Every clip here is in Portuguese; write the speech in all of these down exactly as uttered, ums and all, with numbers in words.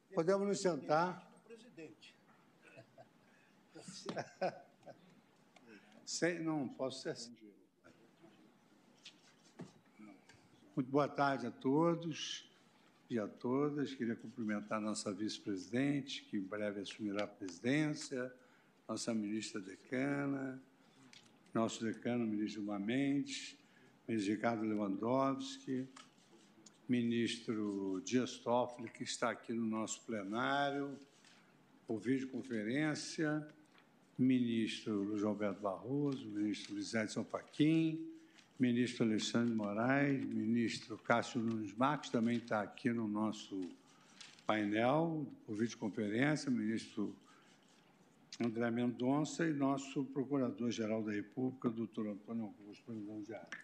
Podemos nos sentar. Presidente. Sem, não, posso ser assim. Muito boa tarde a todos e a todas. Queria cumprimentar a nossa vice-presidente, que em breve assumirá a presidência, nossa ministra decana, nosso decano, ministro Gilmar Mendes, ministro Ricardo Lewandowski, ministro Dias Toffoli, que está aqui no nosso plenário, por videoconferência, ministro Luiz Alberto Barroso, ministro Luiz Edson Fachin, ministro Alexandre de Moraes, ministro Cássio Nunes Marques, também está aqui no nosso painel, por videoconferência, ministro André Mendonça e nosso Procurador-Geral da República, doutor Antônio Augusto Brandão de Aras.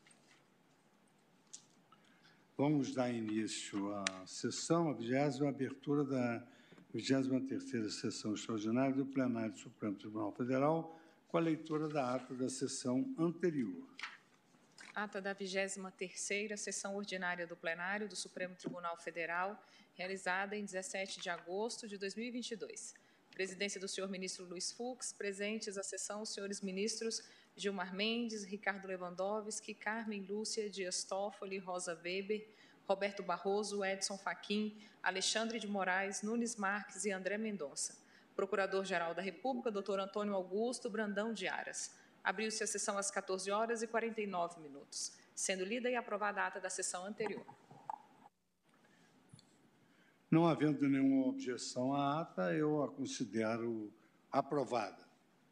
Vamos dar início à sessão, a vigésima abertura da vigésima terceira sessão extraordinária do plenário do Supremo Tribunal Federal, com a leitura da ata da sessão anterior. Ata da vigésima terceira sessão ordinária do plenário do Supremo Tribunal Federal, realizada em dezessete de agosto de dois mil e vinte e dois. Presidência do senhor ministro Luiz Fux, presentes à sessão os senhores ministros Gilmar Mendes, Ricardo Lewandowski, Carmen Lúcia, Dias Toffoli, Rosa Weber, Roberto Barroso, Edson Fachin, Alexandre de Moraes, Nunes Marques e André Mendonça. Procurador-Geral da República, doutor Antônio Augusto Brandão de Aras. Abriu-se a sessão às quatorze horas e quarenta e nove minutos, sendo lida e aprovada a ata da sessão anterior. Não havendo nenhuma objeção à ata, eu a considero aprovada.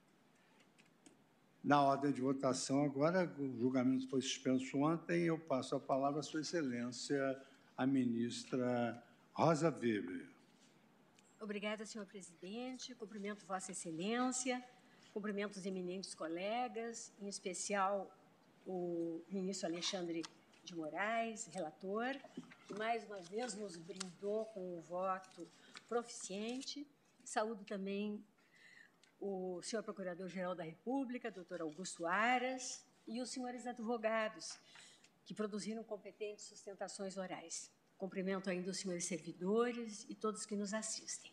Na ordem de votação, agora, o julgamento foi suspenso ontem, eu passo a palavra à Sua Excelência, a ministra Rosa Weber. Obrigada, senhor presidente. Cumprimento Vossa Excelência, cumprimento os eminentes colegas, em especial o ministro Alexandre de Moraes, relator, que mais uma vez nos brindou com um voto proficiente. Saúdo também o senhor Procurador-Geral da República, doutor Augusto Aras, e os senhores advogados, que produziram competentes sustentações orais. Cumprimento ainda os senhores servidores e todos que nos assistem.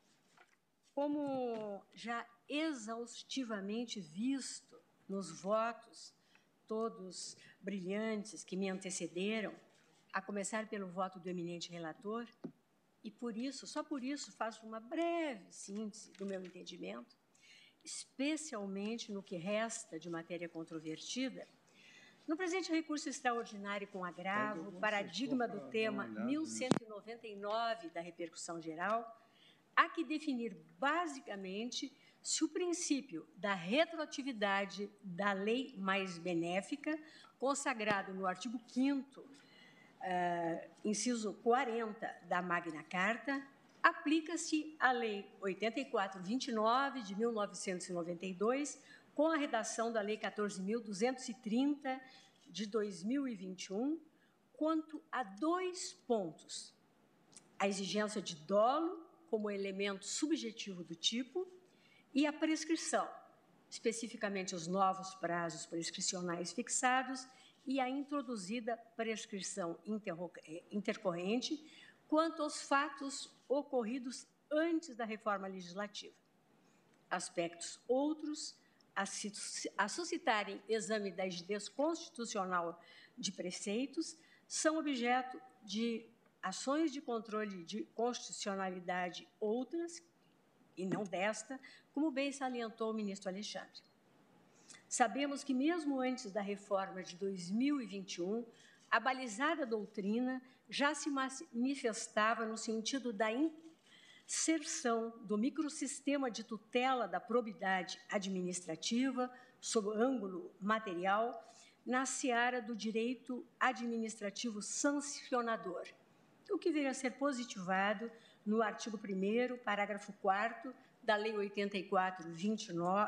Como já exaustivamente visto nos votos, todos brilhantes que me antecederam, a começar pelo voto do eminente relator, e por isso, só por isso, faço uma breve síntese do meu entendimento, especialmente no que resta de matéria controvertida, no presente recurso extraordinário com agravo, paradigma do tema mil cento e noventa e nove da repercussão geral, há que definir basicamente se o princípio da retroatividade da lei mais benéfica, consagrado no artigo quinto, uh, inciso quarenta da Magna Carta, aplica-se à Lei oitenta e quatro vinte e nove, de mil novecentos e noventa e dois, com a redação da Lei quatorze mil duzentos e trinta, de dois mil e vinte e um, quanto a dois pontos: a exigência de dolo como elemento subjetivo do tipo e a prescrição, especificamente os novos prazos prescricionais fixados e a introduzida prescrição intercorrente quanto aos fatos ocorridos antes da reforma legislativa. Aspectos outros a suscitarem exame da rigidez constitucional de preceitos são objeto de ações de controle de constitucionalidade outras, e não desta, como bem salientou o ministro Alexandre. Sabemos que, mesmo antes da reforma de dois mil e vinte e um, a balizada doutrina já se manifestava no sentido da inserção do microsistema de tutela da probidade administrativa, sob ângulo material, na seara do direito administrativo sancionador, o que veio a ser positivado no artigo primeiro, parágrafo quarto da Lei oitenta e quatro vinte e nove,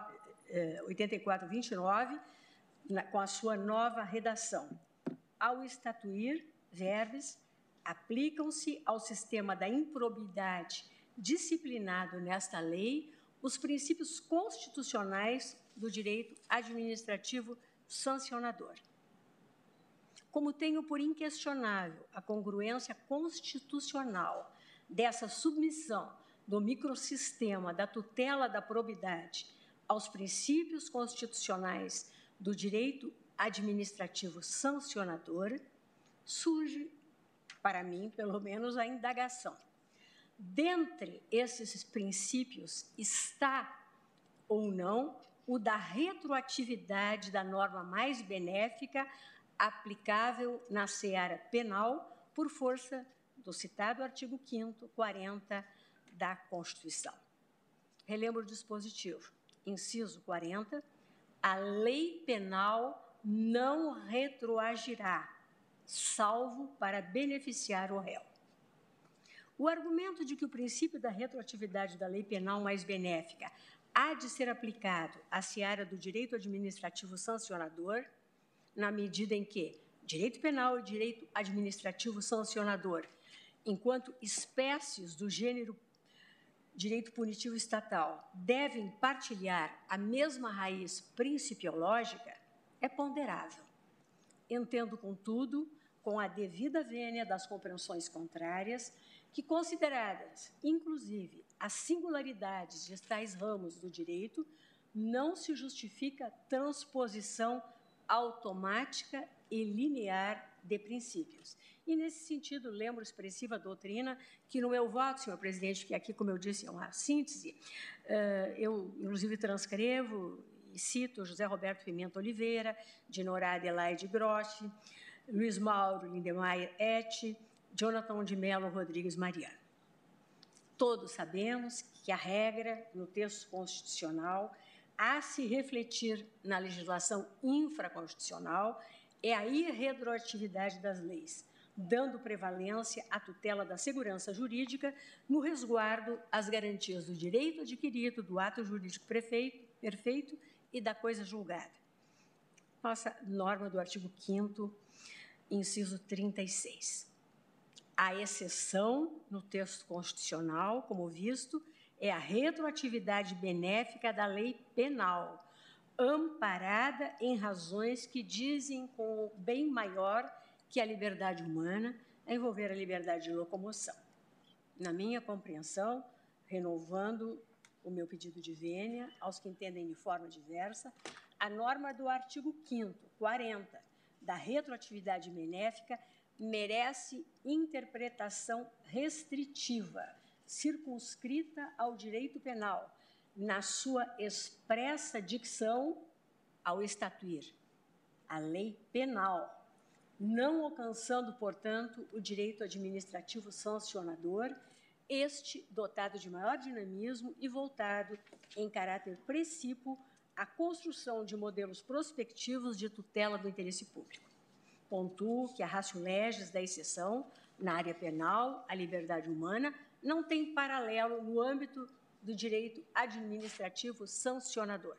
com a sua nova redação. Ao estatuir verbes, aplicam-se ao sistema da improbidade disciplinado nesta lei os princípios constitucionais do direito administrativo sancionador. Como tenho por inquestionável a congruência constitucional dessa submissão do microsistema da tutela da probidade aos princípios constitucionais do direito administrativo sancionador, surge, para mim, pelo menos, a indagação. Dentre esses princípios está, ou não, o da retroatividade da norma mais benéfica aplicável na seara penal por força do citado artigo quinto, quarenta da Constituição. Relembro o dispositivo. Inciso quarenta, a lei penal não retroagirá, salvo para beneficiar o réu. O argumento de que o princípio da retroatividade da lei penal mais benéfica há de ser aplicado à seara do direito administrativo sancionador, na medida em que direito penal e direito administrativo sancionador, enquanto espécies do gênero direito punitivo estatal, devem partilhar a mesma raiz principiológica, é ponderável. Entendo, contudo, com a devida vênia das compreensões contrárias, que, consideradas, inclusive, as singularidades de tais ramos do direito, não se justifica transposição automática e linear de princípios. E, nesse sentido, lembro expressiva doutrina que, no meu voto, senhor presidente, que aqui, como eu disse, é uma síntese, eu, inclusive, transcrevo e cito José Roberto Pimenta Oliveira, Dinorá Adelaide Grotti, Luiz Mauro Lindemeyer Et, Jonathan de Mello Rodrigues Mariano. Todos sabemos que a regra, no texto constitucional, a se refletir na legislação infraconstitucional é a irretroatividade das leis, dando prevalência à tutela da segurança jurídica no resguardo às garantias do direito adquirido, do ato jurídico perfeito e da coisa julgada. Nossa norma do artigo quinto, inciso trinta e seis. A exceção no texto constitucional, como visto, é a retroatividade benéfica da lei penal, amparada em razões que dizem com o bem maior que a liberdade humana, a envolver a liberdade de locomoção. Na minha compreensão, renovando o meu pedido de vênia aos que entendem de forma diversa, a norma do artigo quinto, quarenta, da retroatividade benéfica merece interpretação restritiva, circunscrita ao direito penal, na sua expressa dicção ao estatuir a lei penal, não alcançando, portanto, o direito administrativo sancionador, este dotado de maior dinamismo e voltado, em caráter precípuo, à construção de modelos prospectivos de tutela do interesse público. Pontuo que a ratio legis da exceção, na área penal, a liberdade humana, não tem paralelo no âmbito do direito administrativo sancionador.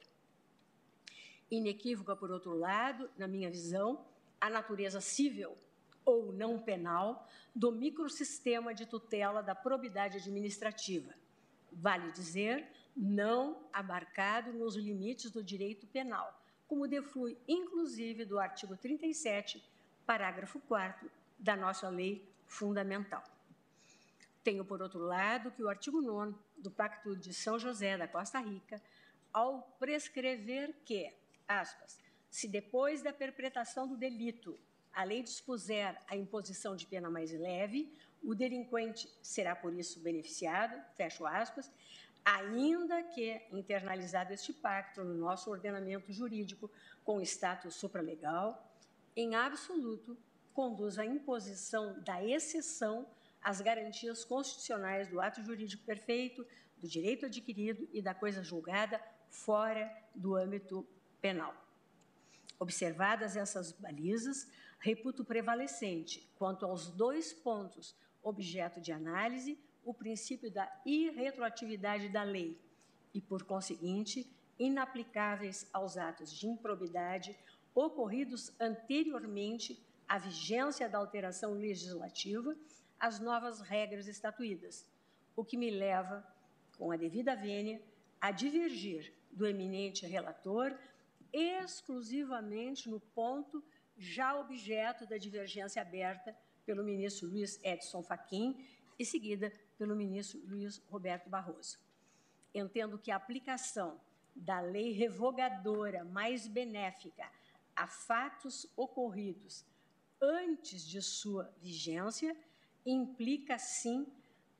Inequívoca, por outro lado, na minha visão, a natureza cível ou não penal do microsistema de tutela da probidade administrativa. Vale dizer, não abarcado nos limites do direito penal, como deflui, inclusive, do artigo trinta e sete, parágrafo quarto da nossa lei fundamental. Tenho, por outro lado, que o artigo nono do Pacto de São José da Costa Rica, ao prescrever que, aspas, se depois da perpetração do delito a lei dispuser a imposição de pena mais leve, o delinquente será, por isso, beneficiado, fecho aspas, ainda que internalizado este pacto no nosso ordenamento jurídico com status supralegal, em absoluto, conduz à imposição da exceção às garantias constitucionais do ato jurídico perfeito, do direito adquirido e da coisa julgada fora do âmbito penal. Observadas essas balizas, reputo prevalecente, quanto aos dois pontos objeto de análise, o princípio da irretroatividade da lei e, por conseguinte, inaplicáveis aos atos de improbidade ocorridos anteriormente à vigência da alteração legislativa, as novas regras estatuídas, o que me leva, com a devida vênia, a divergir do eminente relator exclusivamente no ponto já objeto da divergência aberta pelo ministro Luiz Edson Fachin, e seguida pelo ministro Luiz Roberto Barroso. Entendo que a aplicação da lei revogadora mais benéfica a fatos ocorridos antes de sua vigência implica, sim,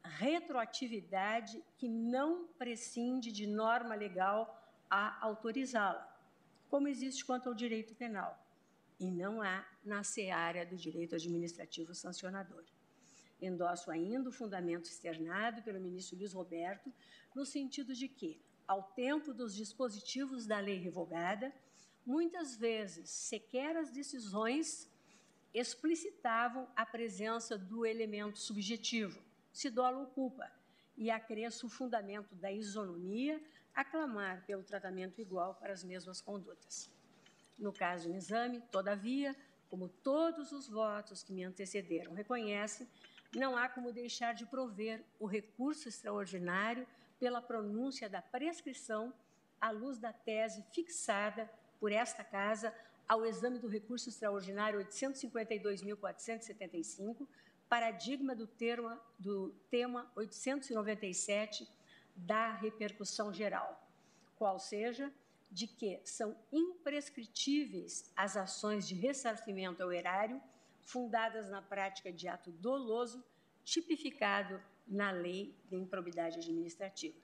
retroatividade que não prescinde de norma legal a autorizá-la, como existe quanto ao direito penal, e não há na seara do direito administrativo sancionador. Endosso ainda o fundamento externado pelo ministro Luiz Roberto, no sentido de que, ao tempo dos dispositivos da lei revogada, muitas vezes sequer as decisões explicitavam a presença do elemento subjetivo, se dolo ou culpa, e acresce o fundamento da isonomia a clamar pelo tratamento igual para as mesmas condutas. No caso em exame, todavia, como todos os votos que me antecederam reconhecem, não há como deixar de prover o recurso extraordinário pela pronúncia da prescrição à luz da tese fixada por esta Casa ao exame do recurso extraordinário oitocentos e cinquenta e dois mil quatrocentos e setenta e cinco, paradigma do, termo, do tema oitocentos e noventa e sete da repercussão geral, qual seja, de que são imprescritíveis as ações de ressarcimento ao erário fundadas na prática de ato doloso, tipificado na Lei de Improbidade Administrativa.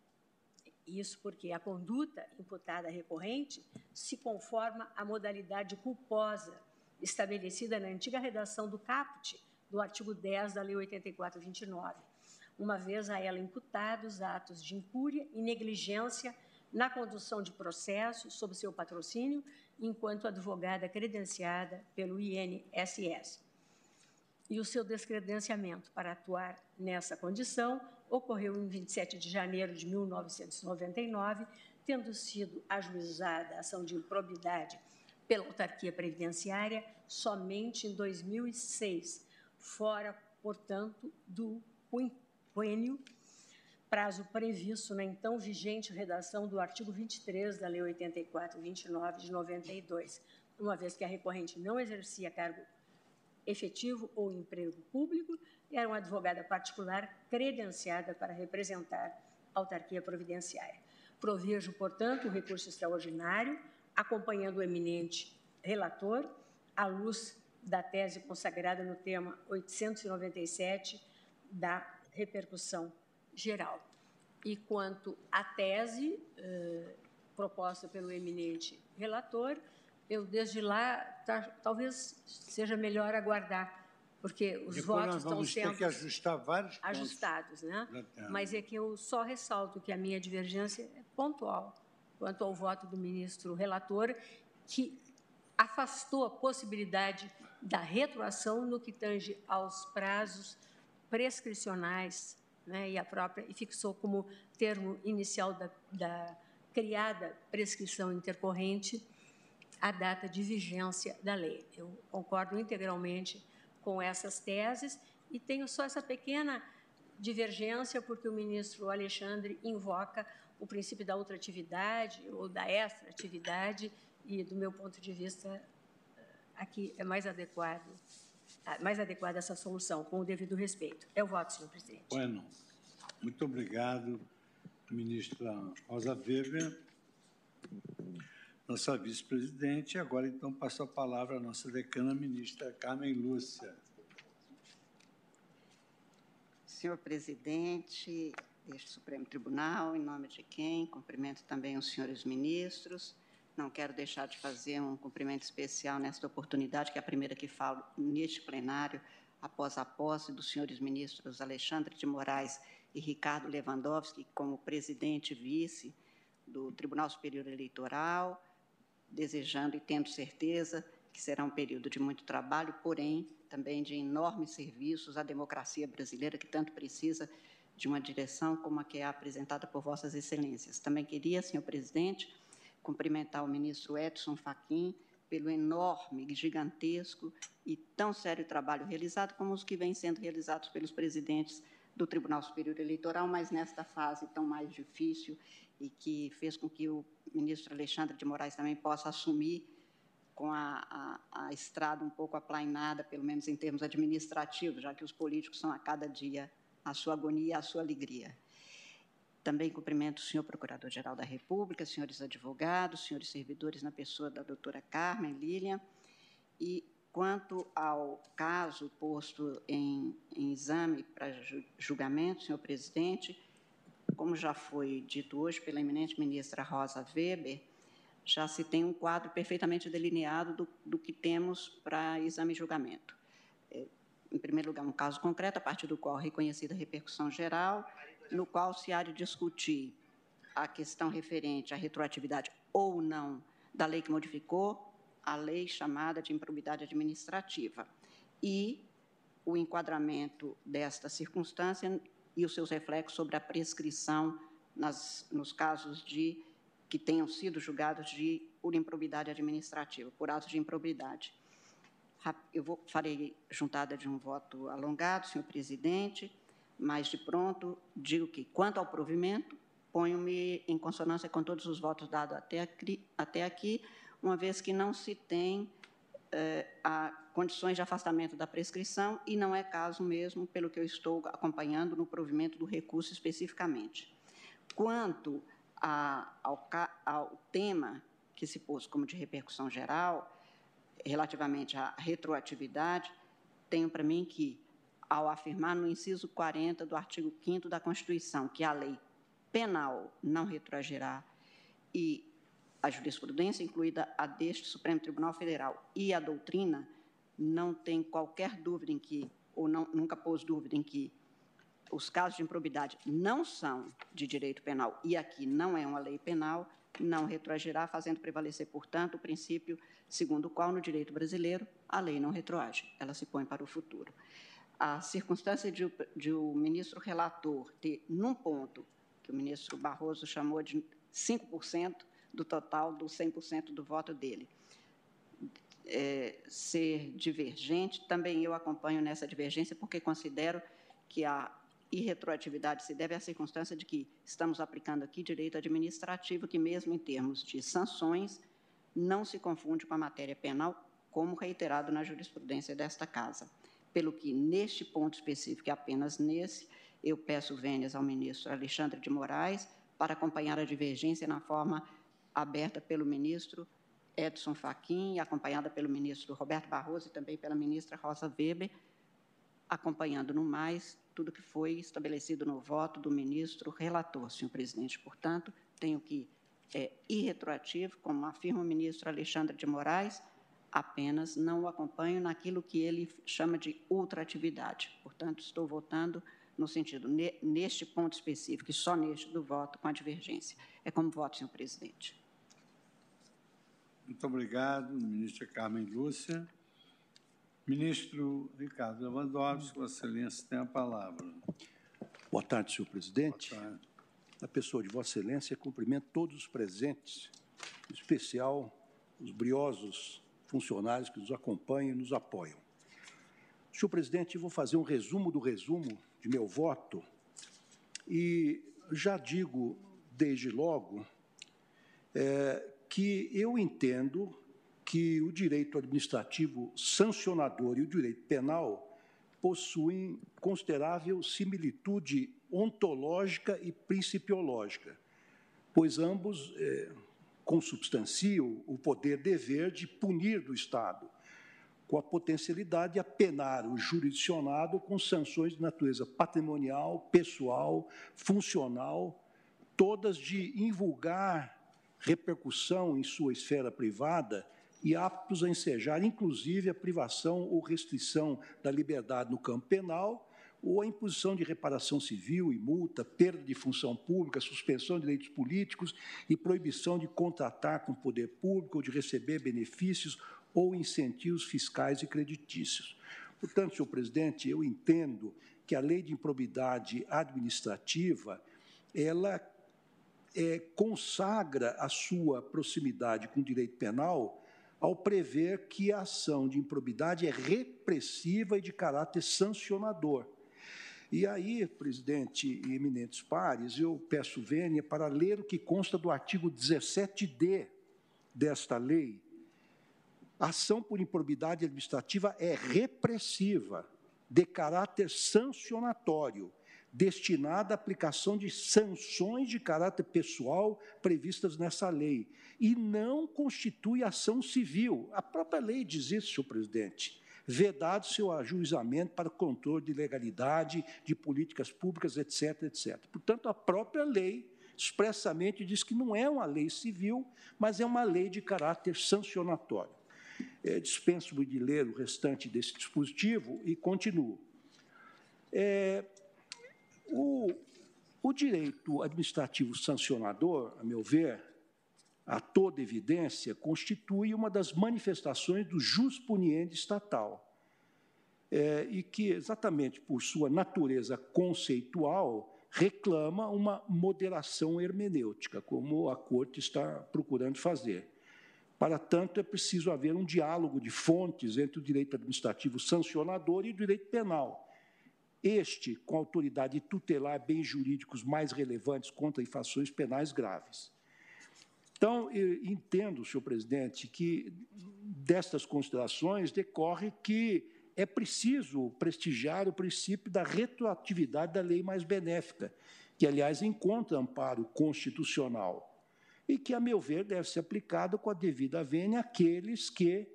Isso porque a conduta imputada recorrente se conforma à modalidade culposa estabelecida na antiga redação do caput do artigo dez da Lei oitenta e quatro, vinte e nove, uma vez a ela imputados atos de incúria e negligência na condução de processo sob seu patrocínio, enquanto advogada credenciada pelo I N S S. E o seu descredenciamento para atuar nessa condição ocorreu em vinte e sete de janeiro de mil novecentos e noventa e nove, tendo sido ajuizada a ação de improbidade pela autarquia previdenciária somente em dois mil e seis, fora, portanto, do quinquênio, prazo previsto na então vigente redação do artigo vinte e três da Lei oitenta e quatro, vinte e nove de noventa e dois, uma vez que a recorrente não exercia cargo efetivo ou emprego público e era uma advogada particular credenciada para representar a autarquia providenciária. Provejo, portanto, o recurso extraordinário, acompanhando o eminente relator, à luz da tese consagrada no tema oitocentos e noventa e sete da repercussão geral. E quanto à tese eh, proposta pelo eminente relator, eu, desde lá, tá, talvez seja melhor aguardar, porque os Depois votos nós vamos estão sendo ter que ajustar vários pontos. ajustados, né? Mas é que eu só ressalto que a minha divergência é pontual quanto ao voto do ministro relator, que afastou a possibilidade da retroação no que tange aos prazos prescricionais, né, e a própria e fixou como termo inicial da, da criada prescrição intercorrente a data de vigência da lei. Eu concordo integralmente com essas teses e tenho só essa pequena divergência porque o ministro Alexandre invoca o princípio da ultratividade ou da extratividade e, do meu ponto de vista, aqui é mais adequado, mais adequada essa solução, com o devido respeito. Eu voto, senhor presidente. Bueno, muito obrigado, ministra Rosa Weber, nossa vice-presidente. Agora, então, passo a palavra à nossa decana, ministra Carmen Lúcia. Senhor presidente deste Supremo Tribunal, em nome de quem cumprimento também os senhores ministros. Não quero deixar de fazer um cumprimento especial nesta oportunidade, que é a primeira que falo neste plenário, após a posse dos senhores ministros Alexandre de Moraes e Ricardo Lewandowski, como presidente e vice do Tribunal Superior Eleitoral, desejando e tendo certeza que será um período de muito trabalho, porém, também de enormes serviços à democracia brasileira, que tanto precisa de uma direção como a que é apresentada por Vossas Excelências. Também queria, senhor presidente, cumprimentar o ministro Edson Fachin pelo enorme, gigantesco e tão sério trabalho realizado, como os que vêm sendo realizados pelos presidentes do Tribunal Superior Eleitoral, mas nesta fase tão mais difícil e que fez com que o ministro Alexandre de Moraes também possa assumir com a, a, a estrada um pouco aplainada, pelo menos em termos administrativos, já que os políticos são a cada dia a sua agonia e a sua alegria. Também cumprimento o senhor Procurador-Geral da República, senhores advogados, senhores servidores, na pessoa da doutora Carmen Lilian. E, quanto ao caso posto em, em exame para julgamento, senhor presidente, como já foi dito hoje pela eminente ministra Rosa Weber, já se tem um quadro perfeitamente delineado do, do que temos para exame e julgamento. É, em primeiro lugar, um caso concreto, a partir do qual reconhecida a repercussão geral, no qual se há de discutir a questão referente à retroatividade ou não da lei que modificou a lei chamada de improbidade administrativa e o enquadramento desta circunstância e os seus reflexos sobre a prescrição nas, nos casos de que tenham sido julgados de, por improbidade administrativa, por atos de improbidade. Eu vou, farei juntada de um voto alongado, senhor presidente, mas, de pronto, digo que, quanto ao provimento, ponho-me em consonância com todos os votos dados até aqui, até aqui uma vez que não se tem eh, a condições de afastamento da prescrição e não é caso mesmo, pelo que eu estou acompanhando, no provimento do recurso especificamente. Quanto a, ao, ao tema que se pôs como de repercussão geral, relativamente à retroatividade, tenho para mim que, ao afirmar no inciso quarenta do artigo quinto da Constituição que a lei penal não retroagirá e a jurisprudência, incluída a deste Supremo Tribunal Federal e a doutrina, não tem qualquer dúvida em que, ou não, nunca pôs dúvida em que, os casos de improbidade não são de direito penal e aqui não é uma lei penal, não retroagirá, fazendo prevalecer, portanto, o princípio segundo o qual, no direito brasileiro, a lei não retroage, ela se põe para o futuro. A circunstância de, de o ministro relator ter, num ponto, que o ministro Barroso chamou de cinco por cento do total dos cem por cento do voto dele, é, ser divergente, também eu acompanho nessa divergência, porque considero que a irretroatividade se deve à circunstância de que estamos aplicando aqui direito administrativo, que mesmo em termos de sanções, não se confunde com a matéria penal, como reiterado na jurisprudência desta Casa. Pelo que, neste ponto específico, e apenas nesse, eu peço vênias ao ministro Alexandre de Moraes para acompanhar a divergência na forma aberta pelo ministro Edson Fachin, acompanhada pelo ministro Roberto Barroso e também pela ministra Rosa Weber, acompanhando, no mais, tudo que foi estabelecido no voto do ministro relator, senhor presidente. Portanto, tenho que, é, irretroativo, como afirma o ministro Alexandre de Moraes, apenas não o acompanho naquilo que ele chama de ultraatividade. Portanto, estou votando no sentido, neste ponto específico, e só neste do voto, com a divergência. É como voto, senhor presidente. Muito obrigado, ministra Carmen Lúcia. Ministro Ricardo Lewandowski, Vossa Excelência tem a palavra. Boa tarde, senhor presidente. Boa tarde. Na pessoa de Vossa Excelência, cumprimento todos os presentes, em especial os briosos funcionários que nos acompanham e nos apoiam. Senhor presidente, eu vou fazer um resumo do resumo de meu voto e já digo desde logo é, que eu entendo que o direito administrativo sancionador e o direito penal possuem considerável similitude ontológica e principiológica, pois ambos é, consubstanciam o poder-dever de punir do Estado, com a potencialidade de apenar o jurisdicionado com sanções de natureza patrimonial, pessoal, funcional, todas de invulgar repercussão em sua esfera privada e aptos a ensejar, inclusive, a privação ou restrição da liberdade no campo penal ou a imposição de reparação civil e multa, perda de função pública, suspensão de direitos políticos e proibição de contratar com o poder público ou de receber benefícios ou incentivos fiscais e creditícios. Portanto, senhor presidente, eu entendo que a lei de improbidade administrativa, ela é, consagra a sua proximidade com o direito penal ao prever que a ação de improbidade é repressiva e de caráter sancionador. E aí, presidente e eminentes pares, eu peço vênia para ler o que consta do artigo dezessete D desta lei. A ação por improbidade administrativa é repressiva, de caráter sancionatório, destinada à aplicação de sanções de caráter pessoal previstas nessa lei, e não constitui ação civil. A própria lei diz isso, senhor presidente. Vedado seu ajuizamento para controle de legalidade, de políticas públicas, etc, etcétera. Portanto, a própria lei expressamente diz que não é uma lei civil, mas é uma lei de caráter sancionatório. É, dispenso-me de ler o restante desse dispositivo e continuo. É, o, o direito administrativo sancionador, a meu ver, a toda evidência, constitui uma das manifestações do jus puniendi estatal, é, e que, exatamente por sua natureza conceitual, reclama uma moderação hermenêutica, como a Corte está procurando fazer. Para tanto, é preciso haver um diálogo de fontes entre o direito administrativo sancionador e o direito penal. Este, com autoridade tutelar bens jurídicos mais relevantes contra infrações penais graves. Então, eu entendo, senhor presidente, que destas considerações decorre que é preciso prestigiar o princípio da retroatividade da lei mais benéfica, que, aliás, encontra amparo constitucional e que, a meu ver, deve ser aplicado com a devida vênia àqueles que,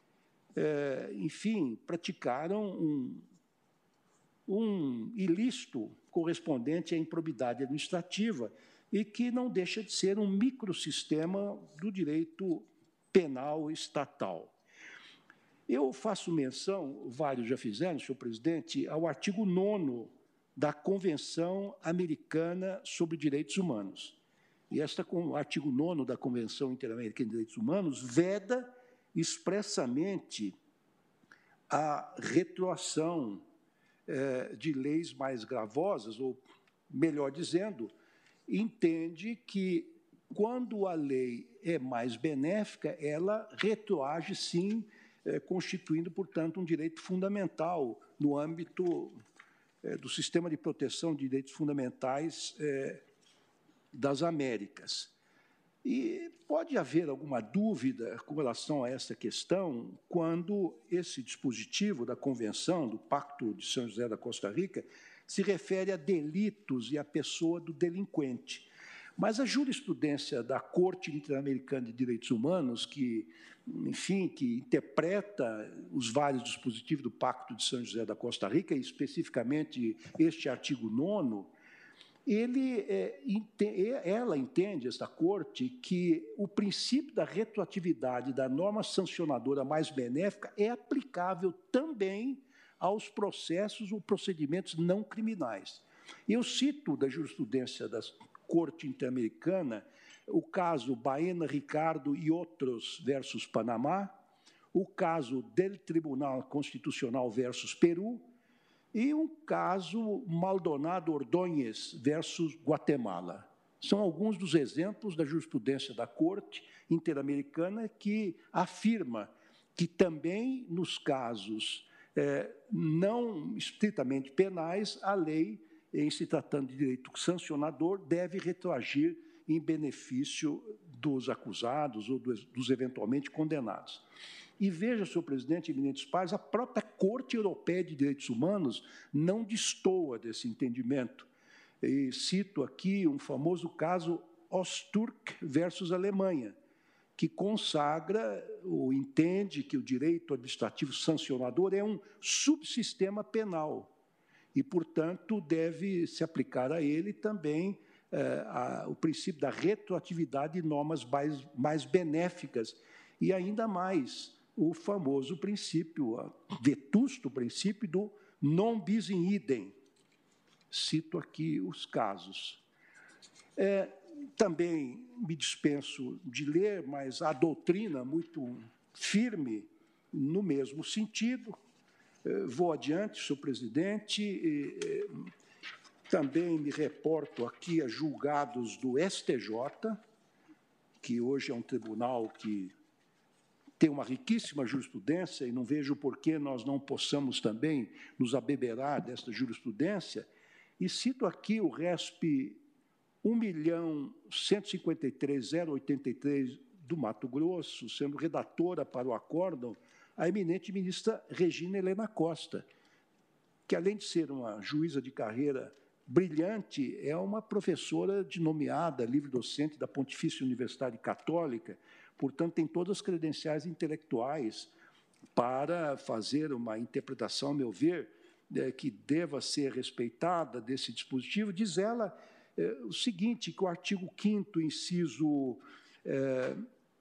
é, enfim, praticaram um, um ilícito correspondente à improbidade administrativa e que não deixa de ser um microsistema do direito penal estatal. Eu faço menção, vários já fizeram, senhor presidente, ao artigo nono da Convenção Americana sobre Direitos Humanos. E este artigo nono da Convenção Interamericana de Direitos Humanos veda expressamente a retroação eh, de leis mais gravosas, ou, melhor dizendo, entende que, quando a lei é mais benéfica, ela retroage, sim, eh, constituindo, portanto, um direito fundamental no âmbito eh, do sistema de proteção de direitos fundamentais eh, das Américas. E pode haver alguma dúvida com relação a essa questão quando esse dispositivo da Convenção, do Pacto de São José da Costa Rica, se refere a delitos e à pessoa do delinquente. Mas a jurisprudência da Corte Interamericana de Direitos Humanos, que, enfim, que interpreta os vários dispositivos do Pacto de São José da Costa Rica, e especificamente este artigo nono, ele, é, ela entende, esta Corte, que o princípio da retroatividade da norma sancionadora mais benéfica é aplicável também aos processos ou procedimentos não criminais. Eu cito da jurisprudência da Corte Interamericana o caso Baena Ricardo e outros versus Panamá, o caso del Tribunal Constitucional versus Peru e o caso Maldonado Ordóñez versus Guatemala. São alguns dos exemplos da jurisprudência da Corte Interamericana que afirma que também nos casos É, não estritamente penais, a lei, em se tratando de direito sancionador, deve retroagir em benefício dos acusados ou dos, dos eventualmente condenados. E veja, senhor presidente, eminentes pares, a própria Corte Europeia de Direitos Humanos não destoa desse entendimento. E cito aqui um famoso caso Ostürk versus Alemanha, que consagra ou entende que o direito administrativo sancionador é um subsistema penal e, portanto, deve se aplicar a ele também eh, a, o princípio da retroatividade de normas mais, mais benéficas e, ainda mais, o famoso princípio, o vetusto princípio do non bis in idem. Cito aqui os casos. É, Também me dispenso de ler, mas a doutrina muito firme no mesmo sentido. Vou adiante, senhor presidente. Também me reporto aqui a julgados do S T J, que hoje é um tribunal que tem uma riquíssima jurisprudência, e não vejo por que nós não possamos também nos abeberar desta jurisprudência. E cito aqui o R E S P um milhão cento e cinquenta e três mil oitenta e três do Mato Grosso, sendo redatora para o acórdão a eminente ministra Regina Helena Costa, que, além de ser uma juíza de carreira brilhante, é uma professora de nomeada, livre-docente da Pontifícia Universidade Católica, portanto, tem todas as credenciais intelectuais para fazer uma interpretação, a meu ver, é, que deva ser respeitada desse dispositivo. Diz ela é, o seguinte, que o artigo quinto, inciso é,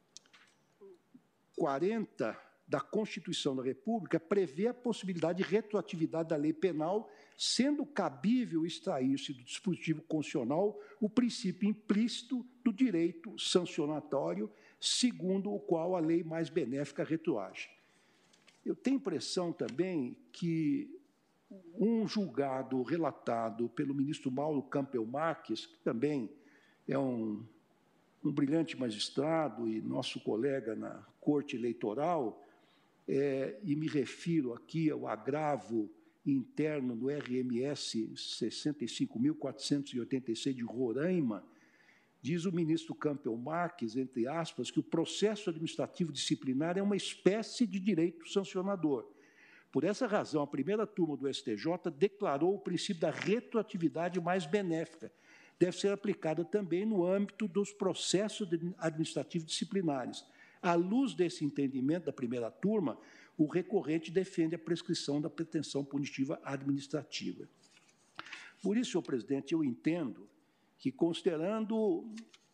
quarenta da Constituição da República prevê a possibilidade de retroatividade da lei penal, sendo cabível extrair-se do dispositivo constitucional o princípio implícito do direito sancionatório, segundo o qual a lei mais benéfica retroage. Eu tenho impressão também que um julgado relatado pelo ministro Mauro Campbell Marques, que também é um, um brilhante magistrado e nosso colega na Corte Eleitoral, é, e me refiro aqui ao agravo interno do R M S sessenta e cinco mil quatrocentos e oitenta e seis de Roraima, diz o ministro Campbell Marques, entre aspas, que o processo administrativo disciplinar é uma espécie de direito sancionador. Por essa razão, a primeira turma do S T J declarou o princípio da retroatividade mais benéfica. Deve ser aplicada também no âmbito dos processos administrativos disciplinares. À luz desse entendimento da primeira turma, o recorrente defende a prescrição da pretensão punitiva administrativa. Por isso, senhor presidente, eu entendo que, considerando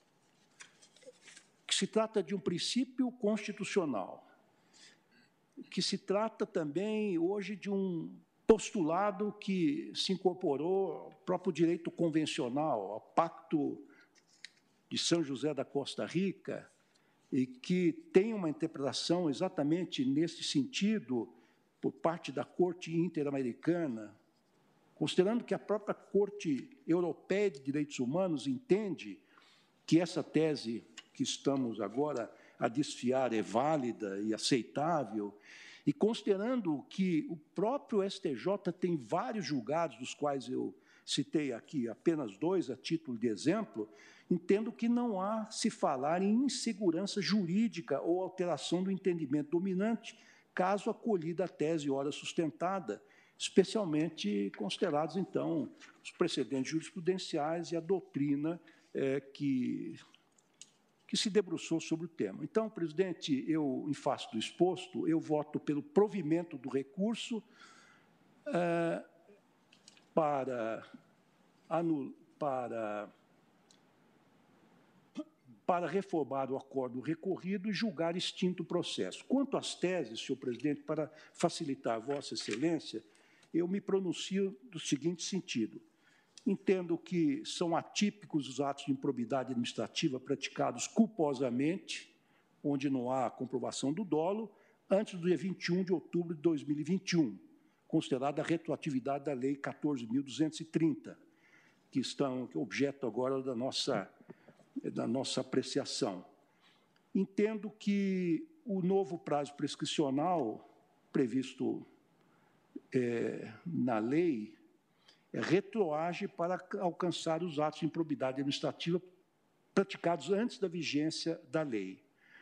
que se trata de um princípio constitucional, que se trata também, hoje, de um postulado que se incorporou ao próprio direito convencional, ao Pacto de São José da Costa Rica, e que tem uma interpretação exatamente nesse sentido por parte da Corte Interamericana, considerando que a própria Corte Europeia de Direitos Humanos entende que essa tese que estamos agora a desfiar é válida e aceitável, e considerando que o próprio S T J tem vários julgados, dos quais eu citei aqui apenas dois a título de exemplo, entendo que não há se falar em insegurança jurídica ou alteração do entendimento dominante, caso acolhida a tese ora sustentada, especialmente considerados, então, os precedentes jurisprudenciais e a doutrina é, que, que se debruçou sobre o tema. Então, presidente, eu, em face do exposto, eu voto pelo provimento do recurso é, para, anul, para, para reformar o acordo recorrido e julgar extinto o processo. Quanto às teses, senhor presidente, para facilitar a vossa excelência, eu me pronuncio do seguinte sentido. Entendo que são atípicos os atos de improbidade administrativa praticados culposamente, onde não há comprovação do dolo, antes do dia vinte e um de outubro de dois mil e vinte e um, considerada a retroatividade da Lei quatorze mil duzentos e trinta, que estão que é objeto agora da nossa, da nossa apreciação. Entendo que o novo prazo prescricional previsto é, na lei é, retroage para alcançar os atos de improbidade administrativa praticados antes da vigência da lei.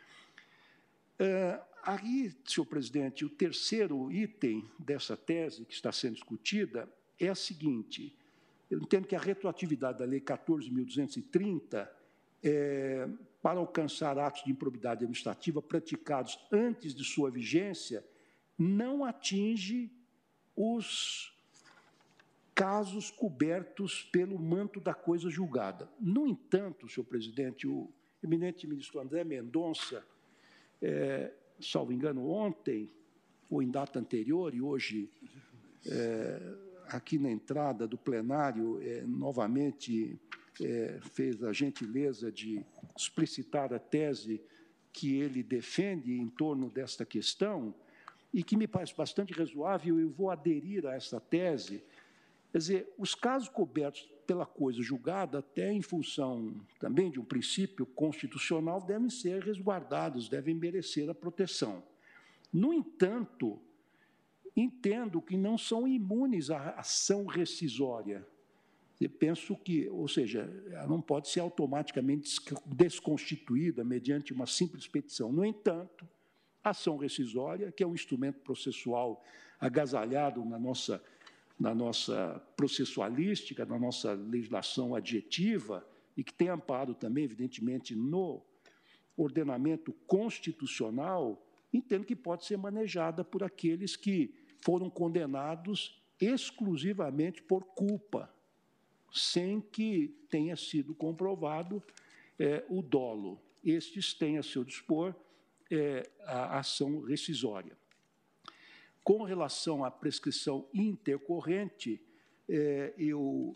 É, aí, senhor presidente, o terceiro item dessa tese que está sendo discutida é a seguinte: eu entendo que a retroatividade da Lei quatorze mil duzentos e trinta, é, para alcançar atos de improbidade administrativa praticados antes de sua vigência, não atinge os casos cobertos pelo manto da coisa julgada. No entanto, senhor presidente, o eminente ministro André Mendonça, é, salvo engano, ontem, ou em data anterior, e hoje, é, aqui na entrada do plenário, é, novamente é, fez a gentileza de explicitar a tese que ele defende em torno desta questão, e que me parece bastante razoável, e eu vou aderir a essa tese. Quer dizer, os casos cobertos pela coisa julgada, até em função também de um princípio constitucional, devem ser resguardados, devem merecer a proteção. No entanto, entendo que não são imunes à ação rescisória. Eu penso que, ou seja, ela não pode ser automaticamente desconstituída mediante uma simples petição. No entanto, a ação rescisória, que é um instrumento processual agasalhado na nossa na nossa processualística, na nossa legislação adjetiva, e que tem amparo também, evidentemente, no ordenamento constitucional, entendo que pode ser manejada por aqueles que foram condenados exclusivamente por culpa, sem que tenha sido comprovado é, o dolo. Estes têm a seu dispor é, a ação rescisória. Com relação à prescrição intercorrente, é, eu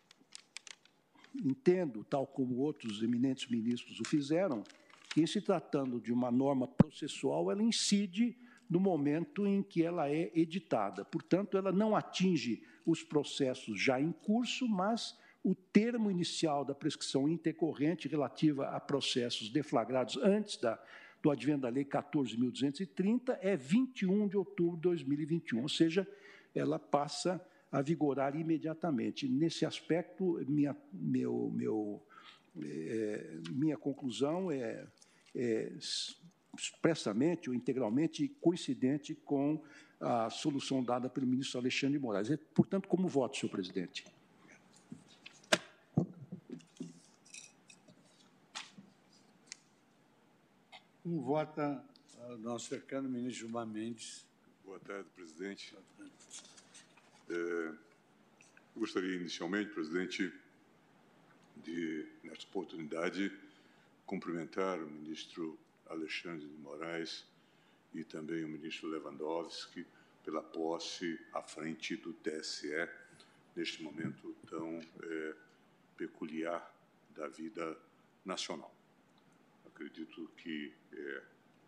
entendo, tal como outros eminentes ministros o fizeram, que, em se tratando de uma norma processual, ela incide no momento em que ela é editada. Portanto, ela não atinge os processos já em curso, mas o termo inicial da prescrição intercorrente relativa a processos deflagrados antes da do advento da Lei quatorze mil duzentos e trinta, é vinte e um de outubro de dois mil e vinte e um, ou seja, ela passa a vigorar imediatamente. Nesse aspecto, minha, meu, meu, é, minha conclusão é, é expressamente ou integralmente coincidente com a solução dada pelo ministro Alexandre de Moraes. É, portanto, como voto, senhor presidente? Como vota o nosso decano, ministro Gilmar Mendes. Boa tarde, presidente. É, eu gostaria, inicialmente, presidente, de, nesta oportunidade, cumprimentar o ministro Alexandre de Moraes e também o ministro Lewandowski pela posse à frente do T S E, neste momento tão é, peculiar da vida nacional. Acredito que é,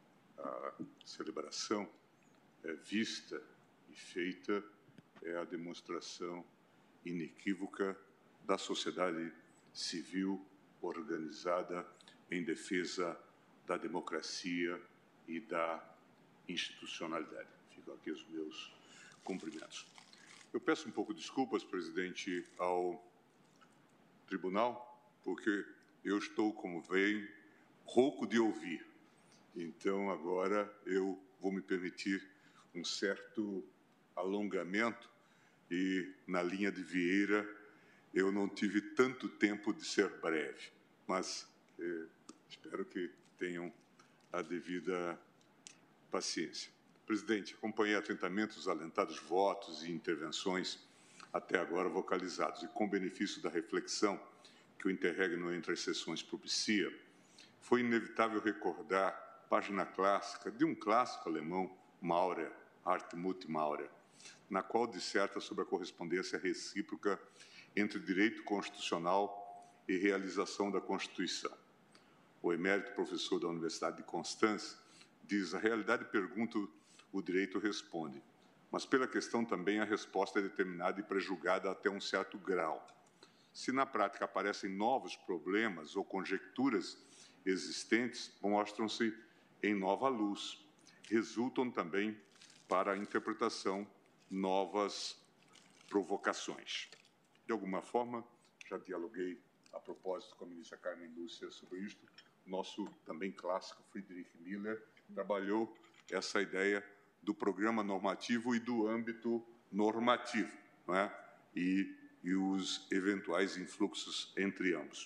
a celebração é, vista e feita é a demonstração inequívoca da sociedade civil organizada em defesa da democracia e da institucionalidade. Ficam aqui os meus cumprimentos. Eu peço um pouco de desculpas, presidente, ao tribunal, porque eu estou, como veem, rouco de ouvir. Então, agora eu vou me permitir um certo alongamento e, na linha de Vieira, eu não tive tanto tempo de ser breve, mas eh, espero que tenham a devida paciência. Presidente, acompanhei atentamente os alentados votos e intervenções até agora vocalizados, e com benefício da reflexão que o interregno entre as sessões propicia, foi inevitável recordar página clássica de um clássico alemão, Maurer, Hartmut Maurer, na qual disserta sobre a correspondência recíproca entre direito constitucional e realização da Constituição. O emérito professor da Universidade de Constância diz: a realidade pergunta, o direito responde, mas pela questão também a resposta é determinada e prejulgada até um certo grau. Se na prática aparecem novos problemas ou conjecturas existentes, mostram-se em nova luz, resultam também para a interpretação novas provocações. De alguma forma, já dialoguei a propósito com a ministra Carmen Lúcia sobre isto. Nosso também clássico Friedrich Miller trabalhou essa ideia do programa normativo e do âmbito normativo, não é? e, e os eventuais influxos entre ambos.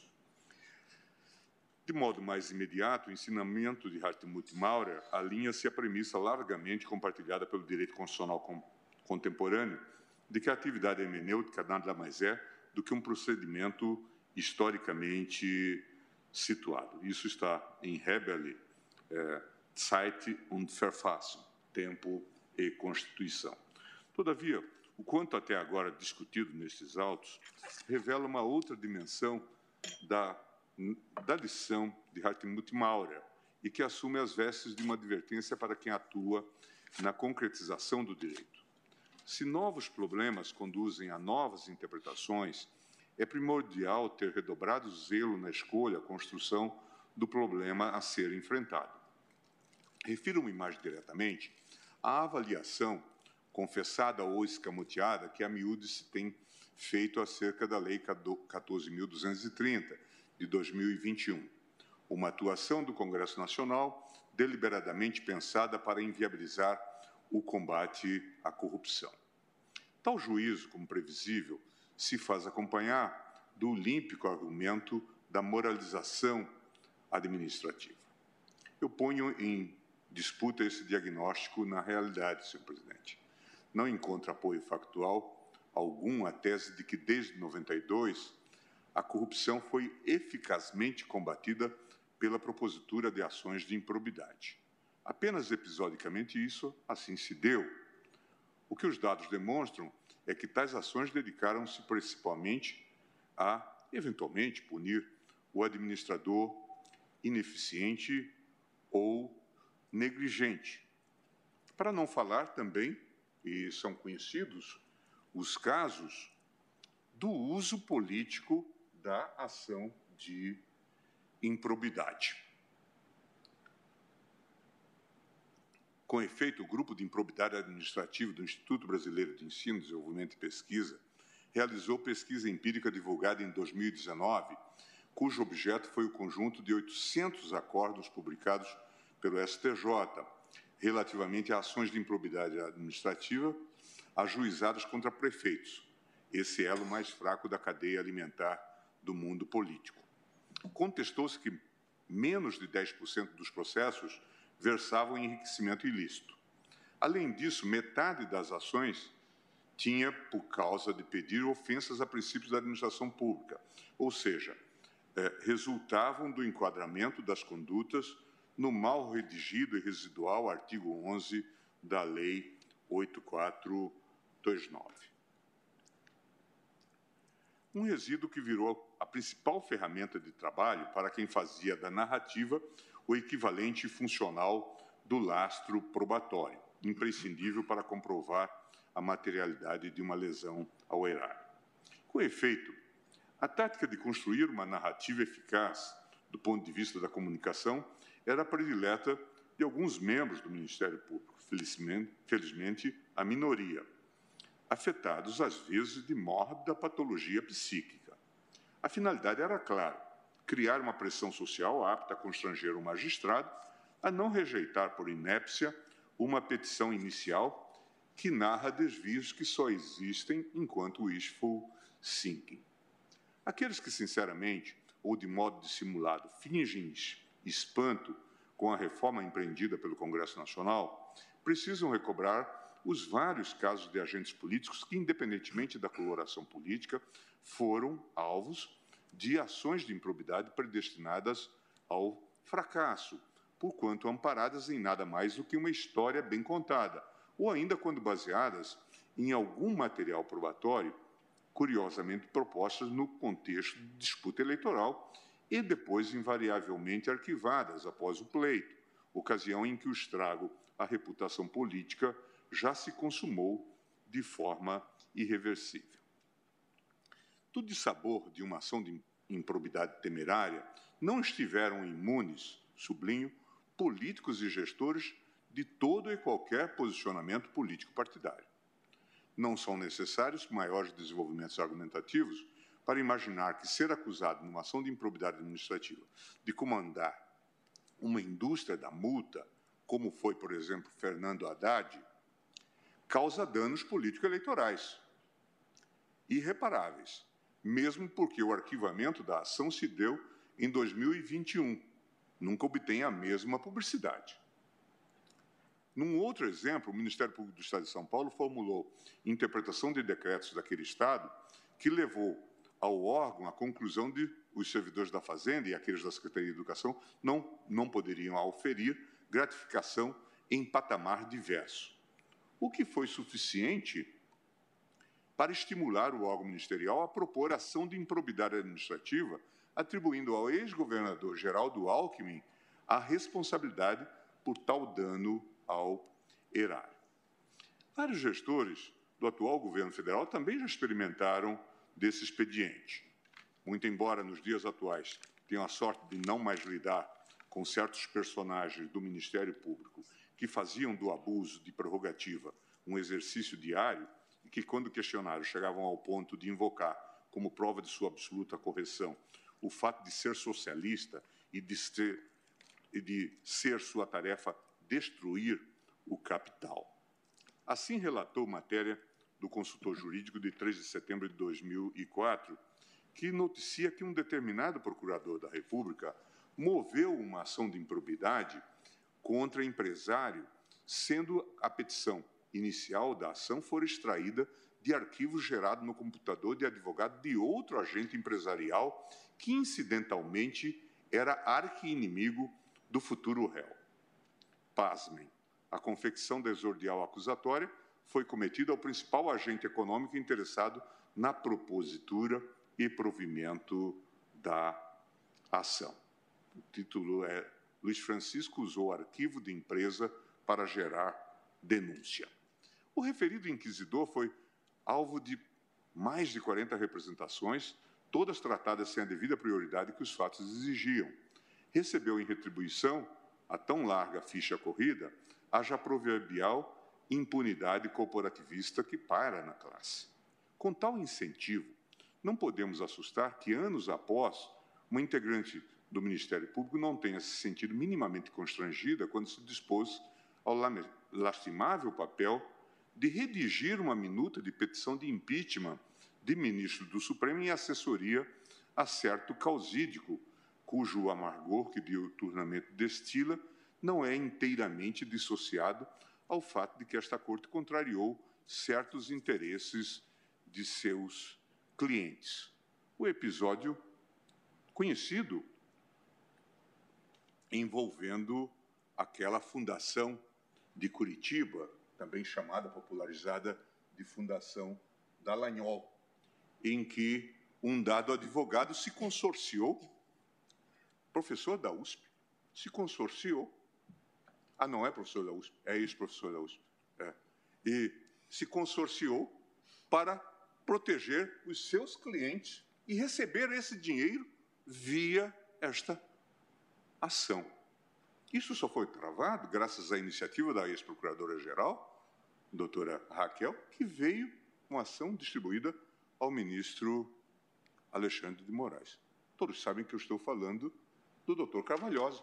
De modo mais imediato, o ensinamento de Hartmut Maurer alinha-se à premissa largamente compartilhada pelo direito constitucional com, contemporâneo de que a atividade hermenêutica nada mais é do que um procedimento historicamente situado. Isso está em Heberle, é, Zeit und Verfassung, Tempo e Constituição. Todavia, o quanto até agora discutido nestes autos revela uma outra dimensão da da lição de Hartmut Maurer e que assume as vestes de uma advertência para quem atua na concretização do direito. Se novos problemas conduzem a novas interpretações, é primordial ter redobrado zelo na escolha, construção do problema a ser enfrentado. Refiro-me mais diretamente à avaliação confessada ou escamoteada que a miúde se tem feito acerca da Lei quatorze mil duzentos e trinta, de dois mil e vinte e um, uma atuação do Congresso Nacional deliberadamente pensada para inviabilizar o combate à corrupção. Tal juízo, como previsível, se faz acompanhar do olímpico argumento da moralização administrativa. Eu ponho em disputa esse diagnóstico na realidade, senhor presidente. Não encontro apoio factual algum à tese de que, desde noventa e dois, a corrupção foi eficazmente combatida pela propositura de ações de improbidade. Apenas episodicamente isso assim se deu. O que os dados demonstram é que tais ações dedicaram-se principalmente a, eventualmente, punir o administrador ineficiente ou negligente. Para não falar também, e são conhecidos os casos do uso político da ação de improbidade. Com efeito, o Grupo de Improbidade Administrativa do Instituto Brasileiro de Ensino, Desenvolvimento e Pesquisa realizou pesquisa empírica divulgada em dois mil e dezenove, cujo objeto foi o conjunto de oitocentos acordos publicados pelo S T J, relativamente a ações de improbidade administrativa ajuizadas contra prefeitos, esse elo mais fraco da cadeia alimentar do mundo político. Contestou-se que menos de dez por cento dos processos versavam em enriquecimento ilícito. Além disso, metade das ações tinha por causa de pedir ofensas a princípios da administração pública, ou seja, eh, resultavam do enquadramento das condutas no mal redigido e residual artigo onze da Lei oito mil quatrocentos e vinte e nove. Um resíduo que virou a principal ferramenta de trabalho para quem fazia da narrativa o equivalente funcional do lastro probatório, imprescindível para comprovar a materialidade de uma lesão ao erário. Com efeito, a tática de construir uma narrativa eficaz do ponto de vista da comunicação era predileta de alguns membros do Ministério Público, felizmente, felizmente a minoria, afetados às vezes de mórbida patologia psíquica. A finalidade era clara: criar uma pressão social apta a constranger o magistrado a não rejeitar por inépcia uma petição inicial que narra desvios que só existem enquanto wishful thinking. Aqueles que, sinceramente, ou de modo dissimulado, fingem espanto com a reforma empreendida pelo Congresso Nacional, precisam recobrar os vários casos de agentes políticos que, independentemente da coloração política, foram alvos de ações de improbidade predestinadas ao fracasso, porquanto amparadas em nada mais do que uma história bem contada, ou ainda quando baseadas em algum material probatório, curiosamente propostas no contexto de disputa eleitoral e depois invariavelmente arquivadas após o pleito, ocasião em que o estrago à reputação política já se consumou de forma irreversível. Tudo de sabor de uma ação de improbidade temerária não estiveram imunes, sublinho, políticos e gestores de todo e qualquer posicionamento político partidário. Não são necessários maiores desenvolvimentos argumentativos para imaginar que ser acusado numa ação de improbidade administrativa de comandar uma indústria da multa, como foi, por exemplo, Fernando Haddad, causa danos político-eleitorais irreparáveis, mesmo porque o arquivamento da ação se deu em dois mil e vinte e um. Nunca obtém a mesma publicidade. Num outro exemplo, o Ministério Público do Estado de São Paulo formulou interpretação de decretos daquele Estado que levou ao órgão a conclusão de os servidores da Fazenda e aqueles da Secretaria de Educação não, não poderiam auferir gratificação em patamar diverso, o que foi suficiente para estimular o órgão ministerial a propor ação de improbidade administrativa, atribuindo ao ex-governador Geraldo Alckmin a responsabilidade por tal dano ao erário. Vários gestores do atual governo federal também já experimentaram desse expediente. Muito embora, nos dias atuais, tenham a sorte de não mais lidar com certos personagens do Ministério Público que faziam do abuso de prerrogativa um exercício diário e que, quando questionados, chegavam ao ponto de invocar, como prova de sua absoluta correção, o fato de ser socialista e de ser, e de ser sua tarefa destruir o capital. Assim relatou matéria do consultor jurídico de três de setembro de dois mil e quatro, que noticia que um determinado procurador da República moveu uma ação de improbidade contra empresário, sendo a petição inicial da ação for extraída de arquivo gerado no computador de advogado de outro agente empresarial que, incidentalmente, era arqui-inimigo do futuro réu. Pasmem, a confecção da exordial acusatória foi cometida ao principal agente econômico interessado na propositura e provimento da ação. O título é Luiz Francisco usou arquivo de empresa para gerar denúncia. O referido inquisidor foi alvo de mais de quarenta representações, todas tratadas sem a devida prioridade que os fatos exigiam. Recebeu em retribuição a tão larga ficha corrida, haja proverbial impunidade corporativista que paira na classe. Com tal incentivo, não podemos assustar que, anos após, uma integrante do Ministério Público não tenha se sentido minimamente constrangida quando se dispôs ao lastimável papel de redigir uma minuta de petição de impeachment de ministro do Supremo em assessoria a certo causídico, cujo amargor que diuturnamente destila não é inteiramente dissociado ao fato de que esta Corte contrariou certos interesses de seus clientes. O episódio conhecido envolvendo aquela fundação de Curitiba, também chamada, popularizada, de Fundação Dallagnol, em que um dado advogado se consorciou, professor da U S P, se consorciou, ah, não é professor da U S P, é ex-professor da U S P, é, e se consorciou para proteger os seus clientes e receber esse dinheiro via esta ação. Isso só foi travado graças à iniciativa da ex-procuradora-geral, doutora Raquel, que veio uma ação distribuída ao ministro Alexandre de Moraes. Todos sabem que eu estou falando do doutor Carvalhosa,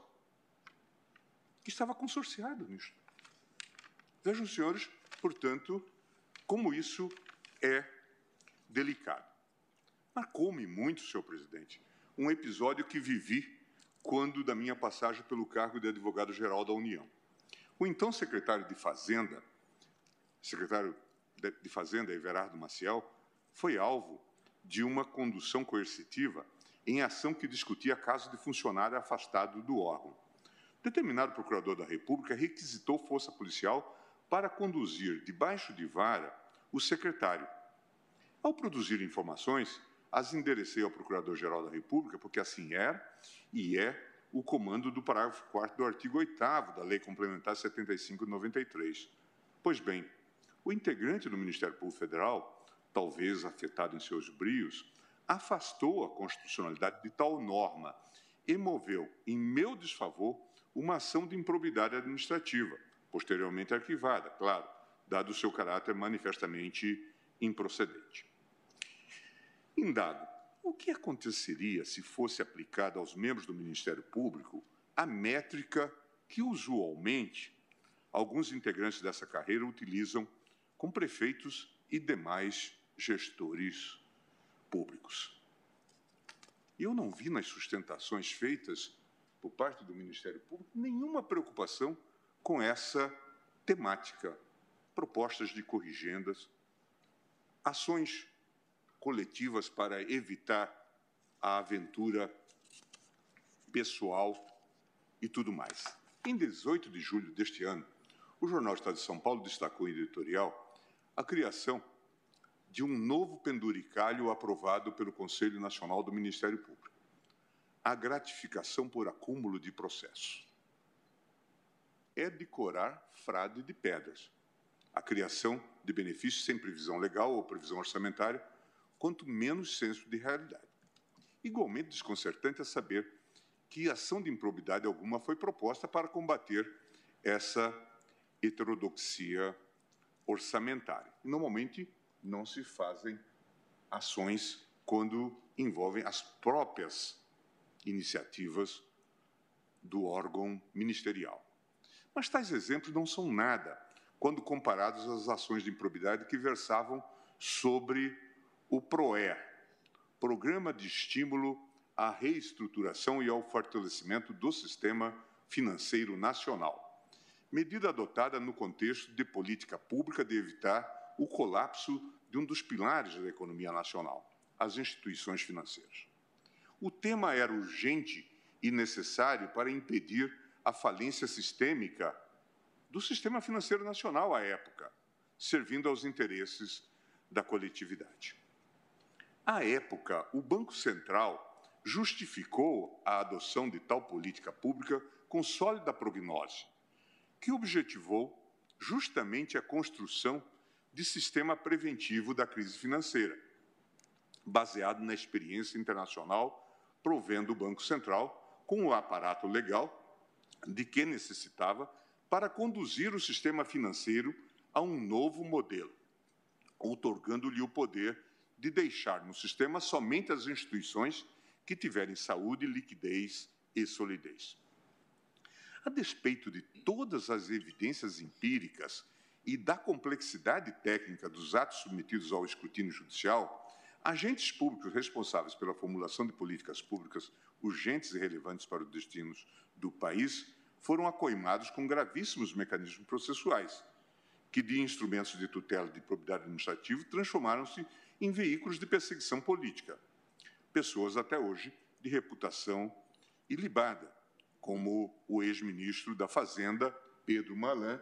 que estava consorciado nisso. Vejam, senhores, portanto, como isso é delicado. Marcou-me muito, senhor presidente, um episódio que vivi quando da minha passagem pelo cargo de advogado-geral da União. O então secretário de Fazenda, secretário de Fazenda, Everardo Maciel, foi alvo de uma condução coercitiva em ação que discutia caso de funcionário afastado do órgão. Determinado procurador da República requisitou força policial para conduzir debaixo de vara o secretário. Ao produzir informações, as enderecei ao Procurador-Geral da República, porque assim era e é o comando do parágrafo quarto do artigo oitavo da Lei Complementar setenta e cinco de noventa e três. Pois bem, o integrante do Ministério Público Federal, talvez afetado em seus brios, afastou a constitucionalidade de tal norma e moveu, em meu desfavor, uma ação de improbidade administrativa, posteriormente arquivada, claro, dado o seu caráter manifestamente improcedente. Indago, o que aconteceria se fosse aplicada aos membros do Ministério Público a métrica que, usualmente, alguns integrantes dessa carreira utilizam com prefeitos e demais gestores públicos? Eu não vi nas sustentações feitas por parte do Ministério Público nenhuma preocupação com essa temática, propostas de corrigendas, ações coletivas para evitar a aventura pessoal e tudo mais. Em dezoito de julho deste ano, o Jornal Estado de São Paulo destacou em editorial a criação de um novo penduricalho aprovado pelo Conselho Nacional do Ministério Público: a gratificação por acúmulo de processos. É decorar frade de pedras. A criação de benefícios sem previsão legal ou previsão orçamentária, quanto menos senso de realidade. Igualmente desconcertante é saber que ação de improbidade alguma foi proposta para combater essa heterodoxia orçamentária. Normalmente, não se fazem ações quando envolvem as próprias iniciativas do órgão ministerial. Mas tais exemplos não são nada quando comparados às ações de improbidade que versavam sobre o PROER, Programa de Estímulo à Reestruturação e ao Fortalecimento do Sistema Financeiro Nacional, medida adotada no contexto de política pública de evitar o colapso de um dos pilares da economia nacional, as instituições financeiras. O tema era urgente e necessário para impedir a falência sistêmica do sistema financeiro nacional à época, servindo aos interesses da coletividade. À época, o Banco Central justificou a adoção de tal política pública com sólida prognose, que objetivou justamente a construção de sistema preventivo da crise financeira, baseado na experiência internacional, provendo o Banco Central com o aparato legal de que necessitava para conduzir o sistema financeiro a um novo modelo, outorgando-lhe o poder de deixar no sistema somente as instituições que tiverem saúde, liquidez e solidez. A despeito de todas as evidências empíricas e da complexidade técnica dos atos submetidos ao escrutínio judicial, agentes públicos responsáveis pela formulação de políticas públicas urgentes e relevantes para os destinos do país foram acoimados com gravíssimos mecanismos processuais, que de instrumentos de tutela de probidade administrativa transformaram-se em veículos de perseguição política. Pessoas até hoje de reputação ilibada, como o ex-ministro da Fazenda, Pedro Malan,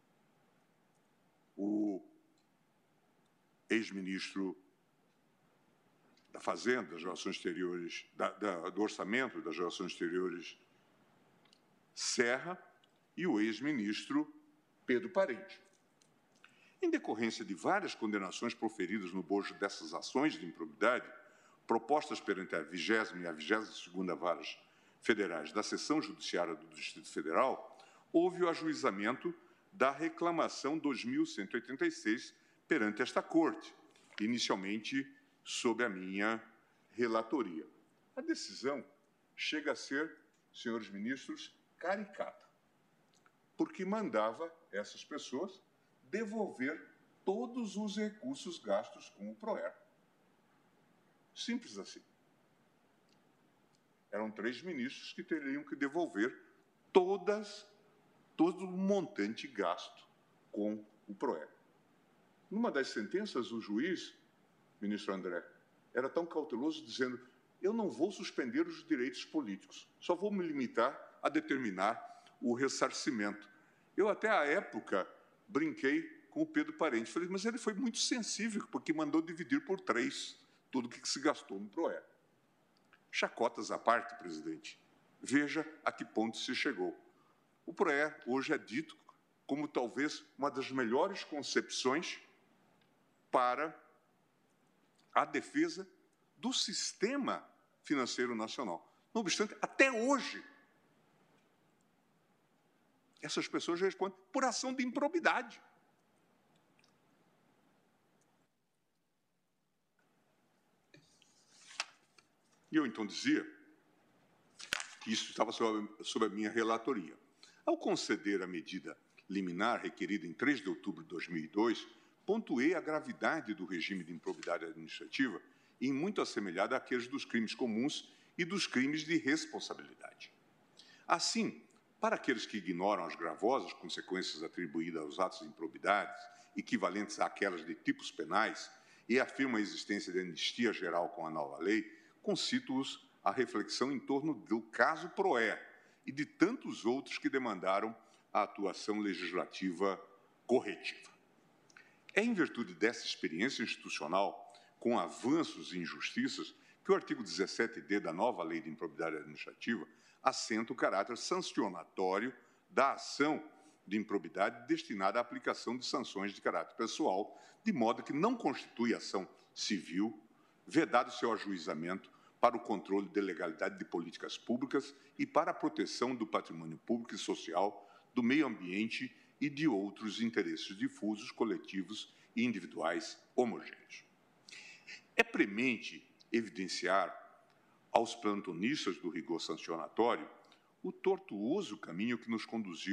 o ex-ministro da Fazenda, das Relações Exteriores, da, da, do Orçamento das Relações Exteriores, Serra, e o ex-ministro Pedro Parente. Em decorrência de várias condenações proferidas no bojo dessas ações de improbidade, propostas perante a vigésima e a vigésima segunda Varas Federais da Seção Judiciária do Distrito Federal, houve o ajuizamento da reclamação dois mil cento e oitenta e seis perante esta Corte, inicialmente sob a minha relatoria. A decisão chega a ser, senhores ministros, caricata, porque mandava essas pessoas devolver todos os recursos gastos com o PROER. Simples assim. Eram três ministros que teriam que devolver todas, todo o montante gasto com o PROER. Numa das sentenças, o juiz, ministro André, era tão cauteloso dizendo: eu não vou suspender os direitos políticos, só vou me limitar a determinar o ressarcimento. Eu até à época brinquei com o Pedro Parente, falei, mas ele foi muito sensível, porque mandou dividir por três tudo o que se gastou no PROER. Chacotas à parte, presidente, veja a que ponto se chegou. O PROER hoje é dito como talvez uma das melhores concepções para a defesa do sistema financeiro nacional. Não obstante, até hoje, essas pessoas respondem por ação de improbidade. E eu, então, dizia que isso estava sob, sob a minha relatoria. Ao conceder a medida liminar requerida em três de outubro de dois mil e dois, pontuei a gravidade do regime de improbidade administrativa em muito assemelhada àqueles dos crimes comuns e dos crimes de responsabilidade. Assim, para aqueles que ignoram as gravosas consequências atribuídas aos atos de improbidade, equivalentes àquelas de tipos penais, e afirmam a existência de anistia geral com a nova lei, concito-os a reflexão em torno do caso PROER e de tantos outros que demandaram a atuação legislativa corretiva. É em virtude dessa experiência institucional, com avanços e injustiças, que o artigo dezessete D da nova Lei de Improbidade Administrativa assenta o caráter sancionatório da ação de improbidade destinada à aplicação de sanções de caráter pessoal, de modo que não constitui ação civil, vedado seu ajuizamento para o controle de legalidade de políticas públicas e para a proteção do patrimônio público e social, do meio ambiente e de outros interesses difusos, coletivos e individuais homogêneos. É premente evidenciar aos plantonistas do rigor sancionatório o tortuoso caminho que nos conduziu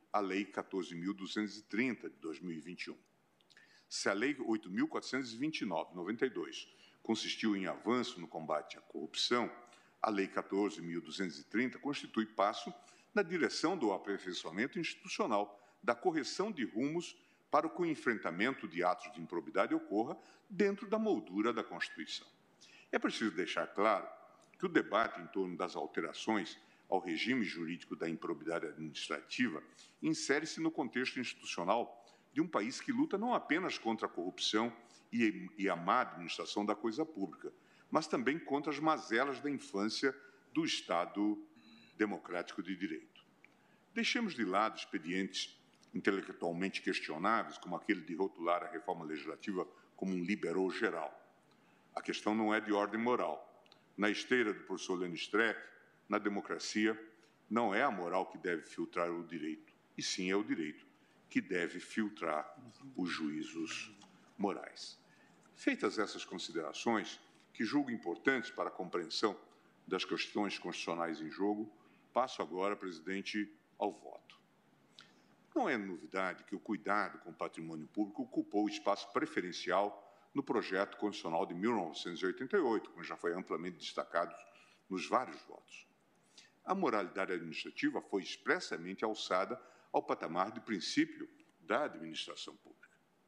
a Lei quatorze mil duzentos e trinta, de dois mil e vinte e um. Se a Lei oito mil quatrocentos e vinte e nove, de noventa e dois, consistiu em avanço no combate à corrupção, a Lei quatorze mil duzentos e trinta constitui passo na direção do aperfeiçoamento institucional, da correção de rumos para que o enfrentamento de atos de improbidade ocorra dentro da moldura da Constituição. É preciso deixar claro que o debate em torno das alterações ao regime jurídico da improbidade administrativa insere-se no contexto institucional de um país que luta não apenas contra a corrupção e, e a má administração da coisa pública, mas também contra as mazelas da infância do Estado democrático de direito. Deixemos de lado expedientes intelectualmente questionáveis, como aquele de rotular a reforma legislativa como um liberou geral. A questão não é de ordem moral. Na esteira do professor Lênin Streck, na democracia, não é a moral que deve filtrar o direito, e sim é o direito que deve filtrar os juízos morais. Feitas essas considerações, que julgo importantes para a compreensão das questões constitucionais em jogo, passo agora, presidente, ao voto. Não é novidade que o cuidado com o patrimônio público ocupou o espaço preferencial no projeto constitucional de mil novecentos e oitenta e oito, como já foi amplamente destacado nos vários votos. A moralidade administrativa foi expressamente alçada ao patamar de princípio da administração pública.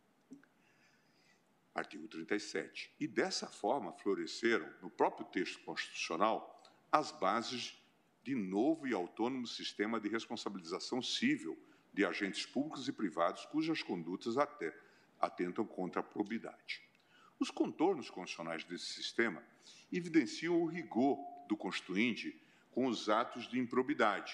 Artigo trinta e sete. E dessa forma floresceram, no próprio texto constitucional, as bases de novo e autônomo sistema de responsabilização civil de agentes públicos e privados cujas condutas até atentam contra a probidade. Os contornos constitucionais desse sistema evidenciam o rigor do Constituinte com os atos de improbidade,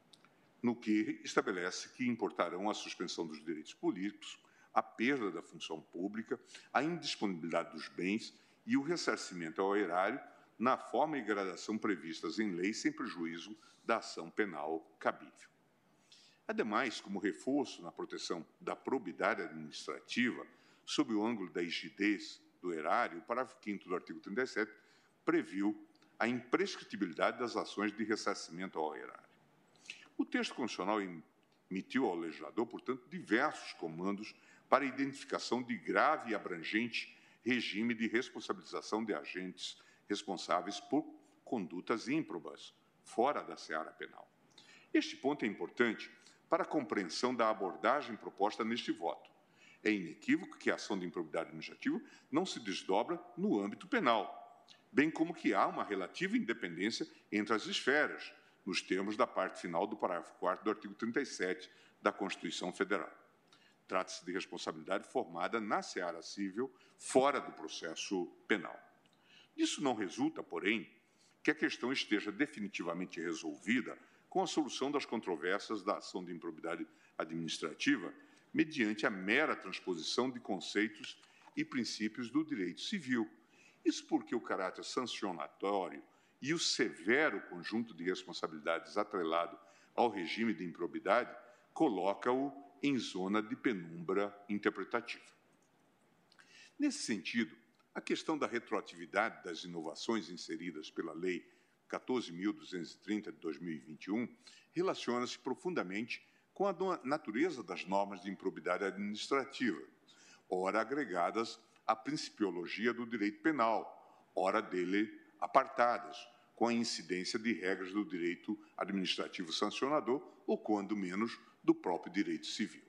no que estabelece que importarão a suspensão dos direitos políticos, a perda da função pública, a indisponibilidade dos bens e o ressarcimento ao erário na forma e gradação previstas em lei, sem prejuízo da ação penal cabível. Ademais, como reforço na proteção da probidade administrativa, sob o ângulo da rigidez do erário, o parágrafo quinto do artigo trinta e sete previu a imprescritibilidade das ações de ressarcimento ao erário. O texto constitucional emitiu ao legislador, portanto, diversos comandos para a identificação de grave e abrangente regime de responsabilização de agentes responsáveis por condutas ímprobas, fora da seara penal. Este ponto é importante para a compreensão da abordagem proposta neste voto. É inequívoco que a ação de improbidade administrativa não se desdobra no âmbito penal, bem como que há uma relativa independência entre as esferas, nos termos da parte final do parágrafo quarto do artigo trinta e sete da Constituição Federal. Trata-se de responsabilidade formada na seara civil, fora do processo penal. Disso não resulta, porém, que a questão esteja definitivamente resolvida com a solução das controvérsias da ação de improbidade administrativa mediante a mera transposição de conceitos e princípios do direito civil. Isso porque o caráter sancionatório e o severo conjunto de responsabilidades atrelado ao regime de improbidade coloca-o em zona de penumbra interpretativa. Nesse sentido, a questão da retroatividade das inovações inseridas pela Lei quatorze mil duzentos e trinta, de dois mil e vinte e um, relaciona-se profundamente com a natureza das normas de improbidade administrativa, ora agregadas à principiologia do direito penal, ora dele apartadas, com a incidência de regras do direito administrativo sancionador ou, quando menos, do próprio direito civil.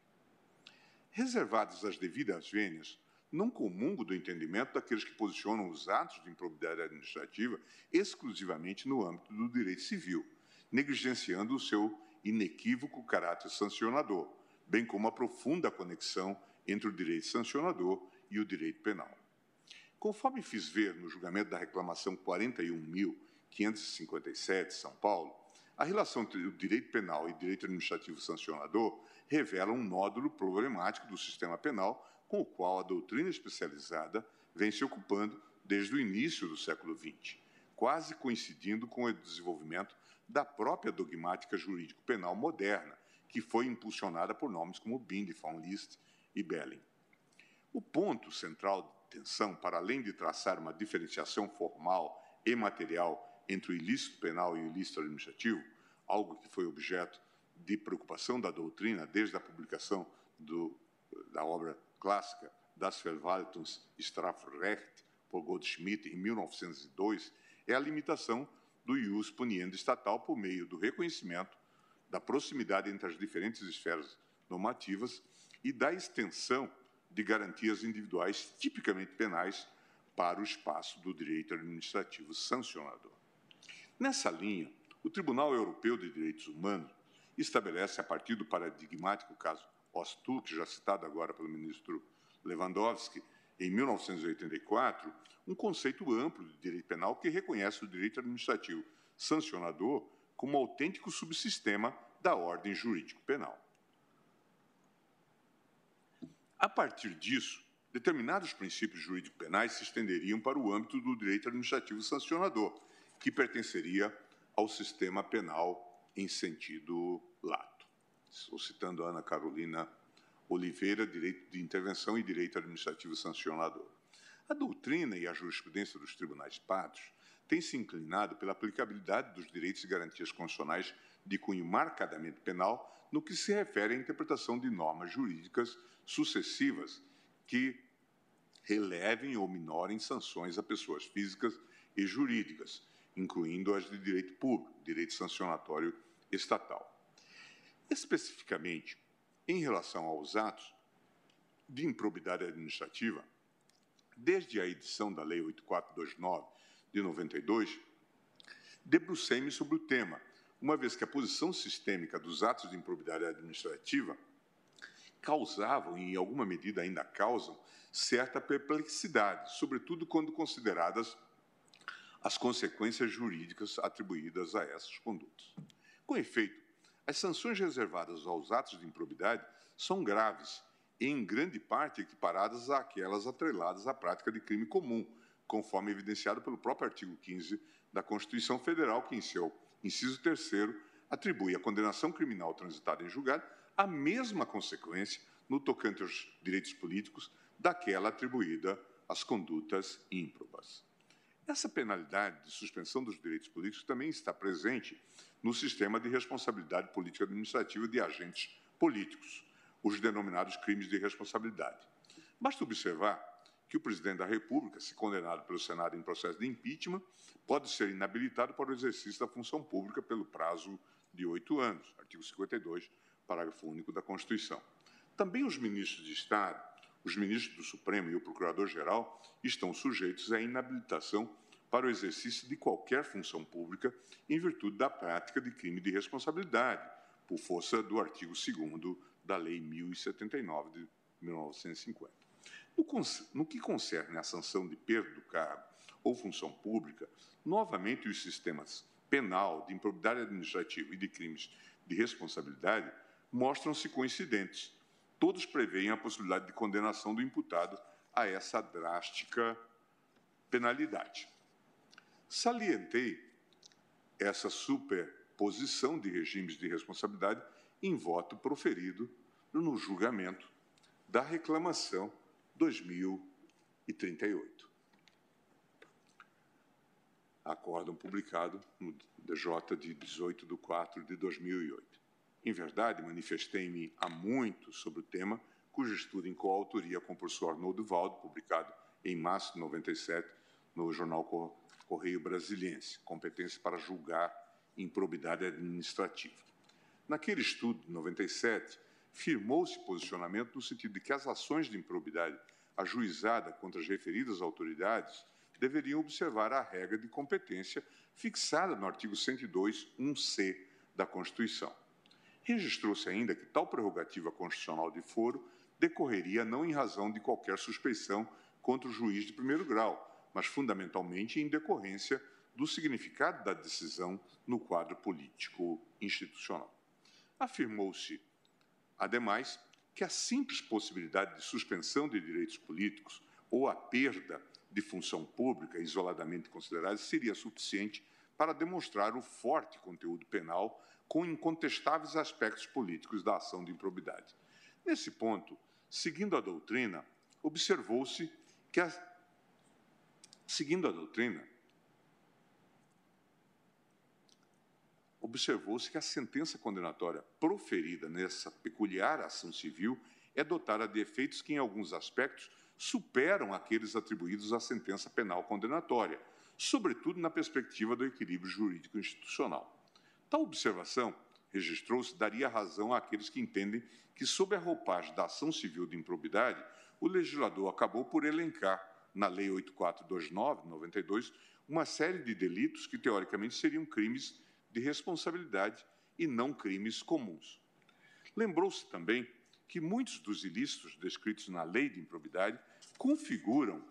Reservadas as devidas vênias, não comungo do entendimento daqueles que posicionam os atos de improbidade administrativa exclusivamente no âmbito do direito civil, negligenciando o seu inequívoco caráter sancionador, bem como a profunda conexão entre o direito sancionador e o direito penal. Conforme fiz ver no julgamento da reclamação quarenta e um mil quinhentos e cinquenta e sete, São Paulo, a relação entre o direito penal e o direito administrativo sancionador revela um nódulo problemático do sistema penal com o qual a doutrina especializada vem se ocupando desde o início do século vinte, quase coincidindo com o desenvolvimento da própria dogmática jurídico-penal moderna, que foi impulsionada por nomes como Bindi, von List e Belling. O ponto central de tensão, para além de traçar uma diferenciação formal e material entre o ilícito penal e o ilícito administrativo, algo que foi objeto de preocupação da doutrina, desde a publicação do, da obra clássica Das Verwaltungsstrafrecht, por Goldschmidt, em mil novecentos e dois, é a limitação do ius puniendi estatal por meio do reconhecimento da proximidade entre as diferentes esferas normativas e da extensão de garantias individuais tipicamente penais para o espaço do direito administrativo sancionador. Nessa linha, o Tribunal Europeu de Direitos Humanos estabelece, a partir do paradigmático caso Ostul, que já citado agora pelo ministro Lewandowski, em mil novecentos e oitenta e quatro, um conceito amplo de direito penal que reconhece o direito administrativo sancionador como autêntico subsistema da ordem jurídico-penal. A partir disso, determinados princípios jurídico-penais se estenderiam para o âmbito do direito administrativo sancionador, que pertenceria ao sistema penal em sentido lato. Estou citando a Ana Carolina Oliveira, Direito de Intervenção e Direito Administrativo Sancionador. A doutrina e a jurisprudência dos tribunais patos têm se inclinado pela aplicabilidade dos direitos e garantias constitucionais de cunho marcadamente penal no que se refere à interpretação de normas jurídicas sucessivas que relevem ou minorem sanções a pessoas físicas e jurídicas, incluindo as de direito público, direito sancionatório estatal. Especificamente, em relação aos atos de improbidade administrativa, desde a edição da Lei oito mil quatrocentos e vinte e nove, de noventa e dois, debrucei-me sobre o tema, uma vez que a posição sistêmica dos atos de improbidade administrativa causavam, e em alguma medida ainda causam, certa perplexidade, sobretudo quando consideradas as consequências jurídicas atribuídas a essas condutas. Com efeito, as sanções reservadas aos atos de improbidade são graves e, em grande parte, equiparadas àquelas atreladas à prática de crime comum, conforme evidenciado pelo próprio artigo quinze da Constituição Federal, que, em seu inciso terceiro, atribui à condenação criminal transitada em julgado a mesma consequência no tocante aos direitos políticos daquela atribuída às condutas ímprobas. Essa penalidade de suspensão dos direitos políticos também está presente no sistema de responsabilidade política administrativa de agentes políticos, os denominados crimes de responsabilidade. Basta observar que o presidente da República, se condenado pelo Senado em processo de impeachment, pode ser inabilitado para o exercício da função pública pelo prazo de oito anos, artigo cinquenta e dois, parágrafo único da Constituição. Também os ministros de Estado, os ministros do Supremo e o Procurador-Geral estão sujeitos à inabilitação para o exercício de qualquer função pública em virtude da prática de crime de responsabilidade, por força do artigo segundo da Lei mil e setenta e nove de mil novecentos e cinquenta. No, no que concerne à sanção de perda do cargo ou função pública, novamente os sistemas penal, de improbidade administrativa e de crimes de responsabilidade mostram-se coincidentes. Todos preveem a possibilidade de condenação do imputado a essa drástica penalidade. Salientei essa superposição de regimes de responsabilidade em voto proferido no julgamento da reclamação dois mil e trinta e oito. Acórdão publicado no D J de dezoito de quatro de dois mil e oito. Em verdade, manifestei-me há muito sobre o tema, cujo estudo em coautoria com o professor Arnoldo Valdo, publicado em março de noventa e sete no jornal Correio Brasiliense, Competência para Julgar Improbidade Administrativa. Naquele estudo de noventa e sete, firmou-se posicionamento no sentido de que as ações de improbidade ajuizada contra as referidas autoridades deveriam observar a regra de competência fixada no artigo cento e dois, um C da Constituição. Registrou-se ainda que tal prerrogativa constitucional de foro decorreria não em razão de qualquer suspeição contra o juiz de primeiro grau, mas fundamentalmente em decorrência do significado da decisão no quadro político institucional. Afirmou-se, ademais, que a simples possibilidade de suspensão de direitos políticos ou a perda de função pública isoladamente considerada seria suficiente para demonstrar o forte conteúdo penal com incontestáveis aspectos políticos da ação de improbidade. Nesse ponto, seguindo a doutrina, observou-se que a, seguindo a doutrina, observou-se que a sentença condenatória proferida nessa peculiar ação civil é dotada de efeitos que, em alguns aspectos, superam aqueles atribuídos à sentença penal condenatória, sobretudo na perspectiva do equilíbrio jurídico institucional. Tal observação, registrou-se, daria razão àqueles que entendem que, sob a roupagem da ação civil de improbidade, o legislador acabou por elencar, na Lei oito mil quatrocentos e vinte e nove, de noventa e dois, uma série de delitos que, teoricamente, seriam crimes de responsabilidade e não crimes comuns. Lembrou-se também que muitos dos ilícitos descritos na Lei de Improbidade configuram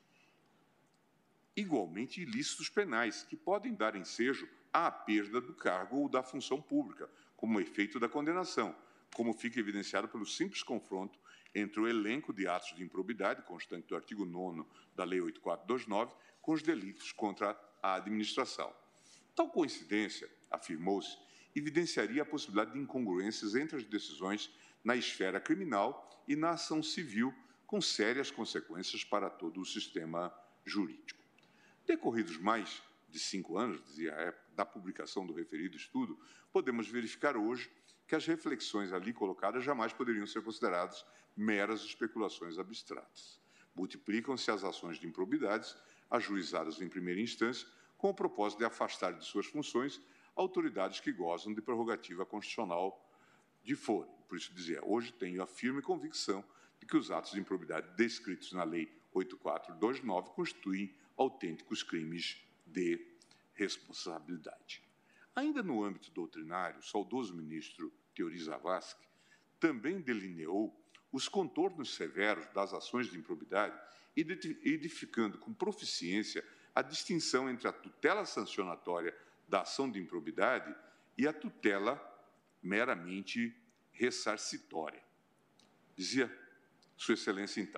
igualmente ilícitos penais, que podem dar ensejo à perda do cargo ou da função pública, como efeito da condenação, como fica evidenciado pelo simples confronto entre o elenco de atos de improbidade, constante do artigo nono da Lei oito mil quatrocentos e vinte e nove, com os delitos contra a administração. Tal coincidência, afirmou-se, evidenciaria a possibilidade de incongruências entre as decisões na esfera criminal e na ação civil, com sérias consequências para todo o sistema jurídico. Decorridos mais de cinco anos, dizia a época, da publicação do referido estudo, podemos verificar hoje que as reflexões ali colocadas jamais poderiam ser consideradas meras especulações abstratas. Multiplicam-se as ações de improbidades ajuizadas em primeira instância com o propósito de afastar de suas funções autoridades que gozam de prerrogativa constitucional de foro. Por isso dizia, hoje tenho a firme convicção de que os atos de improbidade descritos na Lei oito mil quatrocentos e vinte e nove constituem autênticos crimes de responsabilidade. Ainda no âmbito doutrinário, o saudoso ministro Teori Zavascki também delineou os contornos severos das ações de improbidade, edificando com proficiência a distinção entre a tutela sancionatória da ação de improbidade e a tutela meramente ressarcitória. Dizia Sua Excelência, então,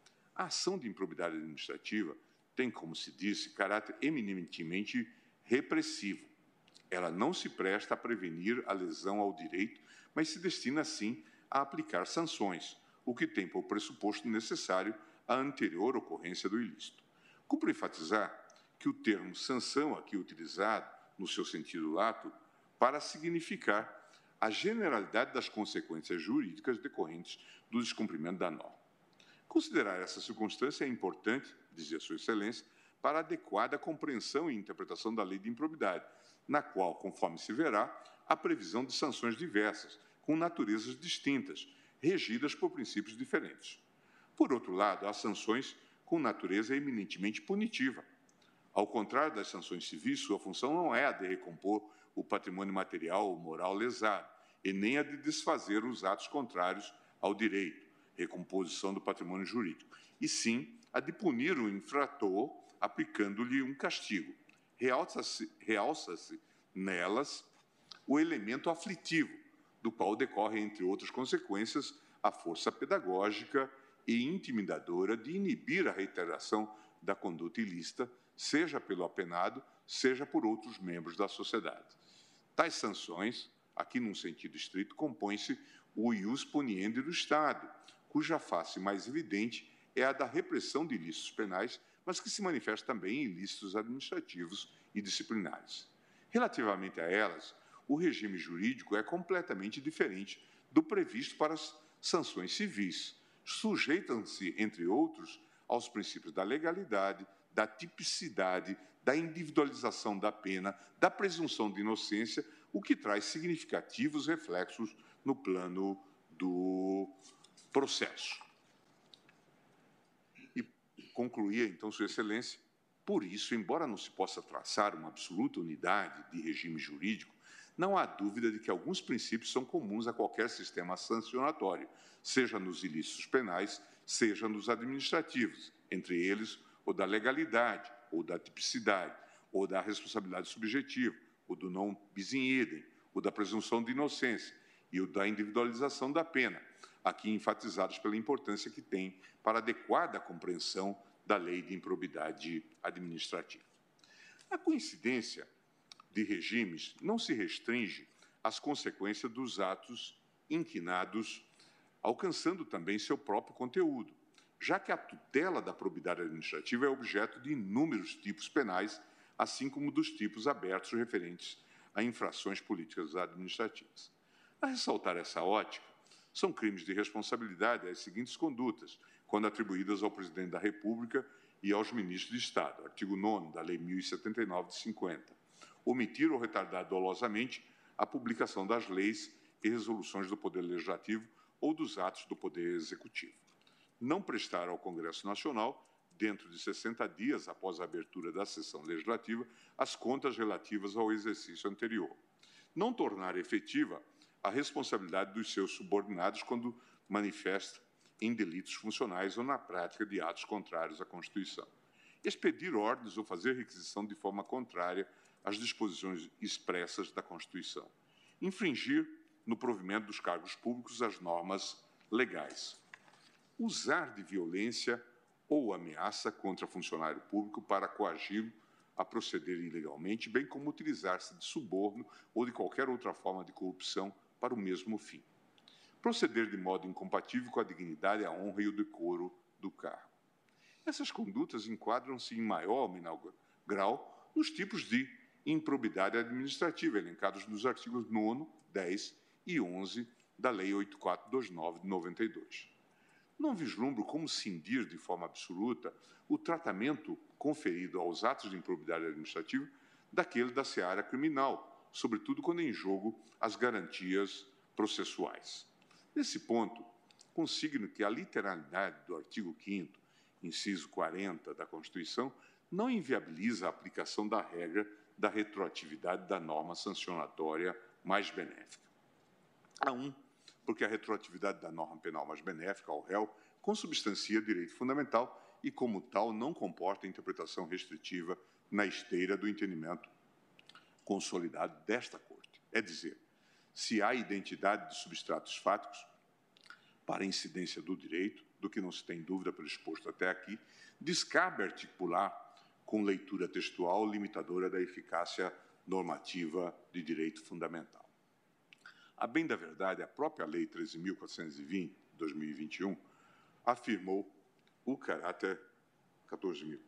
a ação de improbidade administrativa tem, como se disse, caráter eminentemente repressivo. Ela não se presta a prevenir a lesão ao direito, mas se destina, sim, a aplicar sanções, o que tem por pressuposto necessário a anterior ocorrência do ilícito. Cumpre enfatizar que o termo sanção aqui utilizado, no seu sentido lato, para significar a generalidade das consequências jurídicas decorrentes do descumprimento da norma. Considerar essa circunstância é importante, dizia Sua Excelência, para a adequada compreensão e interpretação da lei de improbidade, na qual, conforme se verá, há previsão de sanções diversas, com naturezas distintas, regidas por princípios diferentes. Por outro lado, há sanções com natureza eminentemente punitiva. Ao contrário das sanções civis, sua função não é a de recompor o patrimônio material ou moral lesado, e nem a de desfazer os atos contrários ao direito, recomposição do patrimônio jurídico, e sim a de punir o infrator aplicando-lhe um castigo. Realça-se, realça-se nelas o elemento aflitivo, do qual decorre, entre outras consequências, a força pedagógica e intimidadora de inibir a reiteração da conduta ilícita, seja pelo apenado, seja por outros membros da sociedade. Tais sanções, aqui num sentido estrito, compõe-se o ius poniendi do Estado, cuja face mais evidente é a da repressão de ilícitos penais, mas que se manifesta também em ilícitos administrativos e disciplinares. Relativamente a elas, o regime jurídico é completamente diferente do previsto para as sanções civis. Sujeitam-se, entre outros, aos princípios da legalidade, da tipicidade, da individualização da pena, da presunção de inocência, o que traz significativos reflexos no plano do processo. E concluía, então, Sua Excelência, por isso, embora não se possa traçar uma absoluta unidade de regime jurídico, não há dúvida de que alguns princípios são comuns a qualquer sistema sancionatório, seja nos ilícitos penais, seja nos administrativos, entre eles o da legalidade, ou da tipicidade, ou da responsabilidade subjetiva, o do non bis in idem, o da presunção de inocência e o da individualização da pena, aqui enfatizados pela importância que tem para a adequada compreensão da lei de improbidade administrativa. A coincidência de regimes não se restringe às consequências dos atos inquinados, alcançando também seu próprio conteúdo, já que a tutela da probidade administrativa é objeto de inúmeros tipos penais, assim como dos tipos abertos referentes a infrações políticas administrativas. A ressaltar essa ótica, são crimes de responsabilidade as seguintes condutas, quando atribuídas ao Presidente da República e aos ministros de Estado. Artigo nono da Lei mil e setenta e nove de cinquenta. Omitir ou retardar dolosamente a publicação das leis e resoluções do Poder Legislativo ou dos atos do Poder Executivo. Não prestar ao Congresso Nacional, dentro de sessenta dias após a abertura da sessão legislativa, as contas relativas ao exercício anterior. Não tornar efetiva a responsabilidade dos seus subordinados quando manifesta em delitos funcionais ou na prática de atos contrários à Constituição. Expedir ordens ou fazer requisição de forma contrária às disposições expressas da Constituição. Infringir, no provimento dos cargos públicos, as normas legais. Usar de violência ou ameaça contra funcionário público para coagi-lo a proceder ilegalmente, bem como utilizar-se de suborno ou de qualquer outra forma de corrupção para o mesmo fim. Proceder de modo incompatível com a dignidade, a honra e o decoro do cargo. Essas condutas enquadram-se em maior ou menor grau nos tipos de improbidade administrativa, elencados nos artigos nono, dez e onze da Lei oito mil quatrocentos e vinte e nove de noventa e dois. Não vislumbro como cindir de forma absoluta o tratamento conferido aos atos de improbidade administrativa daquele da seara criminal, sobretudo quando em jogo as garantias processuais. Nesse ponto, consigno que a literalidade do artigo quinto, inciso quarenta da Constituição, não inviabiliza a aplicação da regra da retroatividade da norma sancionatória mais benéfica. A um, porque a retroatividade da norma penal mais benéfica ao réu consubstancia direito fundamental e, como tal, não comporta interpretação restritiva na esteira do entendimento consolidado desta Corte. É dizer, se há identidade de substratos fáticos para a incidência do direito, do que não se tem dúvida pelo exposto até aqui, descabe articular com leitura textual limitadora da eficácia normativa de direito fundamental. A bem da verdade, a própria Lei treze mil quatrocentos e vinte, de dois mil e vinte e um, afirmou o caráter quatorze mil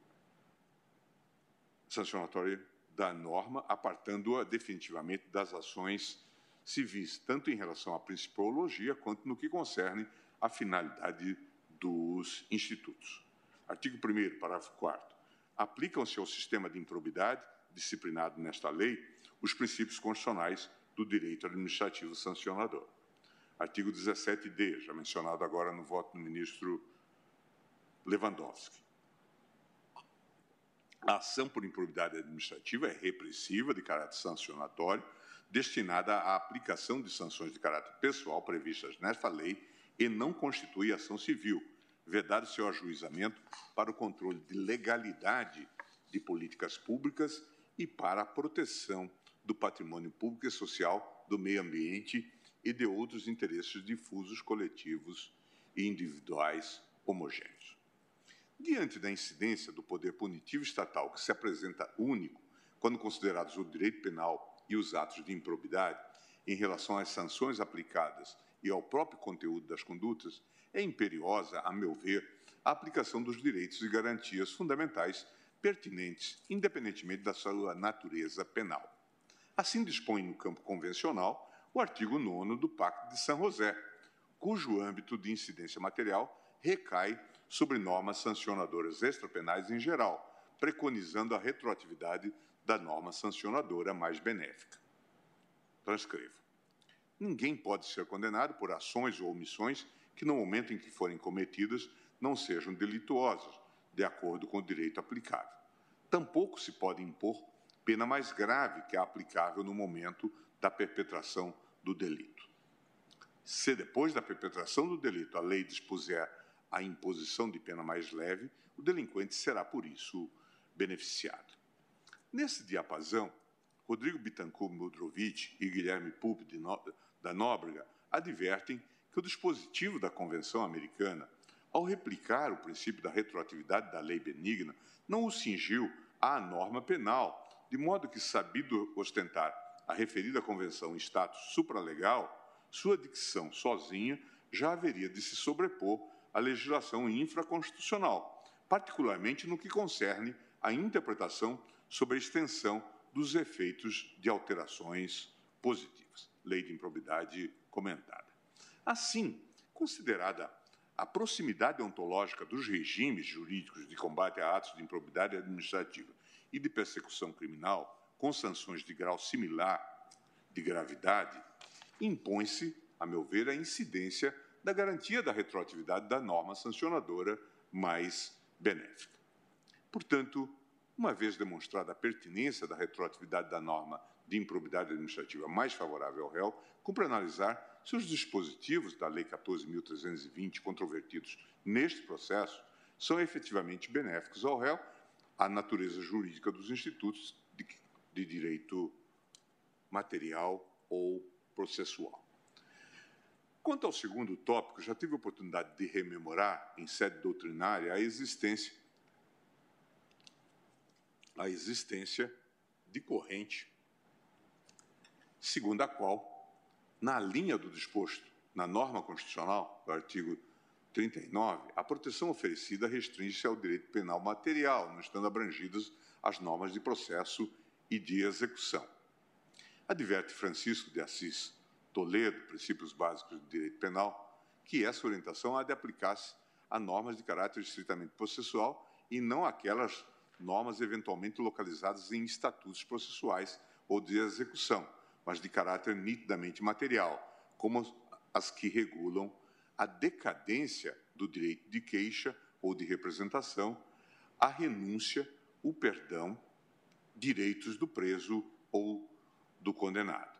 sancionatório da norma, apartando-a definitivamente das ações civis, tanto em relação à principiologia quanto no que concerne à finalidade dos institutos. Artigo primeiro, parágrafo quarto. Aplicam-se ao sistema de improbidade, disciplinado nesta lei, os princípios constitucionais do direito administrativo sancionador. Artigo dezessete D, já mencionado agora no voto do ministro Lewandowski. A ação por improbidade administrativa é repressiva, de caráter sancionatório, destinada à aplicação de sanções de caráter pessoal previstas nesta lei e não constitui ação civil, vedado seu ajuizamento para o controle de legalidade de políticas públicas e para a proteção do patrimônio público e social, do meio ambiente e de outros interesses difusos, coletivos e individuais homogêneos. Diante da incidência do poder punitivo estatal, que se apresenta único quando considerados o direito penal e os atos de improbidade, em relação às sanções aplicadas e ao próprio conteúdo das condutas, é imperiosa, a meu ver, a aplicação dos direitos e garantias fundamentais pertinentes, independentemente da sua natureza penal. Assim dispõe no campo convencional o artigo nono do Pacto de San José, cujo âmbito de incidência material recai sobre normas sancionadoras extrapenais em geral, preconizando a retroatividade da norma sancionadora mais benéfica. Transcrevo. Ninguém pode ser condenado por ações ou omissões que, no momento em que forem cometidas, não sejam delituosas, de acordo com o direito aplicável. Tampouco se pode impor pena mais grave que a aplicável no momento da perpetração do delito. Se depois da perpetração do delito a lei dispuser a imposição de pena mais leve, o delinquente será, por isso, beneficiado. Nesse diapasão, Rodrigo Bittencourt Mudrovich e Guilherme Pulp da Nóbrega advertem que o dispositivo da Convenção Americana, ao replicar o princípio da retroatividade da lei benigna, não o cingiu à norma penal, de modo que, sabido ostentar a referida convenção em status supralegal, sua dicção sozinha já haveria de se sobrepor à legislação infraconstitucional, particularmente no que concerne à interpretação sobre a extensão dos efeitos de alterações positivas. Lei de improbidade comentada. Assim, considerada a proximidade ontológica dos regimes jurídicos de combate a atos de improbidade administrativa e de persecução criminal, com sanções de grau similar de gravidade, impõe-se, a meu ver, a incidência da garantia da retroatividade da norma sancionadora mais benéfica. Portanto, uma vez demonstrada a pertinência da retroatividade da norma de improbidade administrativa mais favorável ao réu, cumpre analisar se os dispositivos da Lei quatorze mil trezentos e vinte controvertidos neste processo são efetivamente benéficos ao réu, à natureza jurídica dos institutos de, de direito material ou processual. Quanto ao segundo tópico, já tive a oportunidade de rememorar, em sede doutrinária, a existência, a existência de corrente, segundo a qual, na linha do disposto na norma constitucional, do artigo trinta e nove, a proteção oferecida restringe-se ao direito penal material, não estando abrangidas as normas de processo e de execução. Adverte Francisco de Assis Toledo, Princípios Básicos do Direito Penal, que essa orientação há de aplicar-se a normas de caráter estritamente processual e não aquelas normas eventualmente localizadas em estatutos processuais ou de execução, mas de caráter nitidamente material, como as que regulam a decadência do direito de queixa ou de representação, a renúncia, o perdão, direitos do preso ou do condenado.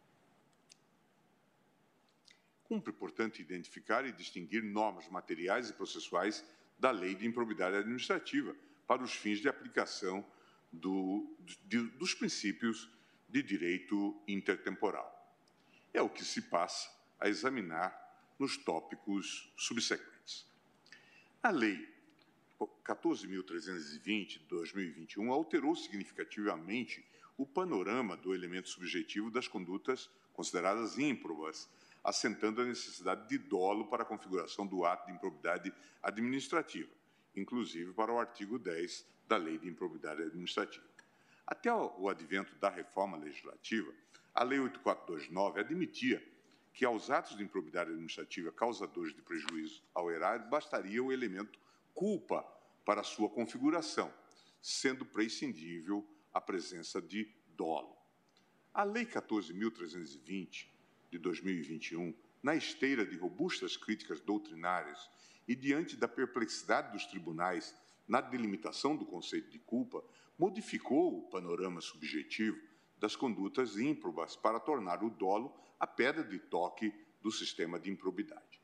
Cumpre, portanto, identificar e distinguir normas materiais e processuais da Lei de Improbidade Administrativa para os fins de aplicação do, de, dos princípios de direito intertemporal. É o que se passa a examinar nos tópicos subsequentes. A Lei quatorze mil trezentos e vinte de dois mil e vinte e um alterou significativamente o panorama do elemento subjetivo das condutas consideradas ímprobas, assentando a necessidade de dolo para a configuração do ato de improbidade administrativa, inclusive para o artigo dez da Lei de Improbidade Administrativa. Até o advento da reforma legislativa, a Lei oito mil quatrocentos e vinte e nove admitia que aos atos de improbidade administrativa causadores de prejuízo ao erário bastaria o elemento culpa para sua configuração, sendo prescindível a presença de dolo. A Lei quatorze mil trezentos e vinte, de dois mil e vinte e um, na esteira de robustas críticas doutrinárias e diante da perplexidade dos tribunais na delimitação do conceito de culpa, modificou o panorama subjetivo das condutas ímprobas para tornar o dolo a pedra de toque do sistema de improbidade.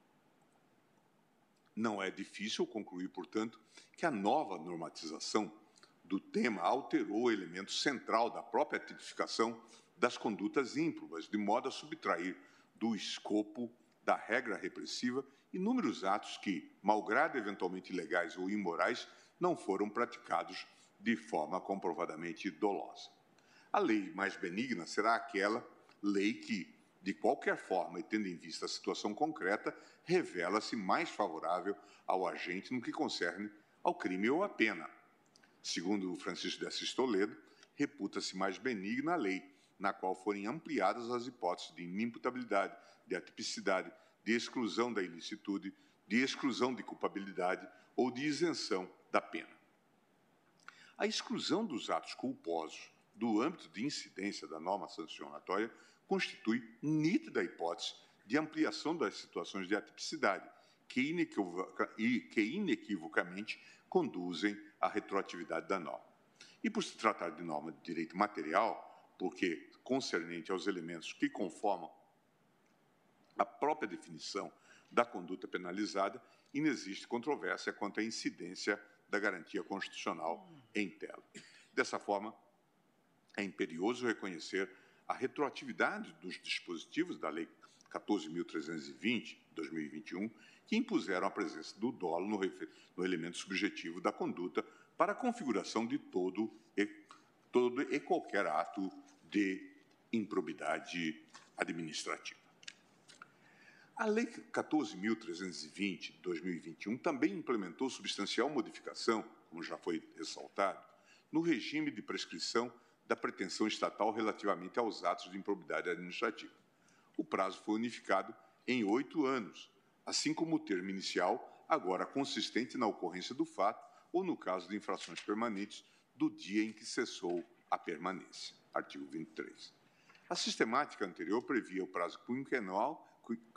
Não é difícil concluir, portanto, que a nova normatização do tema alterou o elemento central da própria tipificação das condutas ímprobas, de modo a subtrair do escopo da regra repressiva inúmeros atos que, malgrado eventualmente ilegais ou imorais, não foram praticados de forma comprovadamente dolosa. A lei mais benigna será aquela lei que, de qualquer forma e tendo em vista a situação concreta, revela-se mais favorável ao agente no que concerne ao crime ou à pena. Segundo Francisco de Assis Toledo, reputa-se mais benigna a lei, na qual forem ampliadas as hipóteses de inimputabilidade, de atipicidade, de exclusão da ilicitude, de exclusão de culpabilidade ou de isenção da pena. A exclusão dos atos culposos do âmbito de incidência da norma sancionatória constitui nítida hipótese de ampliação das situações de atipicidade, que, inequivoca, e que inequivocamente conduzem à retroatividade da norma. E por se tratar de norma de direito material, porque concernente aos elementos que conformam a própria definição da conduta penalizada, inexiste controvérsia quanto à incidência da garantia constitucional em tela. Dessa forma, é imperioso reconhecer a retroatividade dos dispositivos da Lei quatorze mil trezentos e vinte, de dois mil e vinte e um, que impuseram a presença do dolo no, no elemento subjetivo da conduta para a configuração de todo e, todo e qualquer ato de improbidade administrativa. A Lei quatorze mil trezentos e vinte, de dois mil e vinte e um, também implementou substancial modificação, como já foi ressaltado, no regime de prescrição da pretensão estatal relativamente aos atos de improbidade administrativa. O prazo foi unificado em oito anos, assim como o termo inicial, agora consistente na ocorrência do fato ou, no caso de infrações permanentes, do dia em que cessou a permanência. Artigo vinte e três. A sistemática anterior previa o prazo quinquenal,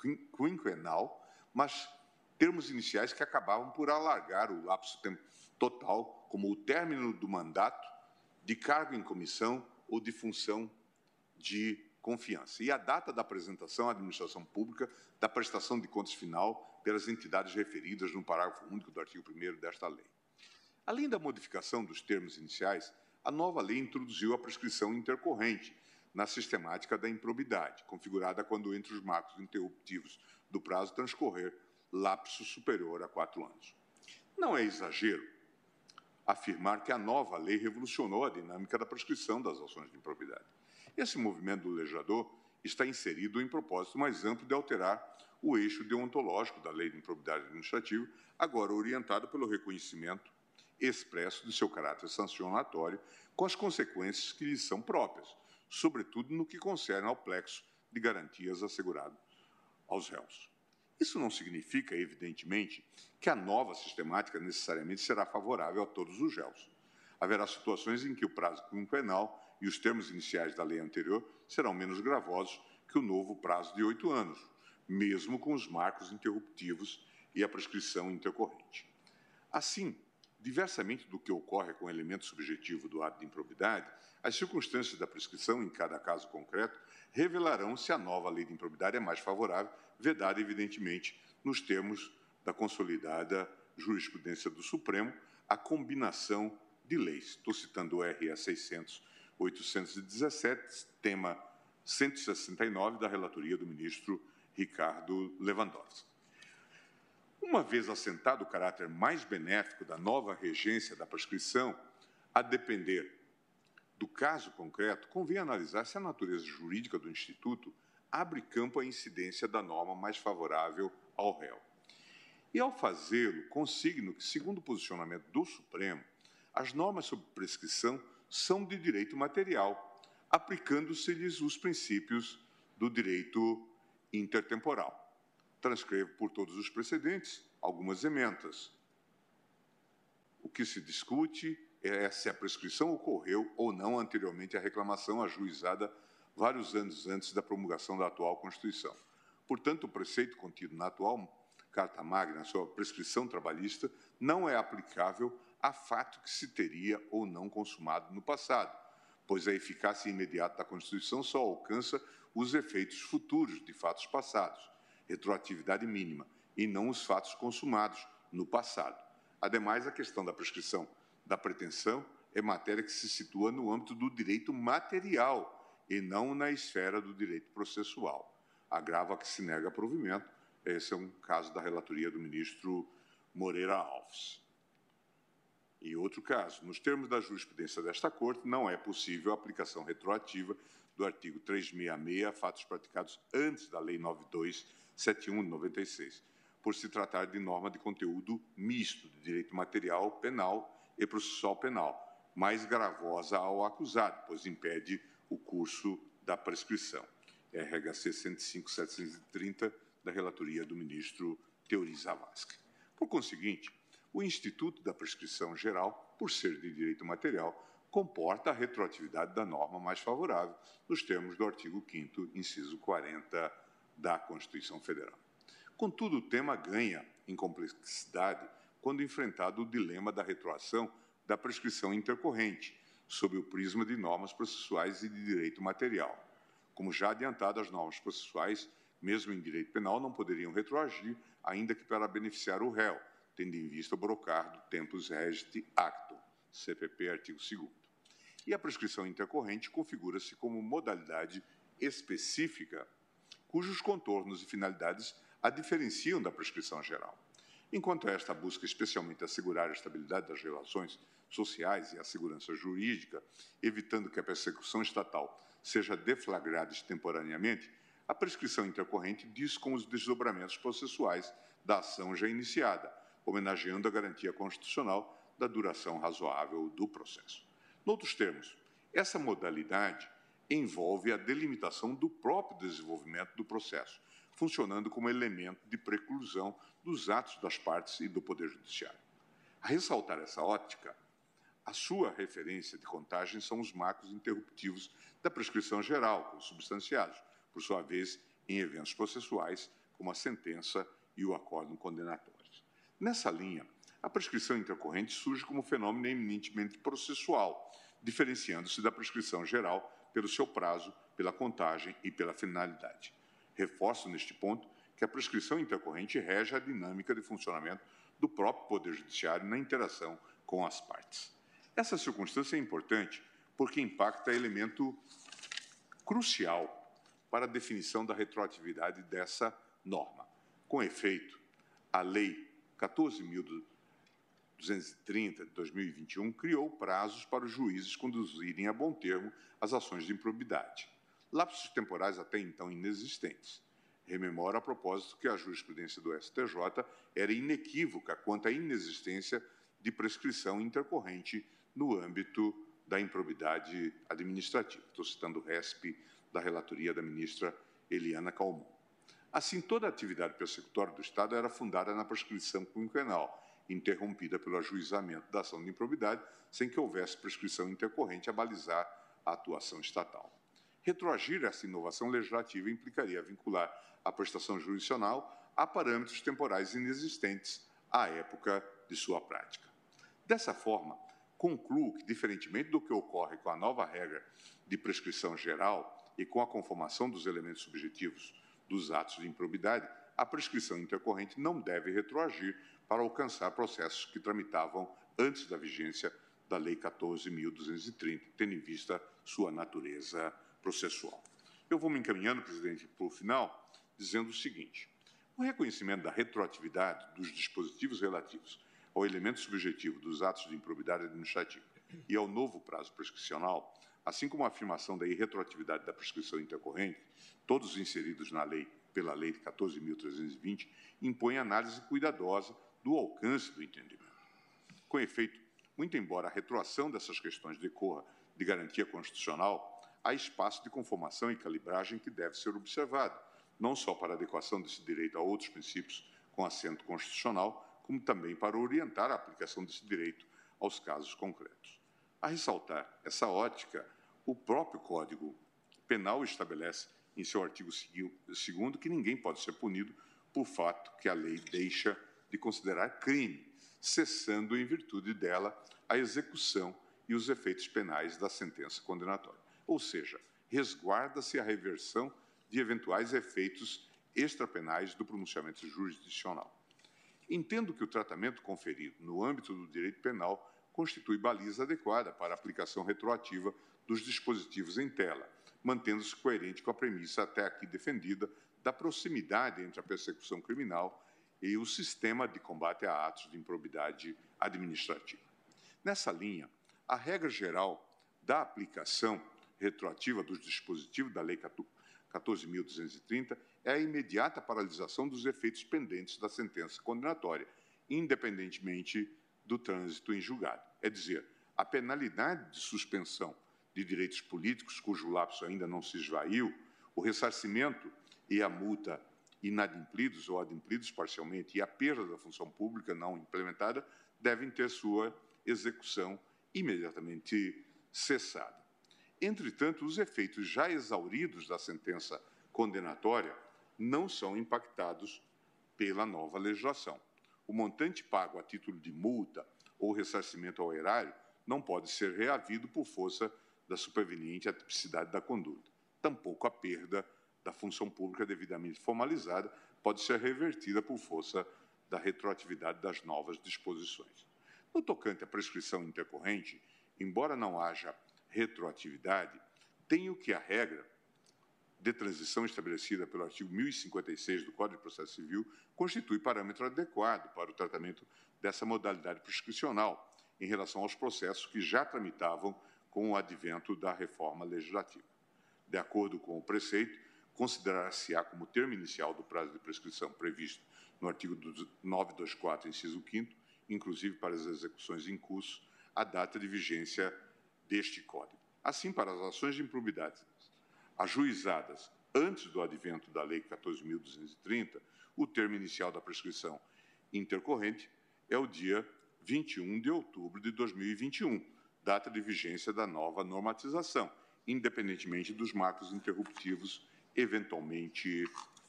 quinquenal, mas termos iniciais que acabavam por alargar o lapso total, como o término do mandato, de cargo em comissão ou de função de confiança, e a data da apresentação à administração pública da prestação de contas final pelas entidades referidas no parágrafo único do artigo primeiro desta lei. Além da modificação dos termos iniciais, a nova lei introduziu a prescrição intercorrente na sistemática da improbidade, configurada quando entre os marcos interruptivos do prazo transcorrer lapso superior a quatro anos. Não é exagero afirmar que a nova lei revolucionou a dinâmica da prescrição das ações de improbidade. Esse movimento do legislador está inserido em propósito mais amplo de alterar o eixo deontológico da lei de improbidade administrativa, agora orientado pelo reconhecimento expresso de seu caráter sancionatório, com as consequências que lhes são próprias, sobretudo no que concerne ao plexo de garantias assegurado aos réus. Isso não significa, evidentemente, que a nova sistemática necessariamente será favorável a todos os réus. Haverá situações em que o prazo quinquenal e os termos iniciais da lei anterior serão menos gravosos que o novo prazo de oito anos, mesmo com os marcos interruptivos e a prescrição intercorrente. Assim, diversamente do que ocorre com o elemento subjetivo do ato de improbidade, as circunstâncias da prescrição, em cada caso concreto, revelarão se a nova lei de improbidade é mais favorável, vedada, evidentemente, nos termos da consolidada jurisprudência do Supremo, a combinação de leis. Estou citando o R S seiscentos, oitocentos e dezessete, tema cento e sessenta e nove, da relatoria do ministro Ricardo Lewandowski. Uma vez assentado o caráter mais benéfico da nova regência da prescrição, a depender do caso concreto, convém analisar se a natureza jurídica do Instituto abre campo à incidência da norma mais favorável ao réu. E, ao fazê-lo, consigno que, segundo o posicionamento do Supremo, as normas sobre prescrição são de direito material, aplicando-se-lhes os princípios do direito intertemporal. Transcrevo por todos os precedentes algumas emendas. O que se discute é se a prescrição ocorreu ou não anteriormente à reclamação ajuizada vários anos antes da promulgação da atual Constituição. Portanto, o preceito contido na atual Carta Magna sobre a prescrição trabalhista não é aplicável a fato que se teria ou não consumado no passado, pois a eficácia imediata da Constituição só alcança os efeitos futuros de fatos passados, retroatividade mínima, e não os fatos consumados no passado. Ademais, a questão da prescrição da pretensão é matéria que se situa no âmbito do direito material e não na esfera do direito processual. Agravo a que se nega provimento. Esse é um caso da relatoria do ministro Moreira Alves. E outro caso, nos termos da jurisprudência desta Corte, não é possível a aplicação retroativa do artigo trezentos e sessenta e seis a fatos praticados antes da Lei nove mil duzentos e setenta e um de noventa e seis, por se tratar de norma de conteúdo misto de direito material penal e processual penal, mais gravosa ao acusado, pois impede o curso da prescrição. R H C cento e cinco, setecentos e trinta, da relatoria do ministro Teori Zavascki. Por conseguinte, o Instituto da Prescrição Geral, por ser de direito material, comporta a retroatividade da norma mais favorável, nos termos do artigo quinto, inciso quarenta da Constituição Federal. Contudo, o tema ganha em complexidade quando enfrentado o dilema da retroação da prescrição intercorrente, sob o prisma de normas processuais e de direito material. Como já adiantado, as normas processuais, mesmo em direito penal, não poderiam retroagir, ainda que para beneficiar o réu, tendo em vista o brocardo tempus regit actum, C P P, artigo segundo. E a prescrição intercorrente configura-se como modalidade específica, cujos contornos e finalidades a diferenciam da prescrição geral. Enquanto esta busca especialmente assegurar a estabilidade das relações sociais e a segurança jurídica, evitando que a persecução estatal seja deflagrada extemporaneamente, a prescrição intercorrente diz com os desdobramentos processuais da ação já iniciada, homenageando a garantia constitucional da duração razoável do processo. Noutros termos, Essa modalidade envolve a delimitação do próprio desenvolvimento do processo, funcionando como elemento de preclusão dos atos das partes e do Poder Judiciário. A ressaltar essa ótica, a sua referência de contagem são os marcos interruptivos da prescrição geral, consubstanciados, por sua vez, em eventos processuais, como a sentença e o acórdão condenatórios. Nessa linha, a prescrição intercorrente surge como fenômeno eminentemente processual, diferenciando-se da prescrição geral pelo seu prazo, pela contagem e pela finalidade. Reforço, neste ponto, que a prescrição intercorrente rege a dinâmica de funcionamento do próprio Poder Judiciário na interação com as partes. Essa circunstância é importante porque impacta elemento crucial para a definição da retroatividade dessa norma. Com efeito, a Lei quatorze mil duzentos e trinta de dois mil e vinte e um criou prazos para os juízes conduzirem a bom termo as ações de improbidade. Lapsos temporais até então inexistentes. Rememoro a propósito que a jurisprudência do S T J era inequívoca quanto à inexistência de prescrição intercorrente no âmbito da improbidade administrativa. Estou citando o R E S P da relatoria da ministra Eliana Calmon. Assim, toda a atividade persecutória do Estado era fundada na prescrição quinquenal, interrompida pelo ajuizamento da ação de improbidade, sem que houvesse prescrição intercorrente a balizar a atuação estatal. Retroagir essa inovação legislativa implicaria vincular a prestação jurisdicional a parâmetros temporais inexistentes à época de sua prática. Dessa forma, concluo que, diferentemente do que ocorre com a nova regra de prescrição geral e com a conformação dos elementos subjetivos dos atos de improbidade, a prescrição intercorrente não deve retroagir para alcançar processos que tramitavam antes da vigência da Lei quatorze mil duzentos e trinta, tendo em vista sua natureza processual. Eu vou me encaminhando, presidente, para o final, dizendo o seguinte: o reconhecimento da retroatividade dos dispositivos relativos ao elemento subjetivo dos atos de improbidade administrativa e ao novo prazo prescricional, assim como a afirmação da irretroatividade da prescrição intercorrente, todos inseridos na lei pela Lei quatorze mil trezentos e vinte, impõe análise cuidadosa do alcance do entendimento. Com efeito, muito embora a retroação dessas questões decorra de garantia constitucional, há espaço de conformação e calibragem que deve ser observado, não só para a adequação desse direito a outros princípios com assento constitucional, como também para orientar a aplicação desse direito aos casos concretos. A ressaltar essa ótica, o próprio Código Penal estabelece em seu artigo segundo que ninguém pode ser punido por fato que a lei deixa de considerar crime, cessando em virtude dela a execução e os efeitos penais da sentença condenatória. Ou seja, resguarda-se a reversão de eventuais efeitos extrapenais do pronunciamento jurisdicional. Entendo que o tratamento conferido no âmbito do direito penal constitui baliza adequada para a aplicação retroativa dos dispositivos em tela, mantendo-se coerente com a premissa até aqui defendida da proximidade entre a persecução criminal e o sistema de combate a atos de improbidade administrativa. Nessa linha, a regra geral da aplicação retroativa dos dispositivos da Lei quatorze mil duzentos e trinta é a imediata paralisação dos efeitos pendentes da sentença condenatória, independentemente do trânsito em julgado. É dizer, a penalidade de suspensão de direitos políticos, cujo lapso ainda não se esvaiu, o ressarcimento e a multa inadimplidos ou adimplidos parcialmente e a perda da função pública não implementada devem ter sua execução imediatamente cessada. Entretanto, os efeitos já exauridos da sentença condenatória não são impactados pela nova legislação. O montante pago a título de multa ou ressarcimento ao erário não pode ser reavido por força da superveniente atipicidade da conduta. Tampouco a perda da função pública devidamente formalizada pode ser revertida por força da retroatividade das novas disposições. No tocante à prescrição intercorrente, embora não haja retroatividade, tenho que a regra de transição estabelecida pelo artigo mil e cinquenta e seis do Código de Processo Civil constitui parâmetro adequado para o tratamento dessa modalidade prescricional em relação aos processos que já tramitavam com o advento da reforma legislativa. De acordo com o preceito, considerar-se-á como termo inicial do prazo de prescrição previsto no artigo novecentos e vinte e quatro, inciso quinto, inclusive para as execuções em curso, a data de vigência deste Código. Assim, para as ações de improbidade ajuizadas antes do advento da Lei quatorze mil duzentos e trinta, o termo inicial da prescrição intercorrente é o dia vinte e um de outubro de dois mil e vinte e um, data de vigência da nova normatização, independentemente dos marcos interruptivos eventualmente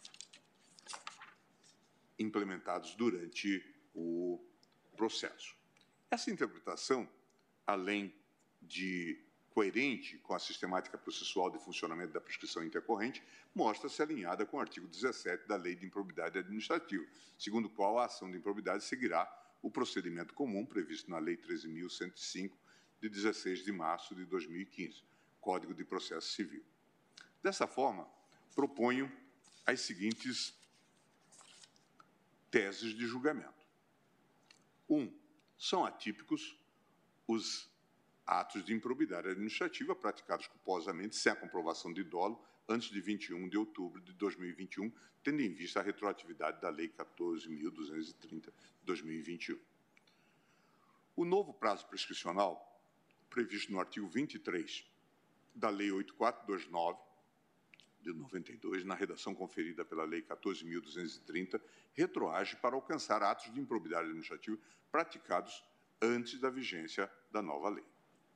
implementados durante o processo. Essa interpretação, além de coerente com a sistemática processual de funcionamento da prescrição intercorrente, mostra-se alinhada com o artigo dezessete da Lei de Improbidade Administrativa, segundo o qual a ação de improbidade seguirá o procedimento comum previsto na Lei treze mil cento e cinco, de dezesseis de março de dois mil e quinze, Código de Processo Civil. Dessa forma, proponho as seguintes teses de julgamento. Um, são atípicos os atos de improbidade administrativa praticados culposamente sem a comprovação de dolo antes de vinte e um de outubro de dois mil e vinte e um, tendo em vista a retroatividade da Lei quatorze mil duzentos e trinta de dois mil e vinte e um. O novo prazo prescricional, previsto no artigo vinte e três da Lei oito mil quatrocentos e vinte e nove, de noventa e dois, na redação conferida pela Lei quatorze mil duzentos e trinta, retroage para alcançar atos de improbidade administrativa praticados antes da vigência da nova lei.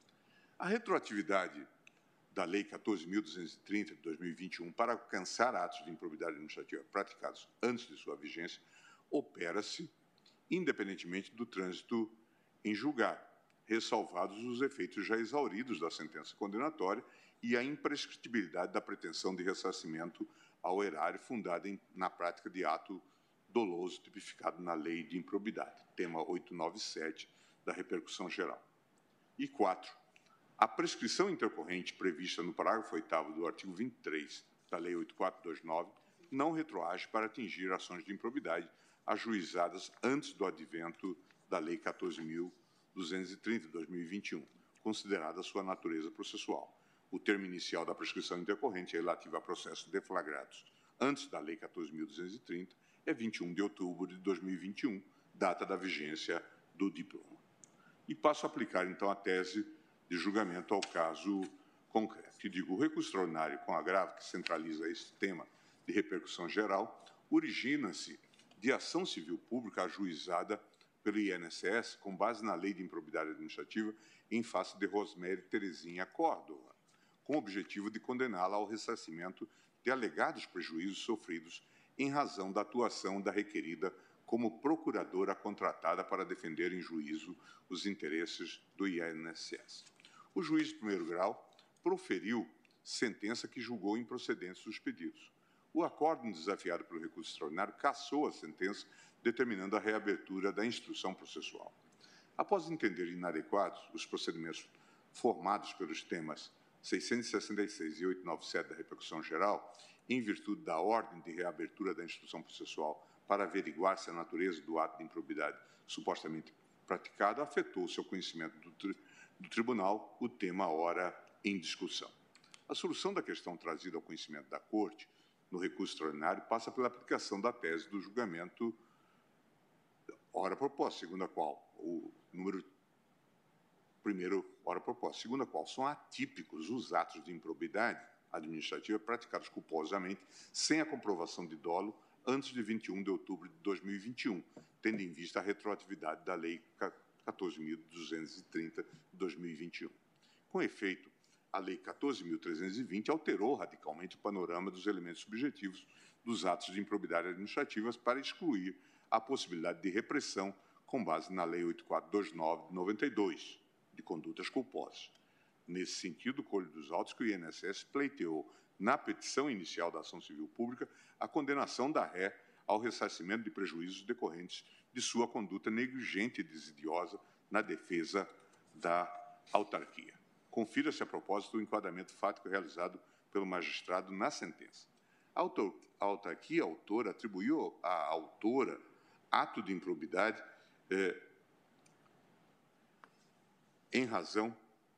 A retroatividade da Lei quatorze mil duzentos e trinta, de dois mil e vinte e um, para alcançar atos de improbidade administrativa praticados antes de sua vigência, opera-se independentemente do trânsito em julgado, ressalvados os efeitos já exauridos da sentença condenatória e a imprescritibilidade da pretensão de ressarcimento ao erário fundada em, na prática de ato doloso tipificado na Lei de Improbidade, tema oitocentos e noventa e sete da repercussão geral. E quatro. A prescrição intercorrente prevista no parágrafo oitavo do artigo vinte e três da Lei oito mil quatrocentos e vinte e nove não retroage para atingir ações de improbidade ajuizadas antes do advento da Lei quatorze mil duzentos e trinta de dois mil e vinte e um, considerada a sua natureza processual. O termo inicial da prescrição intercorrente é relativo a processos deflagrados antes da Lei quatorze mil duzentos e trinta, é vinte e um de outubro de dois mil e vinte e um, data da vigência do diploma. E passo a aplicar, então, a tese de julgamento ao caso concreto. Que digo, o recurso extraordinário com agravo que centraliza este tema de repercussão geral origina-se de ação civil pública ajuizada pelo I N S S com base na Lei de Improbidade Administrativa em face de Rosemary Terezinha Córdova, com o objetivo de condená-la ao ressarcimento de alegados prejuízos sofridos em razão da atuação da requerida como procuradora contratada para defender em juízo os interesses do I N S S. O juiz de primeiro grau proferiu sentença que julgou improcedentes os pedidos. O acórdão desafiado pelo recurso extraordinário cassou a sentença, determinando a reabertura da instrução processual. Após entender inadequados os procedimentos formados pelos temas seiscentos e sessenta e seis e oitocentos e noventa e sete da repercussão geral, em virtude da ordem de reabertura da instrução processual para averiguar se a natureza do ato de improbidade supostamente praticado afetou o seu conhecimento do, tri do tribunal, o tema ora em discussão. A solução da questão trazida ao conhecimento da Corte no recurso extraordinário passa pela aplicação da tese do julgamento ora proposta, segundo a qual o número primeiro ora proposta, segundo a qual são atípicos os atos de improbidade administrativa praticados culposamente sem a comprovação de dolo antes de vinte e um de outubro de dois mil e vinte e um, tendo em vista a retroatividade da Lei quatorze mil duzentos e trinta de dois mil e vinte e um. Com efeito, a Lei quatorze mil trezentos e vinte alterou radicalmente o panorama dos elementos subjetivos dos atos de improbidade administrativas para excluir a possibilidade de repressão com base na Lei oito mil quatrocentos e vinte e nove de noventa e dois, de condutas culposas. Nesse sentido, o colho dos autos que o I N S S pleiteou na petição inicial da ação civil pública a condenação da ré ao ressarcimento de prejuízos decorrentes de sua conduta negligente e desidiosa na defesa da autarquia. Confira-se a propósito o enquadramento fático realizado pelo magistrado na sentença. A autarquia autora atribuiu à autora ato de improbidade eh, em razão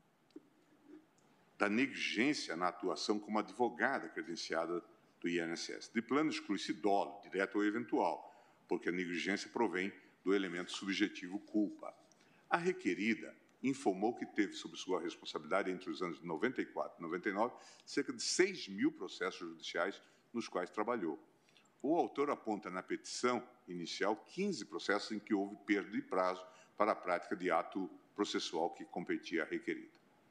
da negligência na atuação como advogada credenciada do I N S S. De plano, exclui-se dolo, direto ou eventual, porque a negligência provém do elemento subjetivo culpa. A requerida informou que teve sob sua responsabilidade, entre os anos de noventa e quatro e noventa e nove, cerca de seis mil processos judiciais nos quais trabalhou. O autor aponta na petição inicial quinze processos em que houve perda de prazo para a prática de ato processual que competia à requerida.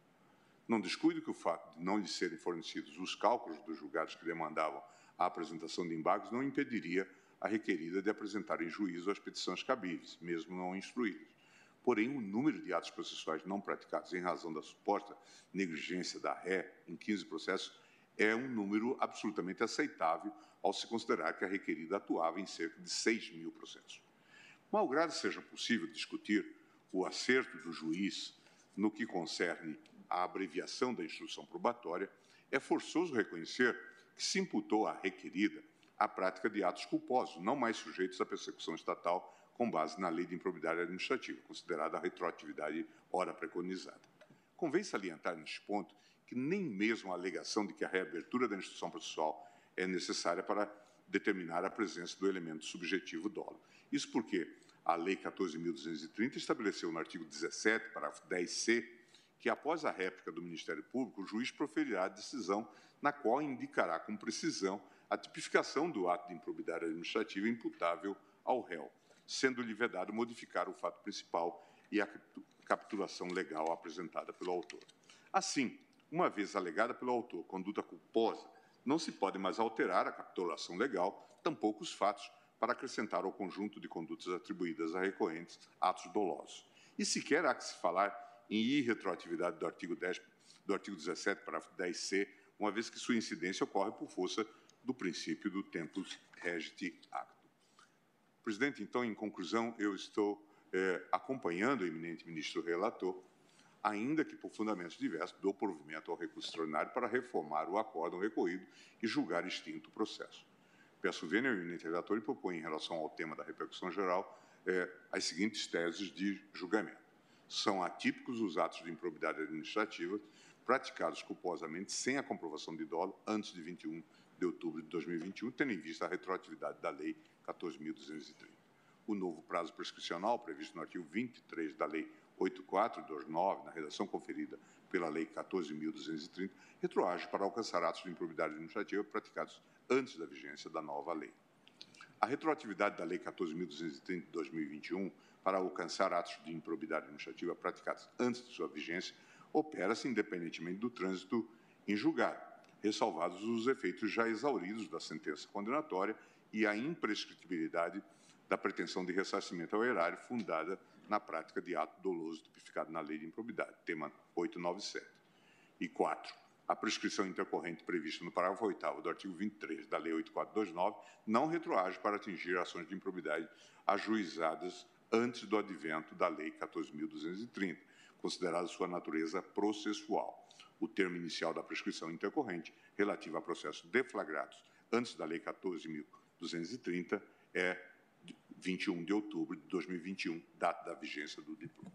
Não descuido que o fato de não lhe serem fornecidos os cálculos dos julgados que demandavam a apresentação de embargos não impediria a requerida de apresentar em juízo as petições cabíveis, mesmo não instruídas. Porém, o número de atos processuais não praticados em razão da suposta negligência da ré em quinze processos é um número absolutamente aceitável ao se considerar que a requerida atuava em cerca de seis mil processos. Malgrado seja possível discutir o acerto do juiz no que concerne à abreviação da instrução probatória, é forçoso reconhecer que se imputou à requerida a prática de atos culposos, não mais sujeitos à persecução estatal com base na Lei de Improbidade Administrativa, considerada a retroatividade ora preconizada. Convém salientar neste ponto que nem mesmo a alegação de que a reabertura da instrução processual é necessária para determinar a presença do elemento subjetivo dolo. Isso porque a Lei quatorze mil duzentos e trinta estabeleceu no artigo dezessete, parágrafo dez C, que após a réplica do Ministério Público, o juiz proferirá a decisão na qual indicará com precisão a tipificação do ato de improbidade administrativa imputável ao réu, sendo-lhe vedado modificar o fato principal e a capitulação legal apresentada pelo autor. Assim, uma vez alegada pelo autor conduta culposa, não se pode mais alterar a capitulação legal, tampouco os fatos, para acrescentar ao conjunto de condutas atribuídas a recorrentes atos dolosos. E sequer há que se falar em irretroatividade do artigo, dez, do artigo dezessete, parágrafo dez C, uma vez que sua incidência ocorre por força do princípio do tempus regit actum. Presidente, então, em conclusão, eu estou eh, acompanhando o eminente ministro relator, ainda que por fundamentos diversos, dou provimento ao recurso extraordinário para reformar o acórdão recorrido e julgar extinto o processo. Peço vênia ao eminente relator e proponho, em relação ao tema da repercussão geral, eh, as seguintes teses de julgamento. São atípicos os atos de improbidade administrativa praticados culposamente sem a comprovação de dolo antes de vinte e um de outubro de dois mil e vinte e um, tendo em vista a retroatividade da Lei quatorze mil duzentos e trinta. O novo prazo prescricional, previsto no artigo vinte e três da Lei oitenta e quatro de dois mil e nove, na redação conferida pela Lei quatorze mil duzentos e trinta, retroage para alcançar atos de improbidade administrativa praticados antes da vigência da nova lei. A retroatividade da Lei quatorze mil duzentos e trinta de dois mil e vinte e um para alcançar atos de improbidade administrativa praticados antes de sua vigência opera-se independentemente do trânsito em julgado, ressalvados os efeitos já exauridos da sentença condenatória e a imprescritibilidade da pretensão de ressarcimento ao erário fundada na prática de ato doloso tipificado na Lei de Improbidade, tema oitocentos e noventa e sete. E quatro. A prescrição intercorrente prevista no parágrafo oitavo do artigo vinte e três da Lei oitenta e quatro de dois mil e nove não retroage para atingir ações de improbidade ajuizadas antes do advento da Lei quatorze mil duzentos e trinta, considerada sua natureza processual. O termo inicial da prescrição intercorrente, relativa a processos deflagrados antes da Lei quatorze mil duzentos e trinta, é vinte e um de outubro de dois mil e vinte e um, data da vigência do diploma.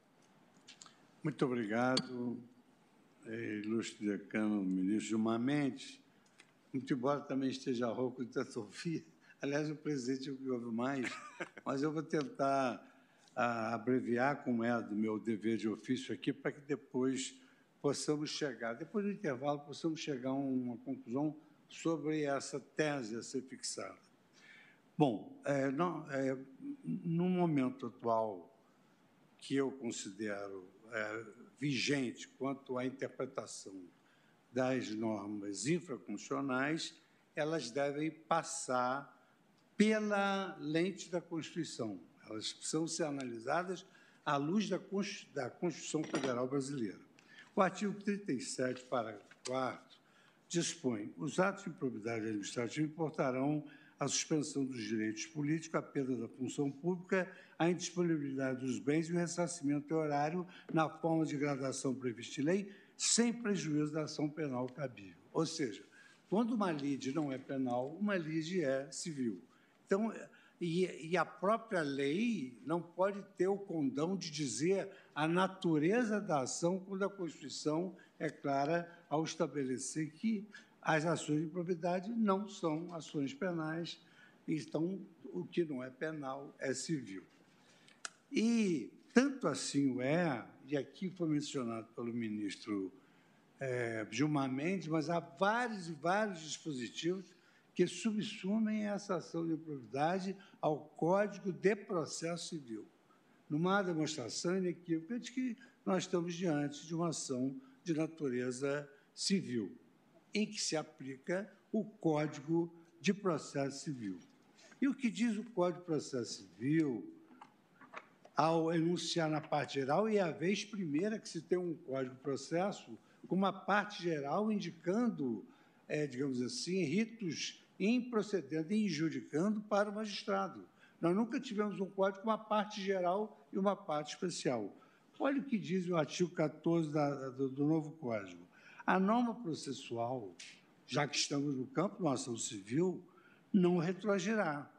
Muito obrigado, ilustre decano, ministro Gilmar Mendes. Muito embora também esteja rouco de tanto ouvir, aliás, o presidente me ouve mais, mas eu vou tentar a, abreviar, como é do meu dever de ofício aqui, para que depois possamos chegar, depois do intervalo, possamos chegar a uma conclusão sobre essa tese a ser fixada. Bom, é, não, é, no momento atual, que eu considero é, vigente quanto à interpretação das normas infraconstitucionais, elas devem passar pela lente da Constituição. Elas precisam ser analisadas à luz da Constituição Federal Brasileira. O artigo trinta e sete, parágrafo quarto, dispõe: os atos de improbidade administrativa importarão a suspensão dos direitos políticos, a perda da função pública, a indisponibilidade dos bens e o ressarcimento horário na forma de gradação prevista em lei, sem prejuízo da ação penal cabível. Ou seja, quando uma lide não é penal, uma lide é civil. Então, e, e a própria lei não pode ter o condão de dizer a natureza da ação quando a Constituição é clara ao estabelecer que as ações de improbidade não são ações penais, então o que não é penal é civil. E tanto assim o é, e aqui foi mencionado pelo ministro é, Gilmar Mendes, mas há vários e vários dispositivos que subsumem essa ação de improbidade ao Código de Processo Civil, numa demonstração inequívoca de que nós estamos diante de uma ação de natureza civil, em que se aplica o Código de Processo Civil. E o que diz o Código de Processo Civil, ao enunciar na parte geral, e é a vez primeira que se tem um Código de Processo com uma parte geral indicando, é, digamos assim, ritos improcedentes, injudicando para o magistrado. Nós nunca tivemos um código com uma parte geral e uma parte especial. Olha o que diz o artigo quatorze da, do, do novo Código. A norma processual, já que estamos no campo de uma ação civil, não retroagirá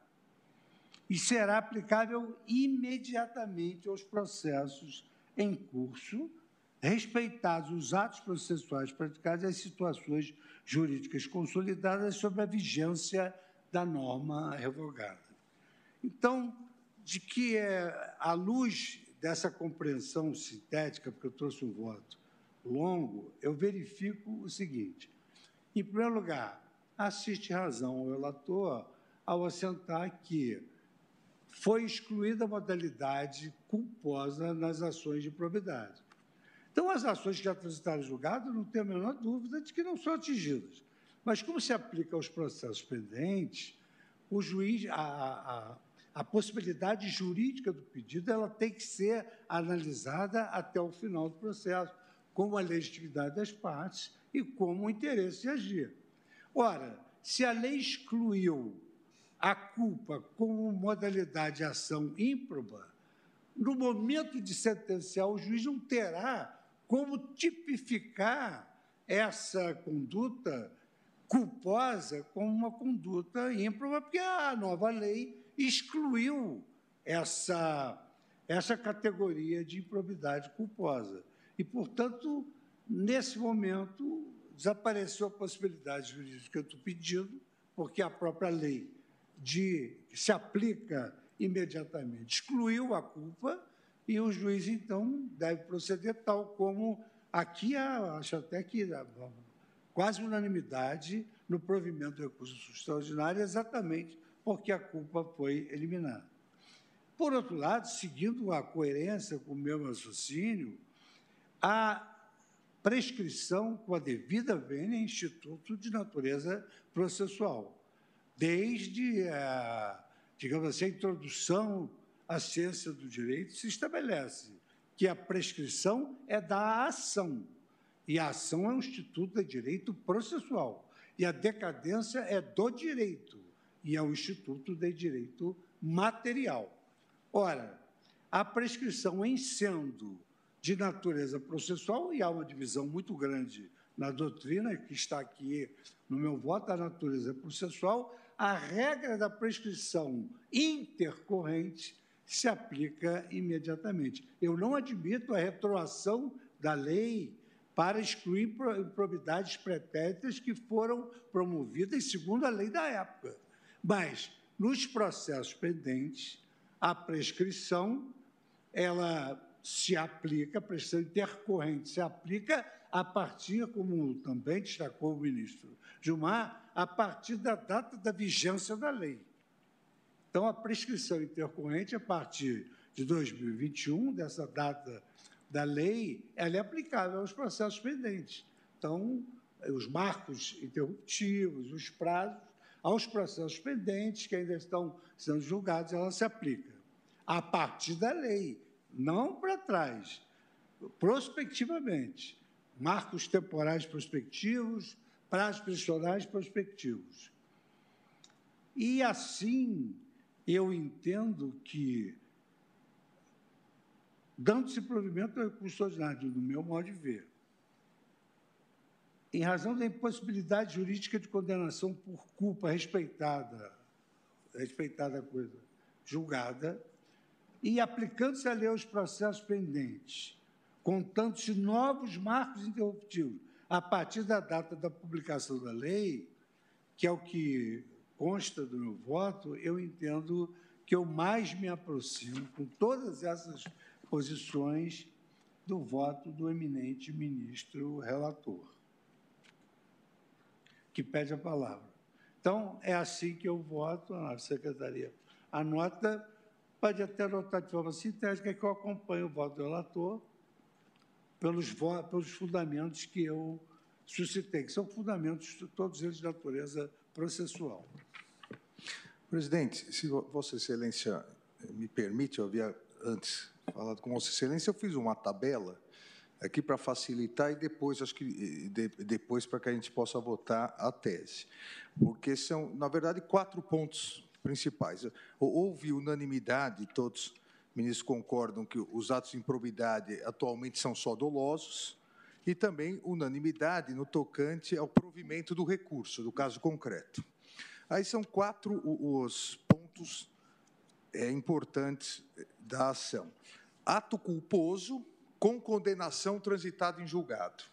e será aplicável imediatamente aos processos em curso, respeitados os atos processuais praticados e as situações jurídicas consolidadas sob a vigência da norma revogada. Então, de que, é, à luz dessa compreensão sintética, porque eu trouxe um voto longo, eu verifico o seguinte. Em primeiro lugar, assiste razão o relator ao assentar que foi excluída a modalidade culposa nas ações de improbidade. Então, as ações que já transitaram em julgado, não tenho a menor dúvida de que não são atingidas. Mas, como se aplica aos processos pendentes, o juiz, a, a, a possibilidade jurídica do pedido ela tem que ser analisada até o final do processo, como a legitimidade das partes e como o interesse de agir. Ora, se a lei excluiu a culpa como modalidade de ação ímproba, no momento de sentenciar, o juiz não terá como tipificar essa conduta culposa como uma conduta ímproba, porque a nova lei excluiu essa, essa categoria de improbidade culposa. E, portanto, nesse momento, desapareceu a possibilidade jurídica do pedido, porque a própria lei de, se aplica imediatamente, excluiu a culpa e o juiz, então, deve proceder tal como aqui, acho até que quase unanimidade no provimento do recurso extraordinário, exatamente porque a culpa foi eliminada. Por outro lado, seguindo a coerência com o meu raciocínio, a prescrição com a devida vênia é instituto de natureza processual, desde a, digamos assim, a introdução à ciência do direito, se estabelece que a prescrição é da ação, e a ação é um instituto de direito processual, e a decadência é do direito, e é um instituto de direito material. Ora, a prescrição em sendo de natureza processual, e há uma divisão muito grande na doutrina, que está aqui no meu voto, a natureza processual, a regra da prescrição intercorrente se aplica imediatamente. Eu não admito a retroação da lei para excluir improbidades pretéritas que foram promovidas segundo a lei da época. Mas, nos processos pendentes, a prescrição, ela se aplica, a prescrição intercorrente se aplica a partir, como também destacou o ministro Gilmar, a partir da data da vigência da lei. Então, a prescrição intercorrente, a partir de dois mil e vinte e um, dessa data da lei, ela é aplicável aos processos pendentes. Então, os marcos interruptivos, os prazos, aos processos pendentes que ainda estão sendo julgados, ela se aplica a partir da lei, não para trás, prospectivamente. Marcos temporais prospectivos, prazos prescricionais prospectivos. E, assim, eu entendo que, dando-se provimento ao recurso extraordinário, no meu modo de ver, em razão da impossibilidade jurídica de condenação por culpa respeitada, respeitada a coisa, julgada, e aplicando-se a lei aos processos pendentes, contando-se novos marcos interruptivos a partir da data da publicação da lei, que é o que consta do meu voto, eu entendo que eu mais me aproximo, com todas essas posições, do voto do eminente ministro relator, que pede a palavra. Então, é assim que eu voto, a secretaria anota, pode até anotar de forma sintética que eu acompanho o voto do relator pelos, pelos fundamentos que eu suscitei, que são fundamentos, todos eles de natureza processual. Presidente, se Vossa Excelência me permite, eu havia antes falado com Vossa Excelência, eu fiz uma tabela aqui para facilitar e depois, acho que de, depois para que a gente possa votar a tese. Porque são, na verdade, quatro pontos principais. Houve unanimidade, todos os ministros concordam que os atos de improbidade atualmente são só dolosos, e também unanimidade no tocante ao provimento do recurso, do caso concreto. Aí são quatro os pontos é, importantes da ação. Ato culposo com condenação transitada em julgado.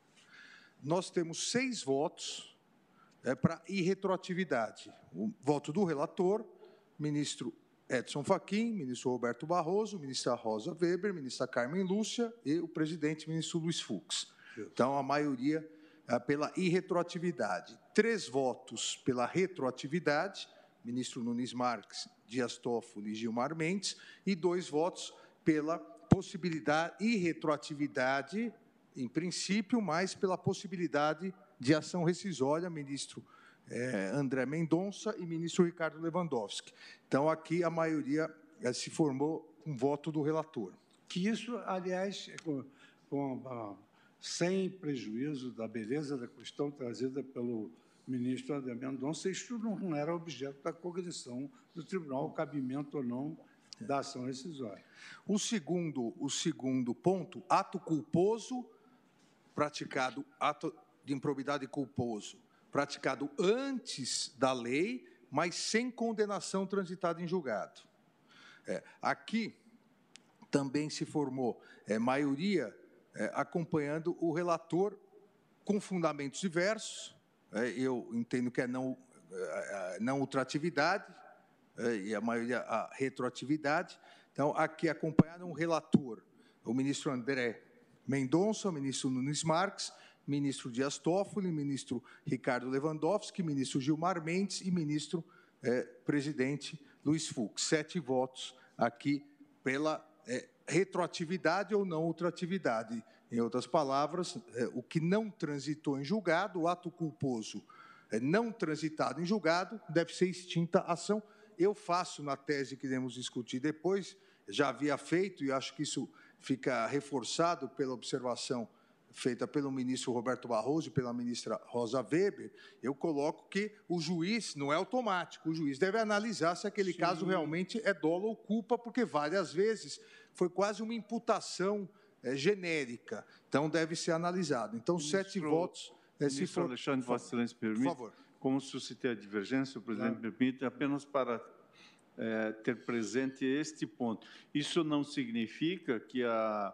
Nós temos seis votos é, para irretroatividade. O voto do relator, ministro Edson Fachin, ministro Roberto Barroso, ministra Rosa Weber, ministra Carmen Lúcia e o presidente, ministro Luiz Fux. Então, a maioria é pela irretroatividade. Três votos pela retroatividade, ministro Nunes Marques, Dias Toffoli e Gilmar Mendes, e dois votos pela possibilidade e retroatividade, em princípio, mas pela possibilidade de ação rescisória, ministro eh, André Mendonça e ministro Ricardo Lewandowski. Então, aqui a maioria eh, se formou com voto do relator. Que isso, aliás, com, com, ah, sem prejuízo da beleza da questão trazida pelo ministro André Mendonça, isso não era objeto da cognição do tribunal, o cabimento ou não da ação rescisória. O segundo, o segundo ponto, ato culposo praticado, ato de improbidade culposo, praticado antes da lei, mas sem condenação transitada em julgado. É, aqui também se formou é, maioria é, acompanhando o relator com fundamentos diversos. É, eu entendo que é não, é, não ultratividade, e a maioria a retroatividade. Então, aqui acompanharam o relator, o ministro André Mendonça, o ministro Nunes Marques, ministro Dias Toffoli, ministro Ricardo Lewandowski, ministro Gilmar Mendes e ministro eh, presidente Luiz Fux. Sete votos aqui pela eh, retroatividade ou não ultratividade. Em outras palavras, eh, o que não transitou em julgado, o ato culposo eh, não transitado em julgado, deve ser extinta a ação. Eu faço na tese que iremos discutir depois, já havia feito, e acho que isso fica reforçado pela observação feita pelo ministro Roberto Barroso e pela ministra Rosa Weber, eu coloco que o juiz não é automático, o juiz deve analisar se aquele Sim. caso realmente é dolo ou culpa, porque várias vezes foi quase uma imputação é, genérica, então deve ser analisado. Então, ministro, sete votos... É, ministro se for... Alexandre, Vossa Excelência permite... Por favor. Como suscitei a divergência, o presidente claro. permite, apenas para é, ter presente este ponto. Isso não significa que a,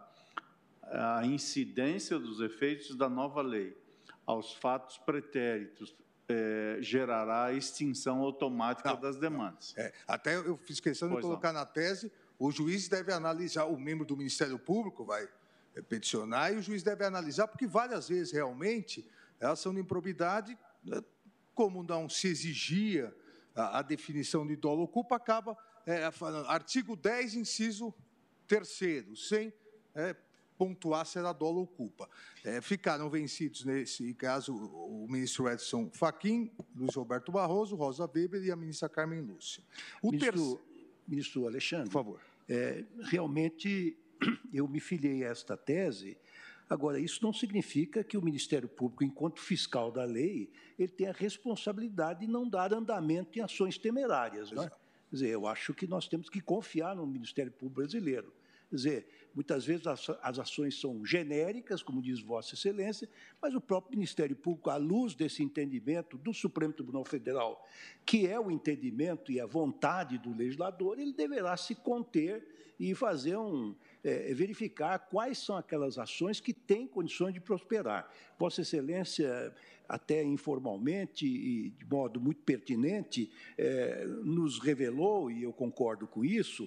a incidência dos efeitos da nova lei aos fatos pretéritos é, gerará a extinção automática não, das demandas. É, até eu fiz questão pois de colocar não. na tese, o juiz deve analisar, o membro do Ministério Público vai peticionar e o juiz deve analisar, porque várias vezes, realmente, a ação de improbidade... como não se exigia a, a definição de dolo ou culpa, acaba é, falando, artigo dez, inciso terceiro, sem é, pontuar se era dolo ou culpa. É, ficaram vencidos, nesse caso, o, o ministro Edson Fachin, Luiz Roberto Barroso, Rosa Weber e a ministra Carmen Lúcia. O ministro, terceiro... ministro Alexandre, por favor. É, realmente, eu me filiei a esta tese. Agora, isso não significa que o Ministério Público, enquanto fiscal da lei, ele tem a responsabilidade de não dar andamento em ações temerárias. Não é? Quer dizer, eu acho que nós temos que confiar no Ministério Público brasileiro. Quer dizer, muitas vezes as, as ações são genéricas, como diz Vossa Excelência, mas o próprio Ministério Público, à luz desse entendimento do Supremo Tribunal Federal, que é o entendimento e a vontade do legislador, ele deverá se conter e fazer um... É, verificar quais são aquelas ações que têm condições de prosperar. Vossa Excelência, até informalmente e de modo muito pertinente, é, nos revelou, e eu concordo com isso,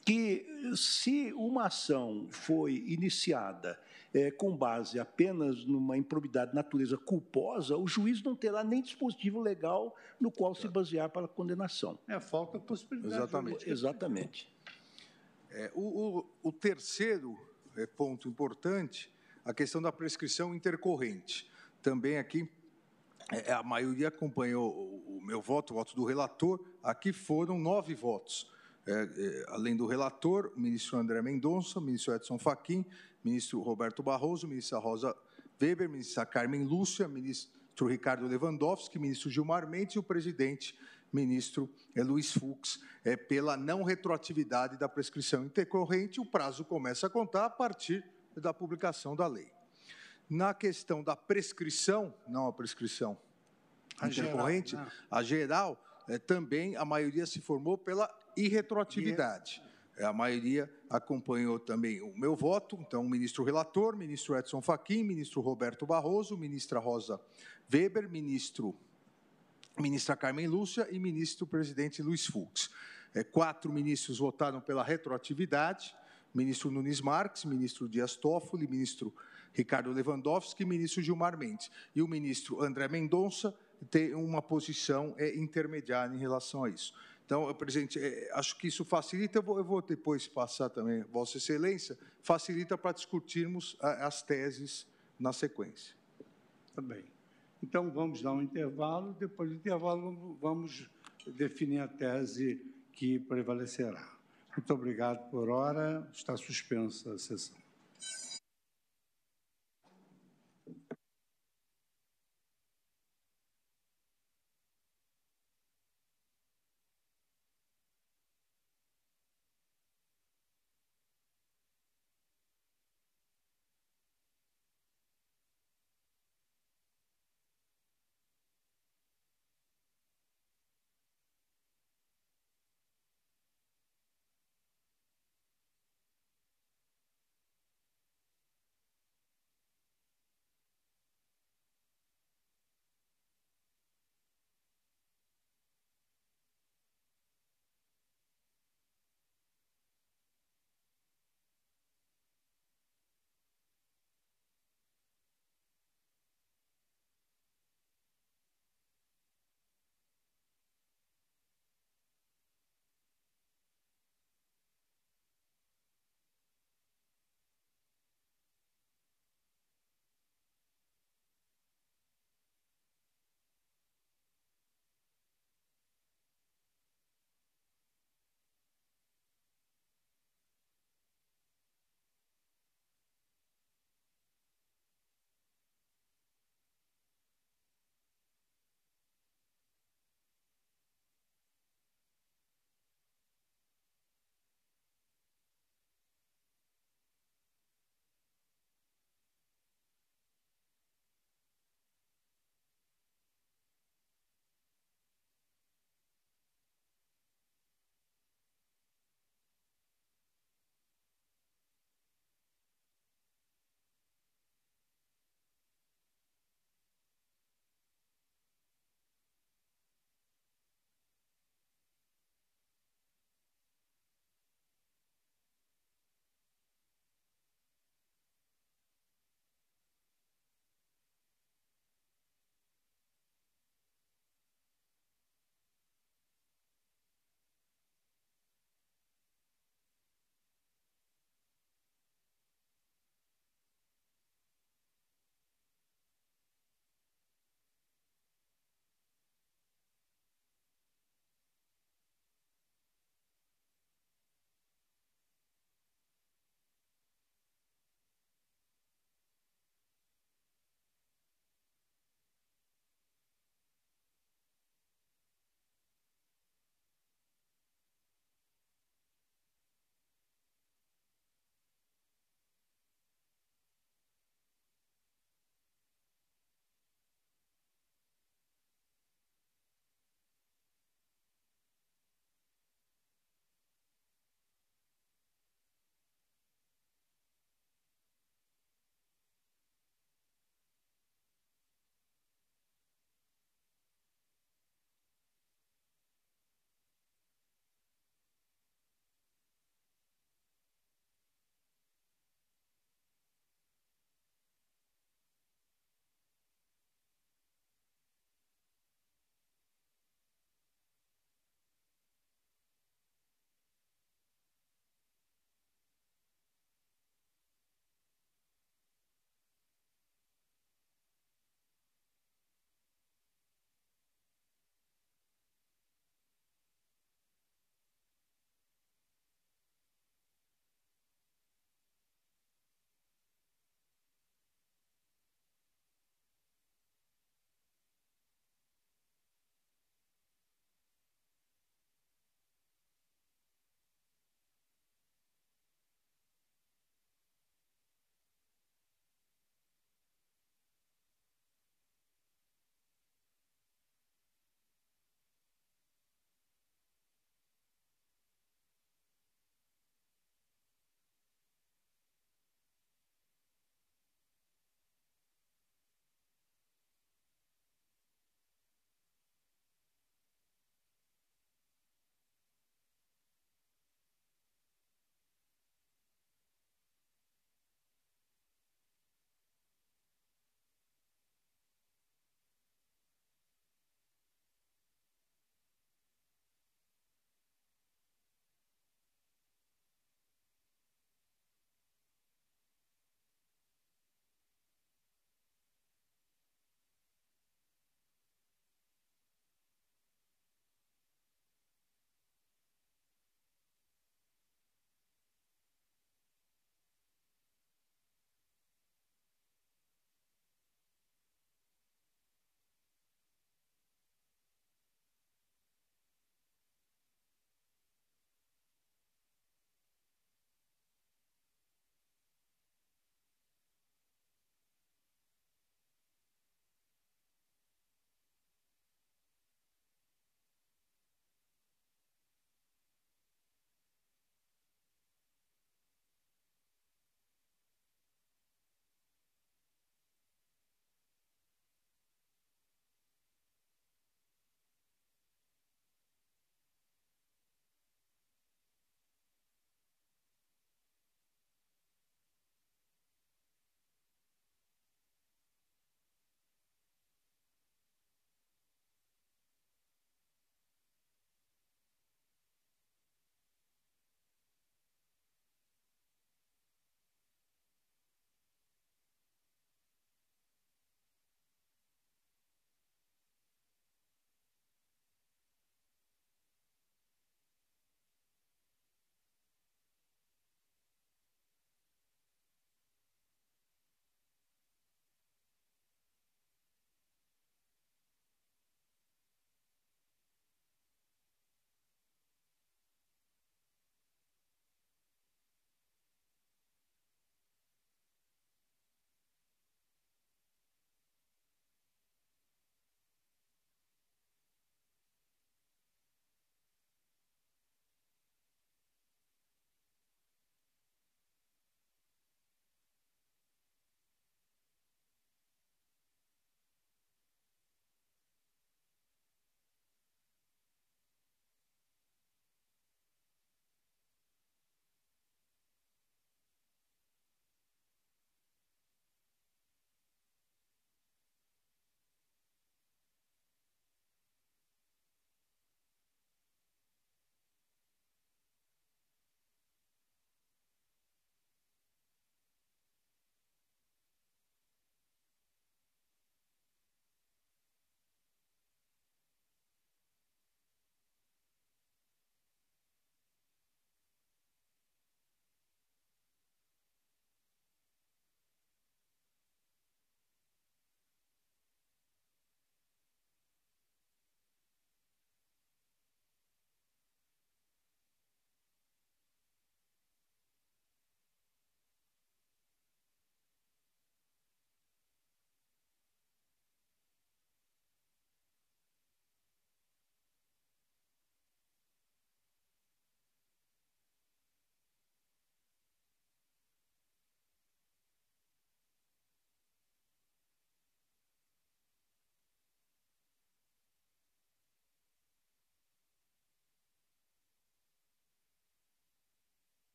que, se uma ação foi iniciada é, com base apenas numa improbidade de natureza culposa, o juiz não terá nem dispositivo legal no qual se basear para a condenação. É, falta possibilidade. Exatamente. Exatamente. É, o, o, o terceiro é, ponto importante, a questão da prescrição intercorrente. Também aqui, é, a maioria acompanhou o, o meu voto, o voto do relator. Aqui foram nove votos. É, é, além do relator, o ministro André Mendonça, o ministro Edson Fachin, ministro Roberto Barroso, ministra Rosa Weber, ministra Carmen Lúcia, ministro Ricardo Lewandowski, ministro Gilmar Mendes e o presidente, ministro é, Luiz Fux, é, pela não retroatividade da prescrição intercorrente. O prazo começa a contar a partir da publicação da lei. Na questão da prescrição, não a prescrição a intercorrente, geral, a geral, é, também a maioria se formou pela irretroatividade. A maioria acompanhou também o meu voto, então, o ministro relator, ministro Edson Fachin, ministro Roberto Barroso, ministra Rosa Weber, ministro, ministra Carmen Lúcia e ministro presidente Luiz Fux. É, quatro ministros votaram pela retroatividade, ministro Nunes Marques, ministro Dias Toffoli, ministro Ricardo Lewandowski e ministro Gilmar Mendes. E o ministro André Mendonça tem uma posição é, intermediária em relação a isso. Então, presidente, é, acho que isso facilita, eu vou, eu vou depois passar também, Vossa Excelência, facilita para discutirmos a, as teses na sequência. Tá bem. Então, vamos dar um intervalo, depois do intervalo vamos definir a tese que prevalecerá. Muito obrigado por hora, está suspensa a sessão.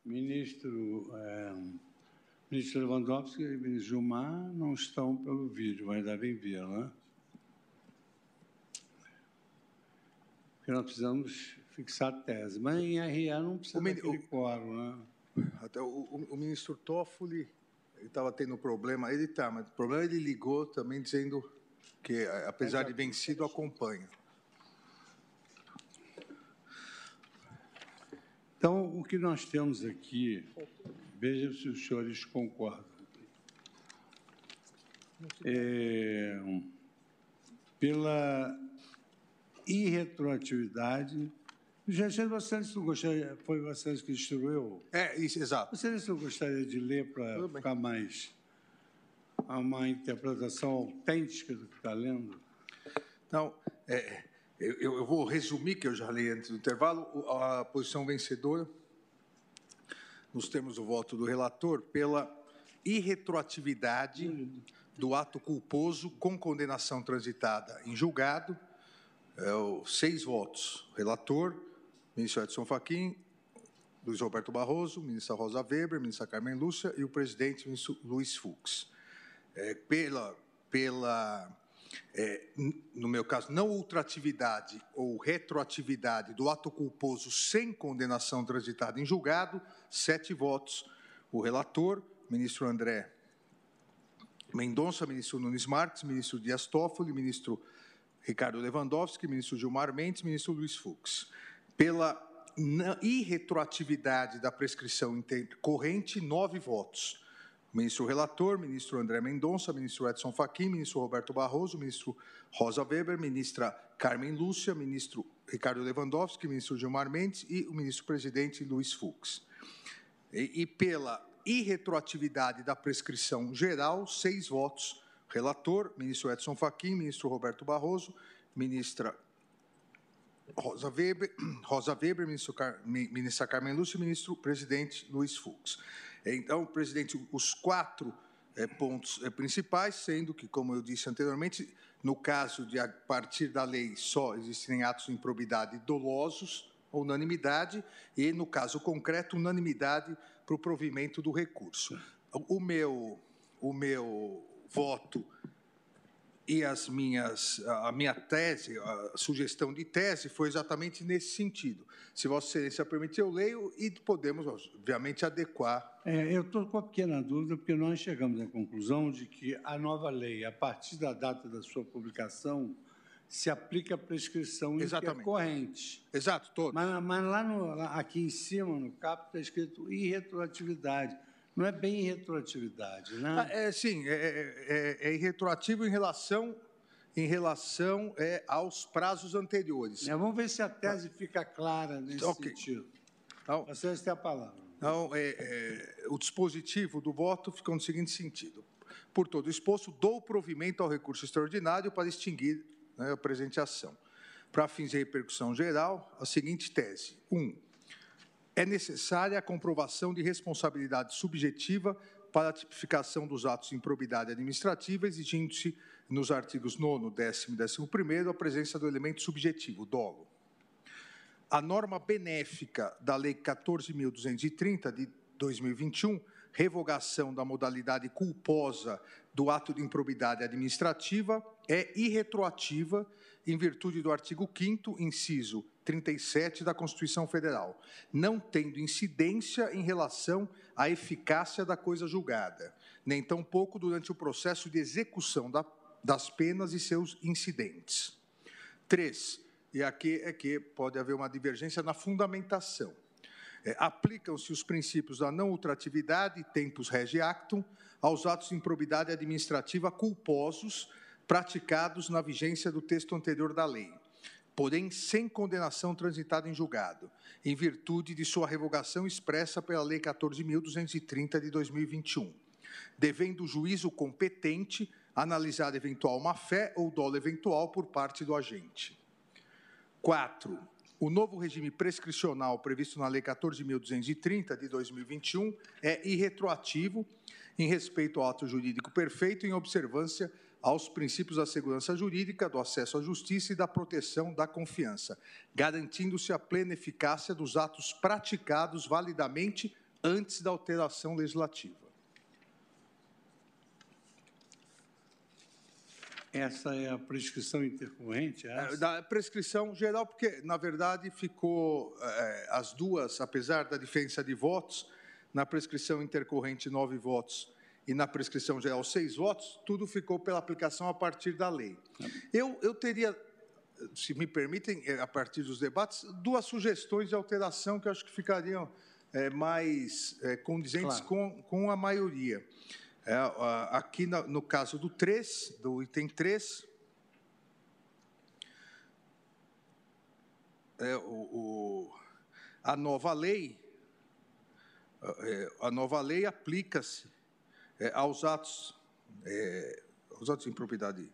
Ministro, é, ministro Lewandowski e ministro Gilmar não estão pelo vídeo, mas devem vir, né? Porque nós precisamos fixar a tese. Mas em R A não precisa daquele quórum, né? Até o, o, o ministro Toffoli estava tendo problema, ele está, mas o problema ele ligou também dizendo que, apesar de vencido, acompanha. Então, o que nós temos aqui, veja se os senhores concordam. É, pela irretroatividade. Já você não gostaria, foi você que instruiu? É, isso, exato. Você não gostaria de ler para ficar mais uma interpretação autêntica do que está lendo? Então, é, eu, eu vou resumir, que eu já li antes do intervalo, a posição vencedora, nos termos do voto do relator, pela irretroatividade do ato culposo com condenação transitada em julgado, é, o, seis votos. Relator, ministro Edson Fachin, Luiz Roberto Barroso, ministra Rosa Weber, ministra Carmen Lúcia e o presidente, ministro Luiz Fux. É, pela, pela é, no meu caso, não ultratividade ou retroatividade do ato culposo sem condenação transitada em julgado, sete votos. O relator, ministro André Mendonça, ministro Nunes Marques, ministro Dias Toffoli, ministro Ricardo Lewandowski, ministro Gilmar Mendes, ministro Luiz Fux. Pela irretroatividade da prescrição corrente, nove votos. Ministro relator, ministro André Mendonça, ministro Edson Fachin, ministro Roberto Barroso, ministro Rosa Weber, ministra Carmen Lúcia, ministro Ricardo Lewandowski, ministro Gilmar Mendes e o ministro-presidente Luiz Fux. E, e pela irretroatividade da prescrição geral, seis votos. Relator, ministro Edson Fachin, ministro Roberto Barroso, ministra Rosa Weber, Rosa Weber ministro Car, ministra Carmen Lúcia e ministro-presidente Luiz Fux. Então, presidente, os quatro é, pontos é, principais, sendo que, como eu disse anteriormente, no caso de, a partir da lei, só existem atos de improbidade dolosos, unanimidade, e, no caso concreto, unanimidade para o provimento do recurso. O meu, o meu voto e as minhas, a minha tese, a sugestão de tese foi exatamente nesse sentido. Se Vossa Excelência permitir, eu leio e podemos, obviamente, adequar. É, eu estou com uma pequena dúvida, porque nós chegamos à conclusão de que a nova lei, a partir da data da sua publicação, se aplica a prescrição intercorrente. Exato, todos. Mas, mas lá, no, lá aqui em cima, no caput, está escrito irretroatividade. Não é bem retroatividade, né? Ah, é, sim, é, é, é irretroativo em relação, em relação é, aos prazos anteriores. É, vamos ver se a tese fica clara nesse okay. sentido. Então, vocês têm a palavra. Então, é, é, o dispositivo do voto fica no seguinte sentido. Por todo exposto, dou provimento ao recurso extraordinário para extinguir, né, a presente ação. Para fins de repercussão geral, a seguinte tese. Um, é necessária a comprovação de responsabilidade subjetiva para a tipificação dos atos de improbidade administrativa, exigindo-se nos artigos nono, décimo e décimo primeiro a presença do elemento subjetivo, dolo. A norma benéfica da Lei quatorze mil duzentos e trinta, de dois mil e vinte e um, revogação da modalidade culposa do ato de improbidade administrativa, é irretroativa em virtude do artigo quinto, inciso trinta e sete da Constituição Federal, não tendo incidência em relação à eficácia da coisa julgada, nem tampouco durante o processo de execução da, das penas e seus incidentes. Três, e aqui é que pode haver uma divergência na fundamentação. É, aplicam-se os princípios da não ultratividade, tempus regi actum, aos atos de improbidade administrativa culposos praticados na vigência do texto anterior da lei, porém sem condenação transitada em julgado, em virtude de sua revogação expressa pela Lei quatorze mil duzentos e trinta de dois mil e vinte e um, devendo o juízo competente analisar eventual má-fé ou dolo eventual por parte do agente. Quatro, o novo regime prescricional previsto na Lei quatorze mil duzentos e trinta de dois mil e vinte e um é irretroativo em respeito ao ato jurídico perfeito em observância aos princípios da segurança jurídica, do acesso à justiça e da proteção da confiança, garantindo-se a plena eficácia dos atos praticados validamente antes da alteração legislativa. Essa é a prescrição intercorrente? É essa? Da prescrição geral, porque, na verdade, ficou é, as duas, apesar da diferença de votos, na prescrição intercorrente nove votos e na prescrição geral seis votos, tudo ficou pela aplicação a partir da lei. Eu, eu teria, se me permitem, a partir dos debates, duas sugestões de alteração que eu acho que ficariam é, mais é, condizentes claro. com, com a maioria. É, aqui, no caso do três, do item três, é, o, o, a nova lei, é, a nova lei aplica-se é, aos atos, é, aos atos de impropriedade.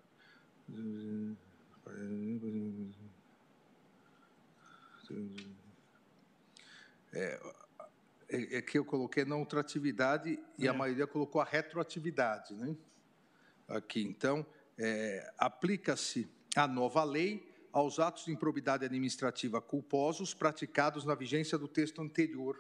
É, É que eu coloquei na ultratividade e é. a maioria colocou a retroatividade, né? Aqui, então, é, aplica-se a nova lei aos atos de improbidade administrativa culposos praticados na vigência do texto anterior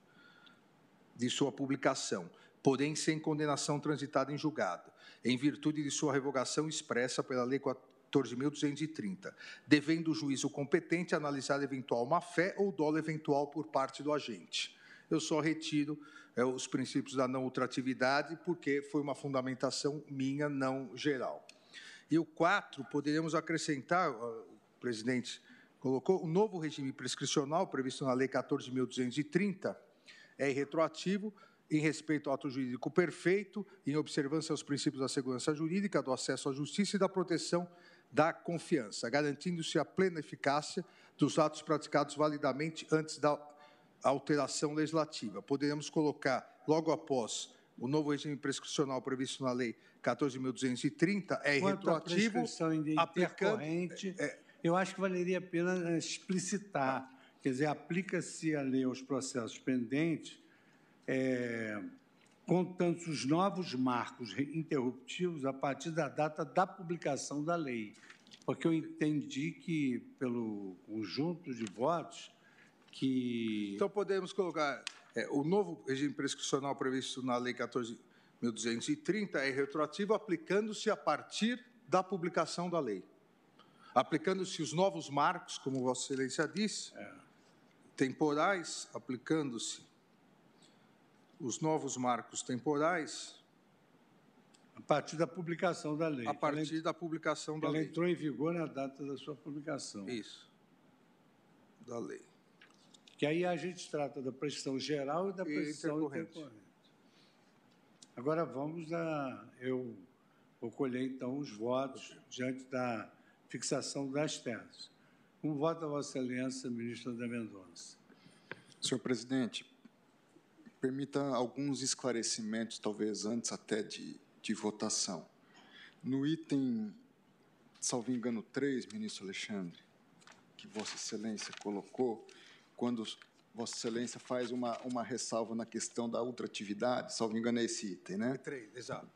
de sua publicação, porém sem condenação transitada em julgado, em virtude de sua revogação expressa pela Lei quatorze mil duzentos e trinta, devendo o juízo competente analisar eventual má-fé ou dolo eventual por parte do agente. Eu só retiro é, os princípios da não ultratividade, porque foi uma fundamentação minha, não geral. E o quatro, poderíamos acrescentar, o presidente colocou, o novo regime prescricional previsto na Lei quatorze mil duzentos e trinta é retroativo em respeito ao ato jurídico perfeito, em observância aos princípios da segurança jurídica, do acesso à justiça e da proteção da confiança, garantindo-se a plena eficácia dos atos praticados validamente antes da alteração legislativa. Poderemos colocar, logo após o novo regime prescricional previsto na Lei quatorze mil duzentos e trinta, é retroativo, aplicando... É, eu acho que valeria a pena explicitar, quer dizer, aplica-se a lei aos processos pendentes, é, contando os novos marcos interruptivos a partir da data da publicação da lei, porque eu entendi que, pelo conjunto de votos, que... Então, podemos colocar é, o novo regime prescricional previsto na Lei quatorze mil duzentos e trinta é retroativo, aplicando-se a partir da publicação da lei. Aplicando-se os novos marcos, como Vossa Excelência disse, é. temporais, aplicando-se os novos marcos temporais... A partir da publicação da lei. A partir ela, da publicação da ela lei. Ela entrou em vigor na data da sua publicação. Isso, da lei. Que aí a gente trata da prescrição geral e da prescrição intercorrente. intercorrente. Agora vamos a... Eu vou colher, então, os votos diante da fixação das teses. Um voto a Vossa Excelência, ministro André Mendonça. Senhor presidente, permita alguns esclarecimentos, talvez antes até de, de votação. No item, salvo engano, três, ministro Alexandre, que Vossa Excelência colocou, quando Vossa Excelência faz uma, uma ressalva na questão da ultratividade, salvo engano é esse item, né? três, exato.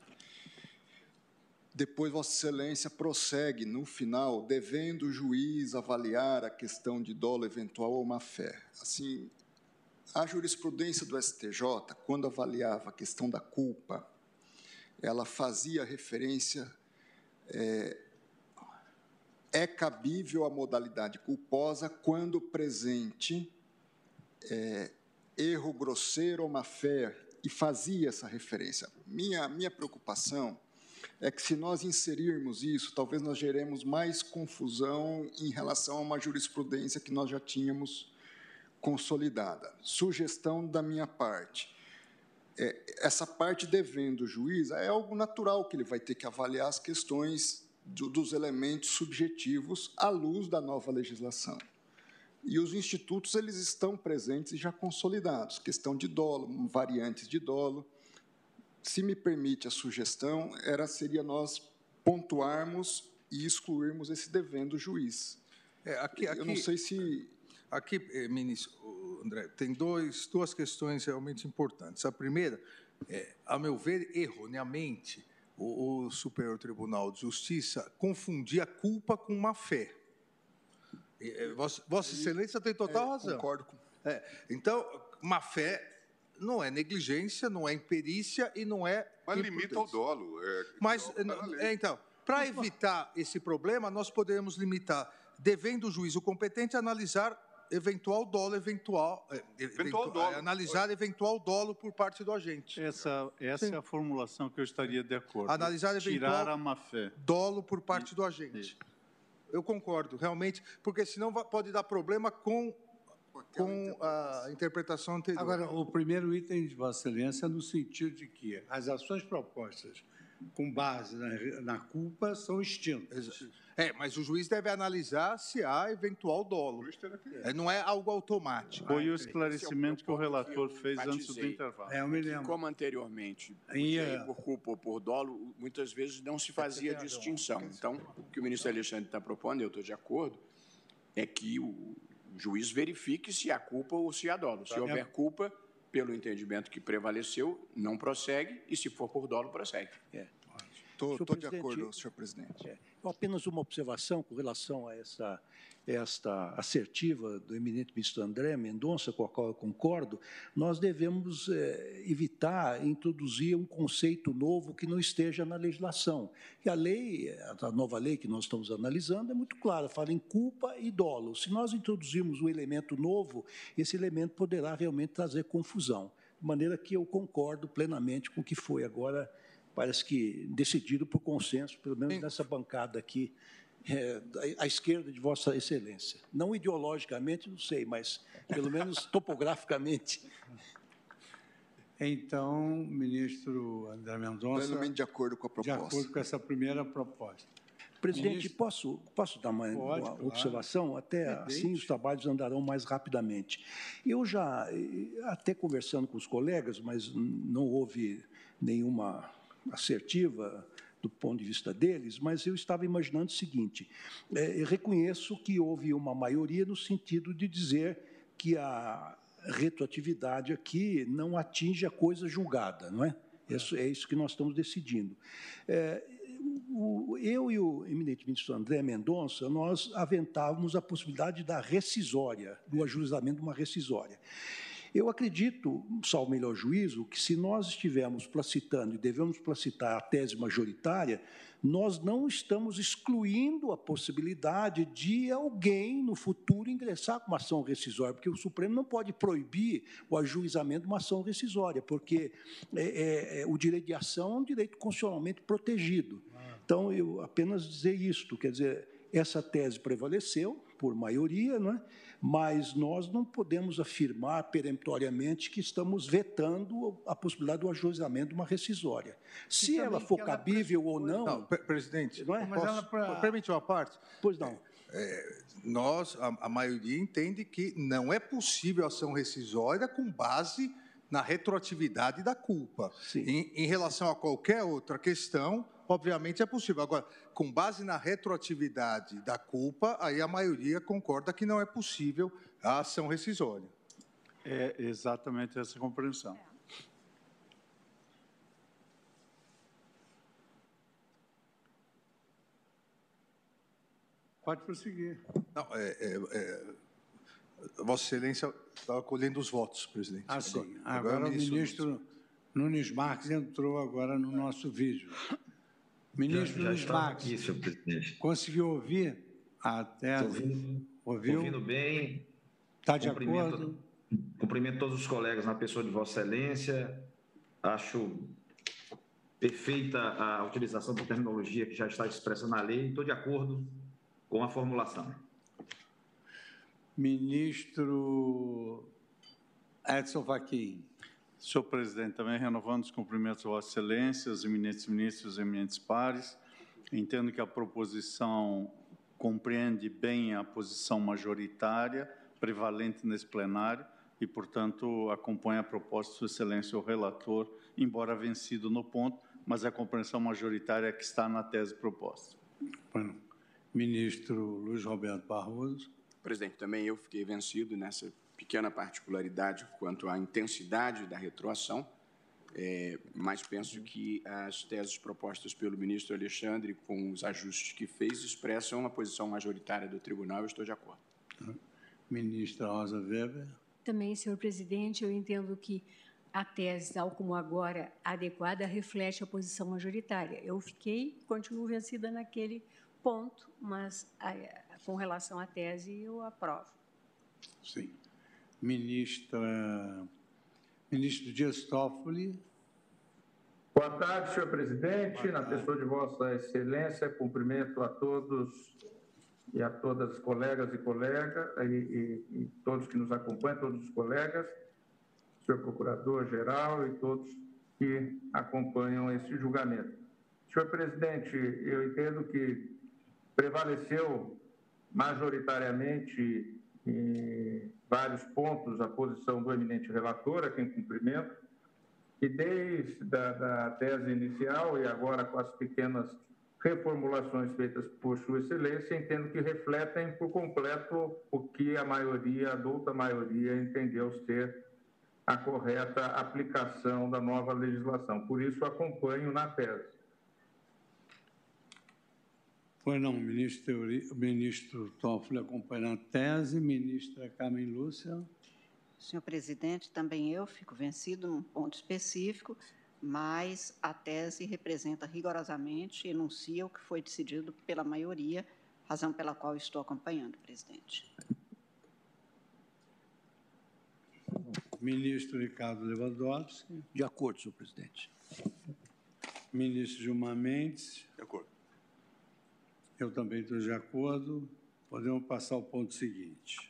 Depois Vossa Excelência prossegue, no final, devendo o juiz avaliar a questão de dolo eventual ou má-fé. Assim, a jurisprudência do S T J, quando avaliava a questão da culpa, ela fazia referência... É, é cabível a modalidade culposa quando presente é, erro grosseiro ou má-fé, e fazia essa referência. Minha, minha preocupação é que, se nós inserirmos isso, talvez nós geremos mais confusão em relação a uma jurisprudência que nós já tínhamos consolidada. Sugestão da minha parte. É, essa parte devendo o juiz é algo natural que ele vai ter que avaliar as questões dos elementos subjetivos à luz da nova legislação. E os institutos, eles estão presentes e já consolidados, questão de dolo, variantes de dolo. Se me permite a sugestão, era, seria nós pontuarmos e excluirmos esse devendo juiz. É, aqui, aqui, Eu não sei se... Aqui, ministro André, tem dois, duas questões realmente importantes. A primeira, é, a meu ver, erroneamente, o, o Superior Tribunal de Justiça confundia culpa com má-fé. Vossa, Vossa Excelência tem total é, razão. Concordo com... É, então, má-fé não é negligência, não é imperícia e não é... Mas limita ao dolo. É, Mas, é, então, para evitar esse problema, nós poderíamos limitar, devendo o juízo competente analisar eventual dolo, eventual, eventual eventu, dolo. analisar pode. eventual dolo por parte do agente. Essa, essa é a formulação que eu estaria de acordo. Analisar eventual Tirar a má-fé. Dolo por parte do agente. Eu concordo, realmente, porque senão pode dar problema com, com a interpretação anterior. Agora, o primeiro item de Vossa Excelência é no sentido de que as ações propostas com base na, na culpa são extintas. É, mas o juiz deve analisar se há eventual dolo. É, não é algo automático. Foi o esclarecimento que o relator fez antes do intervalo. É, eu me lembro. Como anteriormente, Ia... por culpa ou por dolo, muitas vezes não se fazia distinção. Então, o que o ministro Alexandre está propondo, eu estou de acordo, é que o juiz verifique se há culpa ou se há dolo. Se houver culpa, pelo entendimento que prevaleceu, não prossegue, e se for por dolo, prossegue. Estou é. de acordo, senhor presidente. É, apenas uma observação com relação a essa, esta assertiva do eminente ministro André Mendonça, com a qual eu concordo. Nós devemos é, evitar introduzir um conceito novo que não esteja na legislação. E a lei, a nova lei que nós estamos analisando, é muito clara, fala em culpa e dolo. Se nós introduzirmos um elemento novo, esse elemento poderá realmente trazer confusão. De maneira que eu concordo plenamente com o que foi agora, parece que decidido por consenso, pelo menos Sim. nessa bancada aqui, é, à esquerda de Vossa Excelência. Não ideologicamente, não sei, mas pelo menos topograficamente. Então, ministro André Mendonça... Plenamente de acordo com a proposta. De acordo com essa primeira proposta. Presidente, ministro, posso, posso dar uma, pode, uma claro. observação? Até Evidente. assim os trabalhos andarão mais rapidamente. Eu já, até conversando com os colegas, mas não houve nenhuma assertiva do ponto de vista deles, mas eu estava imaginando o seguinte, é, eu reconheço que houve uma maioria no sentido de dizer que a retroatividade aqui não atinge a coisa julgada, não é? Isso, é isso que nós estamos decidindo. É, o, eu e o eminente ministro André Mendonça, nós aventávamos a possibilidade da rescisória, do ajuizamento de uma rescisória. Eu acredito, salvo melhor juízo, que se nós estivermos placitando e devemos placitar a tese majoritária, nós não estamos excluindo a possibilidade de alguém, no futuro, ingressar com uma ação rescisória, porque o Supremo não pode proibir o ajuizamento de uma ação rescisória, porque é, é, é, o direito de ação é um direito constitucionalmente protegido. Então, eu apenas dizer isto, quer dizer, essa tese prevaleceu, por maioria, não é? Mas nós não podemos afirmar peremptoriamente que estamos vetando a possibilidade do ajuizamento de uma rescisória. Se ela for cabível ou não... Não, presidente, não é? Posso, ela pra... permite uma parte? Pois não. É, nós, a, a maioria, entende que não é possível ação rescisória com base na retroatividade da culpa. Em, em relação a qualquer outra questão, obviamente é possível. Agora, com base na retroatividade da culpa, aí a maioria concorda que não é possível a ação rescisória. É exatamente essa compreensão. Pode prosseguir. Não, é, é, é, Vossa Excelência estava colhendo os votos, presidente. Ah, sim. Agora, agora o ministro, ministro Nunes Marques entrou agora no nosso vídeo. Ministro Nunes Marques, aqui, senhor presidente. Conseguiu ouvir a tese? Ouvindo, Ouviu? ouvindo bem. Está de acordo? Cumprimento todos os colegas na pessoa de Vossa Excelência. Acho perfeita a utilização da terminologia que já está expressa na lei. Estou de acordo com a formulação. Ministro Edson Fachin. Senhor presidente, também renovando os cumprimentos a Vossa Excelência, os eminentes ministros e eminentes pares, entendo que a proposição compreende bem a posição majoritária prevalente nesse plenário e, portanto, acompanha a proposta de Sua Excelência o relator, embora vencido no ponto, mas a compreensão majoritária que está na tese proposta. Bueno, ministro Luiz Roberto Barroso. Presidente, também eu fiquei vencido nessa pequena particularidade quanto à intensidade da retroação, é, mas penso que as teses propostas pelo ministro Alexandre, com os ajustes que fez, expressam a posição majoritária do tribunal e estou de acordo. Ministra Rosa Weber. Também, senhor presidente, eu entendo que a tese, tal como agora adequada, reflete a posição majoritária. Eu fiquei, continuo vencida naquele ponto, mas a, com relação à tese, eu aprovo. Sim. Ministra, ministro Dias Toffoli. Boa tarde, senhor presidente. Na pessoa de Vossa Excelência, cumprimento a todos e a todas as colegas e colegas, e, e, e todos que nos acompanham, todos os colegas, senhor procurador-geral e todos que acompanham esse julgamento. Senhor presidente, eu entendo que prevaleceu majoritariamente em vários pontos a posição do eminente relator, a quem cumprimento, e desde a da tese inicial e agora com as pequenas reformulações feitas por Sua Excelência, entendo que refletem por completo o que a maioria, a adulta maioria, entendeu ser a correta aplicação da nova legislação. Por isso, acompanho na tese. Pois não, ministro, o ministro Toffoli acompanha a tese, ministra Carmen Lúcia. Senhor presidente, também eu fico vencido num ponto específico, mas a tese representa rigorosamente, enuncia o que foi decidido pela maioria, razão pela qual estou acompanhando, presidente. Ministro Ricardo Lewandowski. De acordo, senhor presidente. Ministro Gilmar Mendes. De acordo. Eu também estou de acordo. Podemos passar ao ponto seguinte.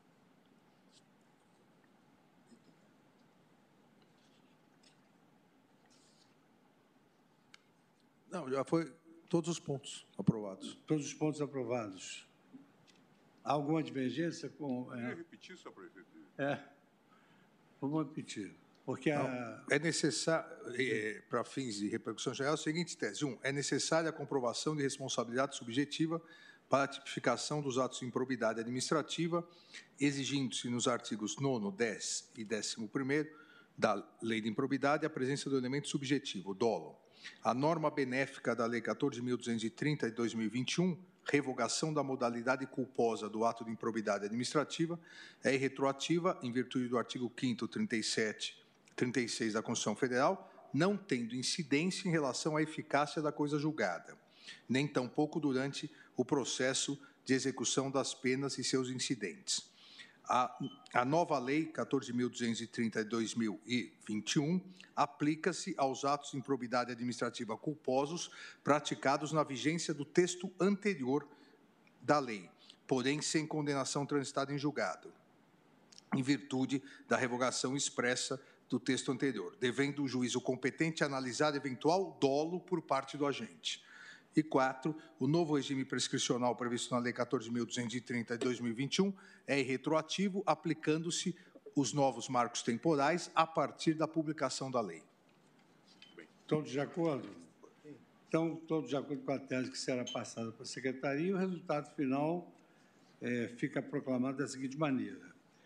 Não, já foi todos os pontos aprovados. Todos os pontos aprovados. Há alguma divergência com... Eu ia repetir, senhor prefeito. É. Vamos repetir. Porque a... Não, é necessário, é, para fins de repercussão geral, a seguinte tese. Um, é necessária a comprovação de responsabilidade subjetiva para a tipificação dos atos de improbidade administrativa, exigindo-se nos artigos nono, dez e décimo primeiro da Lei de Improbidade a presença do elemento subjetivo, dolo. A norma benéfica da Lei quatorze mil duzentos e trinta de dois mil e vinte e um, revogação da modalidade culposa do ato de improbidade administrativa, é irretroativa em virtude do artigo quinto, trinta e sete, trinta e seis da Constituição Federal, não tendo incidência em relação à eficácia da coisa julgada, nem tampouco durante o processo de execução das penas e seus incidentes. A, a nova Lei quatorze mil duzentos e trinta de dois mil e vinte e um aplica-se aos atos de improbidade administrativa culposos praticados na vigência do texto anterior da lei, porém sem condenação transitada em julgado, em virtude da revogação expressa do texto anterior, devendo o juízo competente analisar eventual dolo por parte do agente. E quatro, o novo regime prescricional previsto na Lei quatorze mil duzentos e trinta de dois mil e vinte e um é irretroativo, aplicando-se os novos marcos temporais a partir da publicação da lei. Todos de acordo? Então, todos de acordo com a tese que será passada para a Secretaria, e o resultado final é, fica proclamado da seguinte maneira.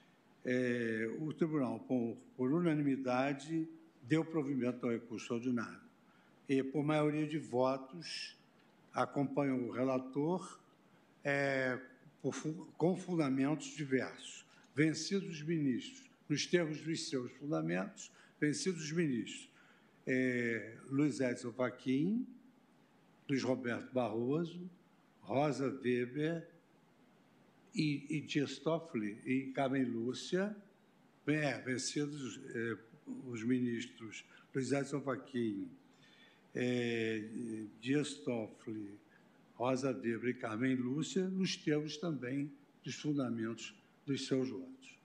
É, o Tribunal, por, por unanimidade, deu provimento ao recurso ordinário. E, por maioria de votos, acompanha o relator é, por, com fundamentos diversos. Vencidos os ministros, nos termos dos seus fundamentos, vencidos os ministros, é, Luiz Edson Fachin, Luiz Roberto Barroso, Rosa Weber e, e Dias Toffoli e Carmen Lúcia, é, vencidos é, os ministros Luiz Edson Fachin, é, Dias Toffoli, Rosa Weber e Carmen Lúcia, nos termos também dos fundamentos dos seus votos.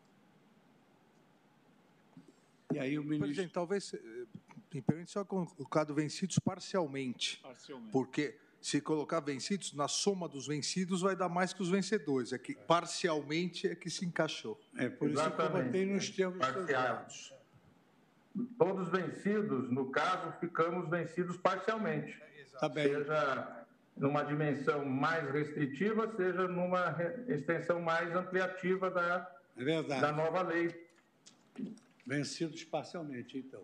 E aí o ministro... Presidente, talvez, me permite só colocar vencidos parcialmente, Parcialmente. Porque se colocar vencidos, na soma dos vencidos vai dar mais que os vencedores, é que parcialmente é que se encaixou. É por isso que eu botei nos termos dos seus votos. Todos vencidos, no caso, ficamos vencidos parcialmente. Tá bem. Seja numa dimensão mais restritiva, seja numa extensão mais ampliativa da, é verdade. da nova lei. Vencidos parcialmente, então.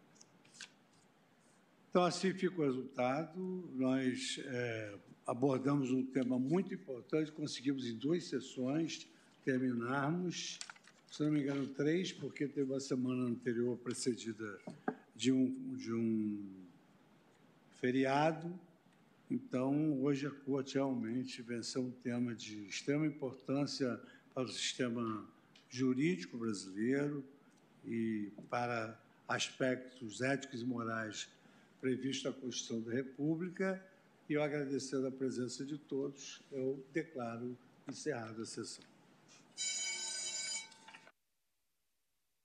Então, assim fica o resultado. Nós é, abordamos um tema muito importante, conseguimos em duas sessões terminarmos se não me engano, três, porque teve uma semana anterior precedida de um, de um feriado. Então, hoje a Corte realmente venceu um tema de extrema importância para o sistema jurídico brasileiro e para aspectos éticos e morais previstos na Constituição da República. E eu, agradecendo a presença de todos, eu declaro encerrada a sessão.